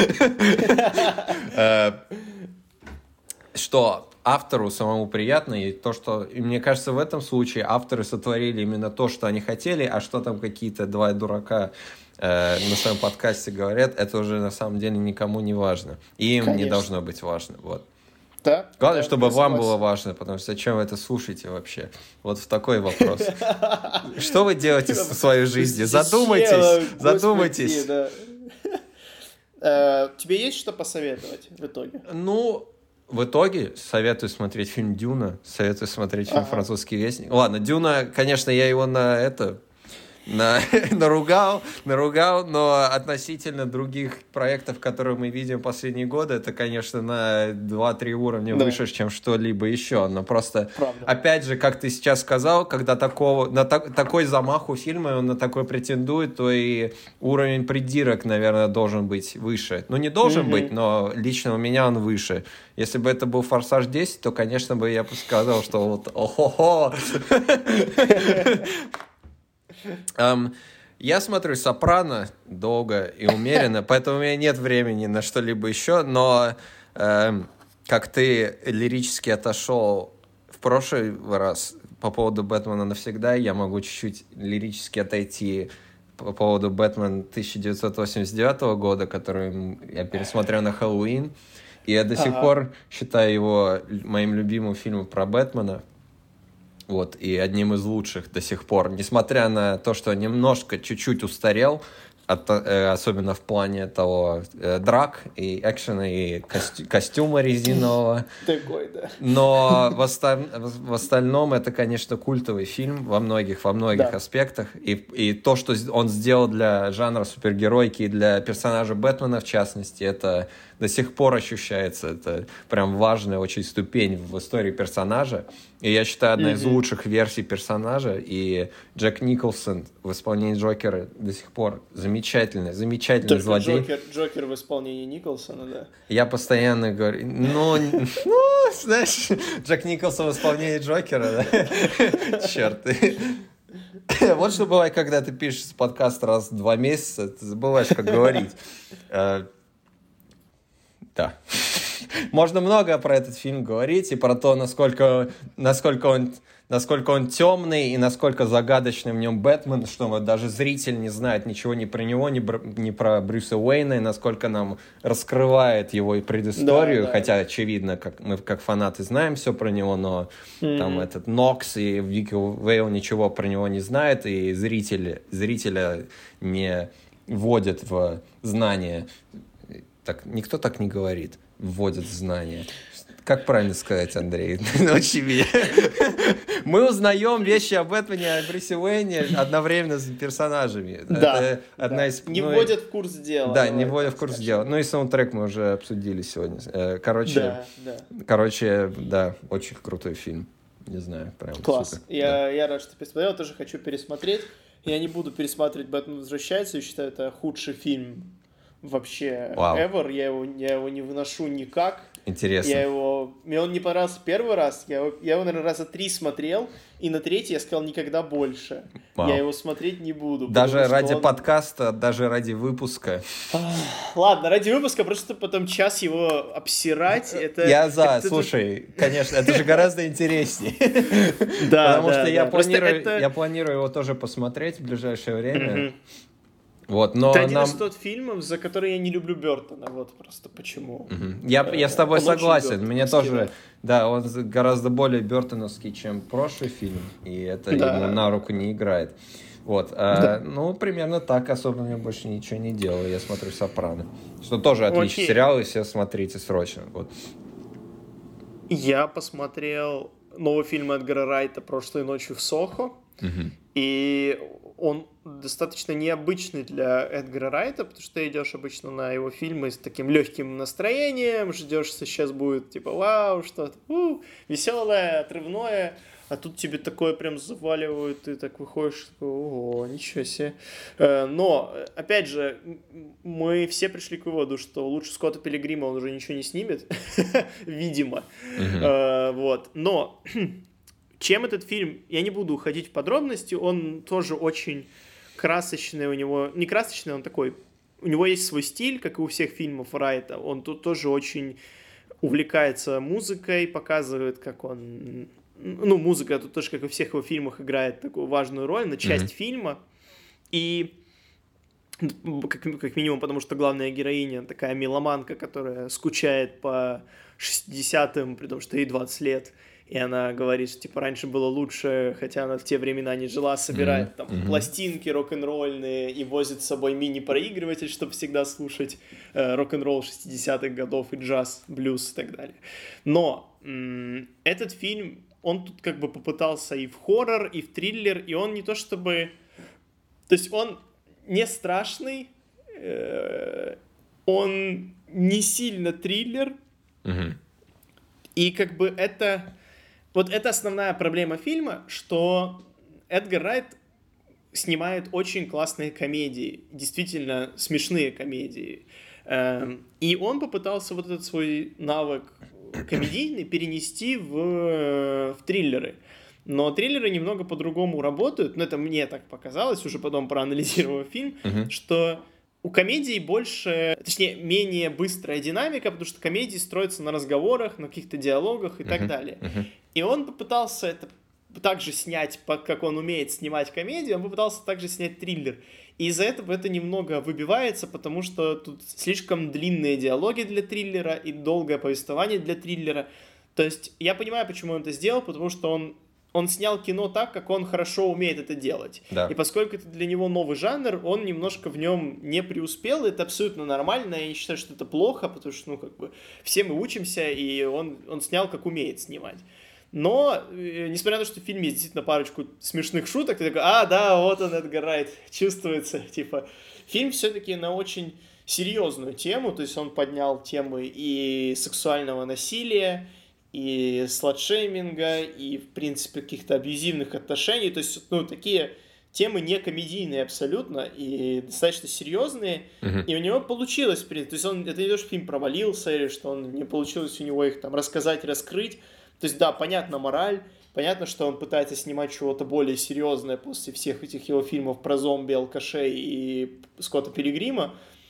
Что автору самому приятно, и то, что, и мне кажется, в этом случае авторы сотворили именно то, что они хотели, а что там какие-то два дурака на своем подкасте говорят, это уже на самом деле никому не важно. И им не должно быть важно. Вот. Да, главное, чтобы вам было важно, потому что зачем вы это слушаете вообще? Вот в такой вопрос. Что вы делаете со своей жизнью? Задумайтесь. Тебе есть что посоветовать в итоге? Ну, в итоге советую смотреть фильм «Дюна», советую смотреть фильм «Французский вестник». Ладно, «Дюна», конечно, я его наругал, но относительно других проектов, которые мы видим последние годы, это, конечно, на 2-3 уровня выше, чем что-либо еще. Но просто, опять же, как ты сейчас сказал, когда такой замах у фильма, он на такой претендует, то и уровень придирок, наверное, должен быть выше. Ну, не должен быть, но лично у меня он выше. Если бы это был «Форсаж 10», то, конечно, бы я бы сказал, что вот охо-хо. Я смотрю «Сопрано» долго и умеренно, поэтому у меня нет времени на что-либо еще, но как ты лирически отошел в прошлый раз по поводу «Бэтмена навсегда», я могу чуть-чуть лирически отойти по поводу «Бэтмена» 1989 года, который я пересмотрел на Хэллоуин, и я до сих пор считаю его моим любимым фильмом про Бэтмена. Вот, и одним из лучших до сих пор, несмотря на то, что немножко, чуть-чуть устарел, особенно в плане того драк и экшена, и костюма резинового. Такой, да. Но в остальном это, конечно, культовый фильм во многих аспектах. И то, что он сделал для жанра супергеройки и для персонажа Бэтмена, в частности, это до сих пор ощущается. Это прям важная очень ступень в истории персонажа. И я считаю, одна из лучших версий персонажа. И Джек Николсон в исполнении Джокера до сих пор замечательный злодей. Джокер в исполнении Николсона, да. Я постоянно говорю, знаешь, Джек Николсон в исполнении Джокера, да? Черт. Вот что бывает, когда ты пишешь подкаст раз в 2 месяца, ты забываешь, как говорить. Да. Можно много про этот фильм говорить и про то, насколько он темный и насколько загадочный в нем Бэтмен, что даже зритель не знает ничего ни про него, ни про Брюса Уэйна, и насколько нам раскрывает его и предысторию, хотя очевидно, мы как фанаты знаем все про него, но там этот Нокс и Вики Вейл ничего про него не знает, и зрителя не вводят в знание. Так, никто так не говорит. Вводят в знание. Как правильно сказать, Андрей? Научи меня. Мы узнаем вещи об Бэтмене, о Брусе Уэйне одновременно с персонажами. Да. Это одна из... Не вводят в курс дела. Да, не вводят в курс дела. Ну и саундтрек мы уже обсудили сегодня. Короче, да, очень крутой фильм. Не знаю, прям класс. супер. Я рад, что ты пересмотрел, тоже хочу пересмотреть. Я не буду пересматривать «Бэтмен возвращается», я считаю, это худший фильм вообще ever. Я его не выношу никак. Интересно. Мне он не понравился первый раз, я его, наверное, раза 3 смотрел, и на третий я сказал никогда больше. Я его смотреть не буду. Даже ради подкаста, даже ради выпуска. Ладно, ради выпуска, просто потом час его обсирать. Я слушай, конечно, это же гораздо интереснее. Да, потому что я планирую его тоже посмотреть в ближайшее время. Вот, но это один из тот фильмов, за который я не люблю Бёртона, вот просто почему. Я с тобой согласен, мне тоже, да, он гораздо более бёртоновский, чем прошлый фильм, и это ему на руку не играет. Вот, ну, примерно так, особо мне больше ничего не делаю, я смотрю «Сопрано», что тоже отличный сериал, и все смотрите срочно, вот. Я посмотрел новый фильм Эдгара Райта «Прошлой ночью в Сохо», и он достаточно необычный для Эдгара Райта, потому что ты идешь обычно на его фильмы с таким легким настроением, ждешь, что сейчас будет типа вау, что-то веселое, отрывное, а тут тебе такое прям заваливают, ты так выходишь, такой, ого, ничего себе. Но, опять же, мы все пришли к выводу, что лучше Скотта Пилигрима он уже ничего не снимет, видимо. Вот, но... Чем этот фильм? Я не буду уходить в подробности, он тоже очень красочный, у него... Не красочный, он такой... У него есть свой стиль, как и у всех фильмов Райта. Он тут тоже очень увлекается музыкой, показывает, как он... Ну, музыка тут тоже, как и во всех его фильмах, играет такую важную роль, но часть фильма. И как минимум, потому что главная героиня такая меломанка, которая скучает по 60-м, при том, что ей 20 лет. И она говорит, что типа раньше было лучше, хотя она в те времена не жила, собирает там пластинки рок-н-ролльные и возит с собой мини-проигрыватель, чтобы всегда слушать рок-н-ролл 60-х годов и джаз, блюз и так далее. Но этот фильм, он тут как бы попытался и в хоррор, и в триллер, и он не то чтобы... То есть он не страшный, он не сильно триллер, и как бы это... Вот это основная проблема фильма, что Эдгар Райт снимает очень классные комедии, действительно смешные комедии. И он попытался вот этот свой навык комедийный перенести в триллеры. Но триллеры немного по-другому работают, но это мне так показалось, уже потом проанализировав фильм, что... У комедии больше, точнее, менее быстрая динамика, потому что комедии строятся на разговорах, на каких-то диалогах и так далее. И он попытался это также снять, как он умеет снимать комедию, он попытался также снять триллер. И из-за этого это немного выбивается, потому что тут слишком длинные диалоги для триллера и долгое повествование для триллера. То есть я понимаю, почему он это сделал, потому что он снял кино так, как он хорошо умеет это делать. Да. И поскольку это для него новый жанр, он немножко в нем не преуспел. Это абсолютно нормально. Я не считаю, что это плохо, потому что, ну, как бы, все мы учимся, и он снял, как умеет снимать. Но, несмотря на то, что в фильме есть действительно парочку смешных шуток, ты такой, да, вот он, Эдгар Райт, чувствуется. Типа, фильм все-таки на очень серьезную тему, то есть он поднял темы и сексуального насилия, и сладшейминга, и, в принципе, каких-то абьюзивных отношений. То есть, ну, такие темы не комедийные абсолютно, и достаточно серьезные. И у него получилось, в принципе. То есть, это не то, что фильм провалился, или что он не получилось у него их там рассказать, раскрыть. То есть, да, понятна мораль, понятно, что он пытается снимать чего-то более серьезное после всех этих его фильмов про зомби, алкашей и Скотта Пилигрима.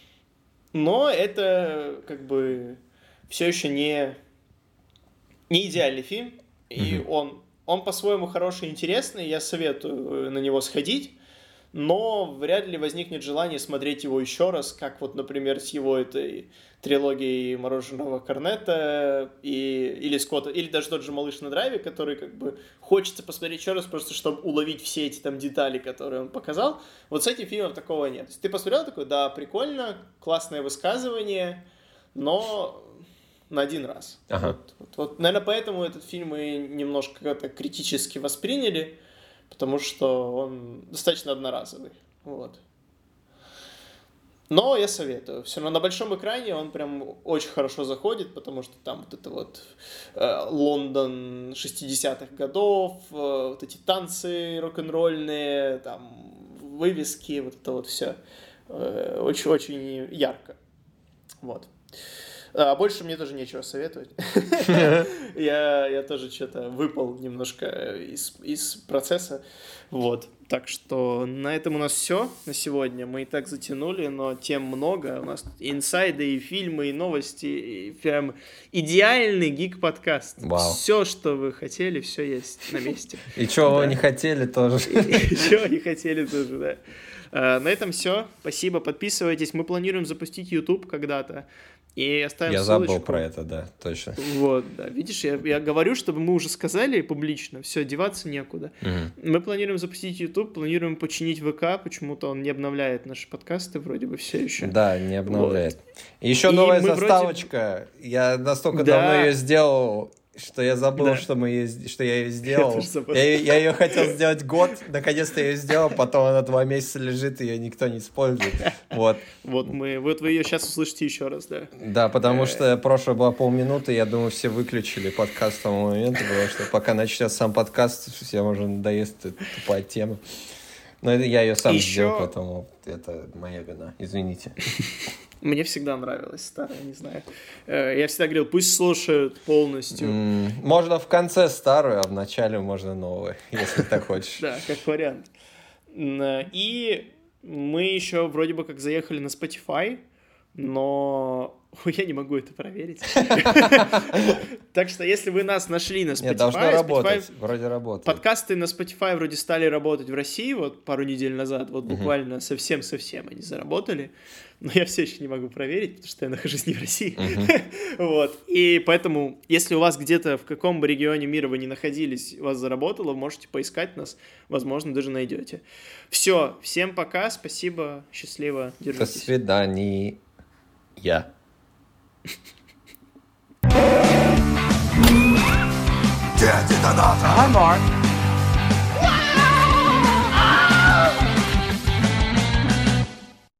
Но это, как бы, все еще не идеальный фильм, и он по-своему хороший и интересный, я советую на него сходить, но вряд ли возникнет желание смотреть его еще раз, как вот, например, с его этой трилогией «Мороженого Корнетто» или Скотта, или даже тот же «Малыш на драйве», который как бы хочется посмотреть еще раз, просто чтобы уловить все эти там детали, которые он показал. Вот с этим фильмом такого нет. То есть ты посмотрел такой, да, прикольно, классное высказывание, но на один раз. Ага. Вот, наверное, поэтому этот фильм мы немножко как-то критически восприняли, потому что он достаточно одноразовый. Вот. Но я советую. Все равно на большом экране он прям очень хорошо заходит, потому что там вот это вот Лондон 60-х годов, вот эти танцы рок-н-ролльные, там вывески, вот это вот все очень-очень ярко. Вот. А больше мне тоже нечего советовать. Я тоже что-то выпал немножко из процесса. Вот. Так что на этом у нас все на сегодня. Мы и так затянули, но тем много. У нас и инсайды, и фильмы, и новости. И прям идеальный гик-подкаст. Все, что вы хотели, все есть на месте. И чего вы не хотели тоже. И чего не хотели тоже, да. На этом все. Спасибо. Подписывайтесь. Мы планируем запустить YouTube когда-то. И оставим ссылочку. Я забыл про это, да, точно. Вот, да. Видишь, я говорю, чтобы мы уже сказали публично, все, деваться некуда. Мы планируем запустить YouTube, планируем починить ВК, почему-то он не обновляет наши подкасты, вроде бы все еще. Да, не обновляет. Вот. И еще новая заставочка. Вроде... Я настолько давно ее сделал, что я забыл, что я ее сделал. Я ее хотел сделать год, наконец-то я ее сделал, потом она 2 месяца лежит, ее никто не использует. Вот. Вот вы ее сейчас услышите еще раз, да. Да, потому что прошлое было полминуты, я думаю, все выключили подкаст к тому моменту, потому что пока начнется сам подкаст, всем уже надоест тупая тема. Но я ее сам сделал, поэтому это моя вина, извините. Мне всегда нравилась старая, не знаю. Я всегда говорил, пусть слушают полностью. Можно в конце старую, а в начале можно новую, если ты хочешь. Да, как вариант. И мы еще вроде бы как заехали на Spotify, но я не могу это проверить. Так что, если вы нас нашли на Spotify... Нет, должно работать, вроде работает. Подкасты на Spotify вроде стали работать в России вот пару недель назад, вот буквально совсем-совсем они заработали, но я все еще не могу проверить, потому что я нахожусь не в России. Вот. И поэтому, если у вас где-то в каком бы регионе мира вы не находились, у вас заработало, можете поискать нас, возможно, даже найдете. Все, всем пока, спасибо, счастливо, держитесь. До свидания. I'm Mark.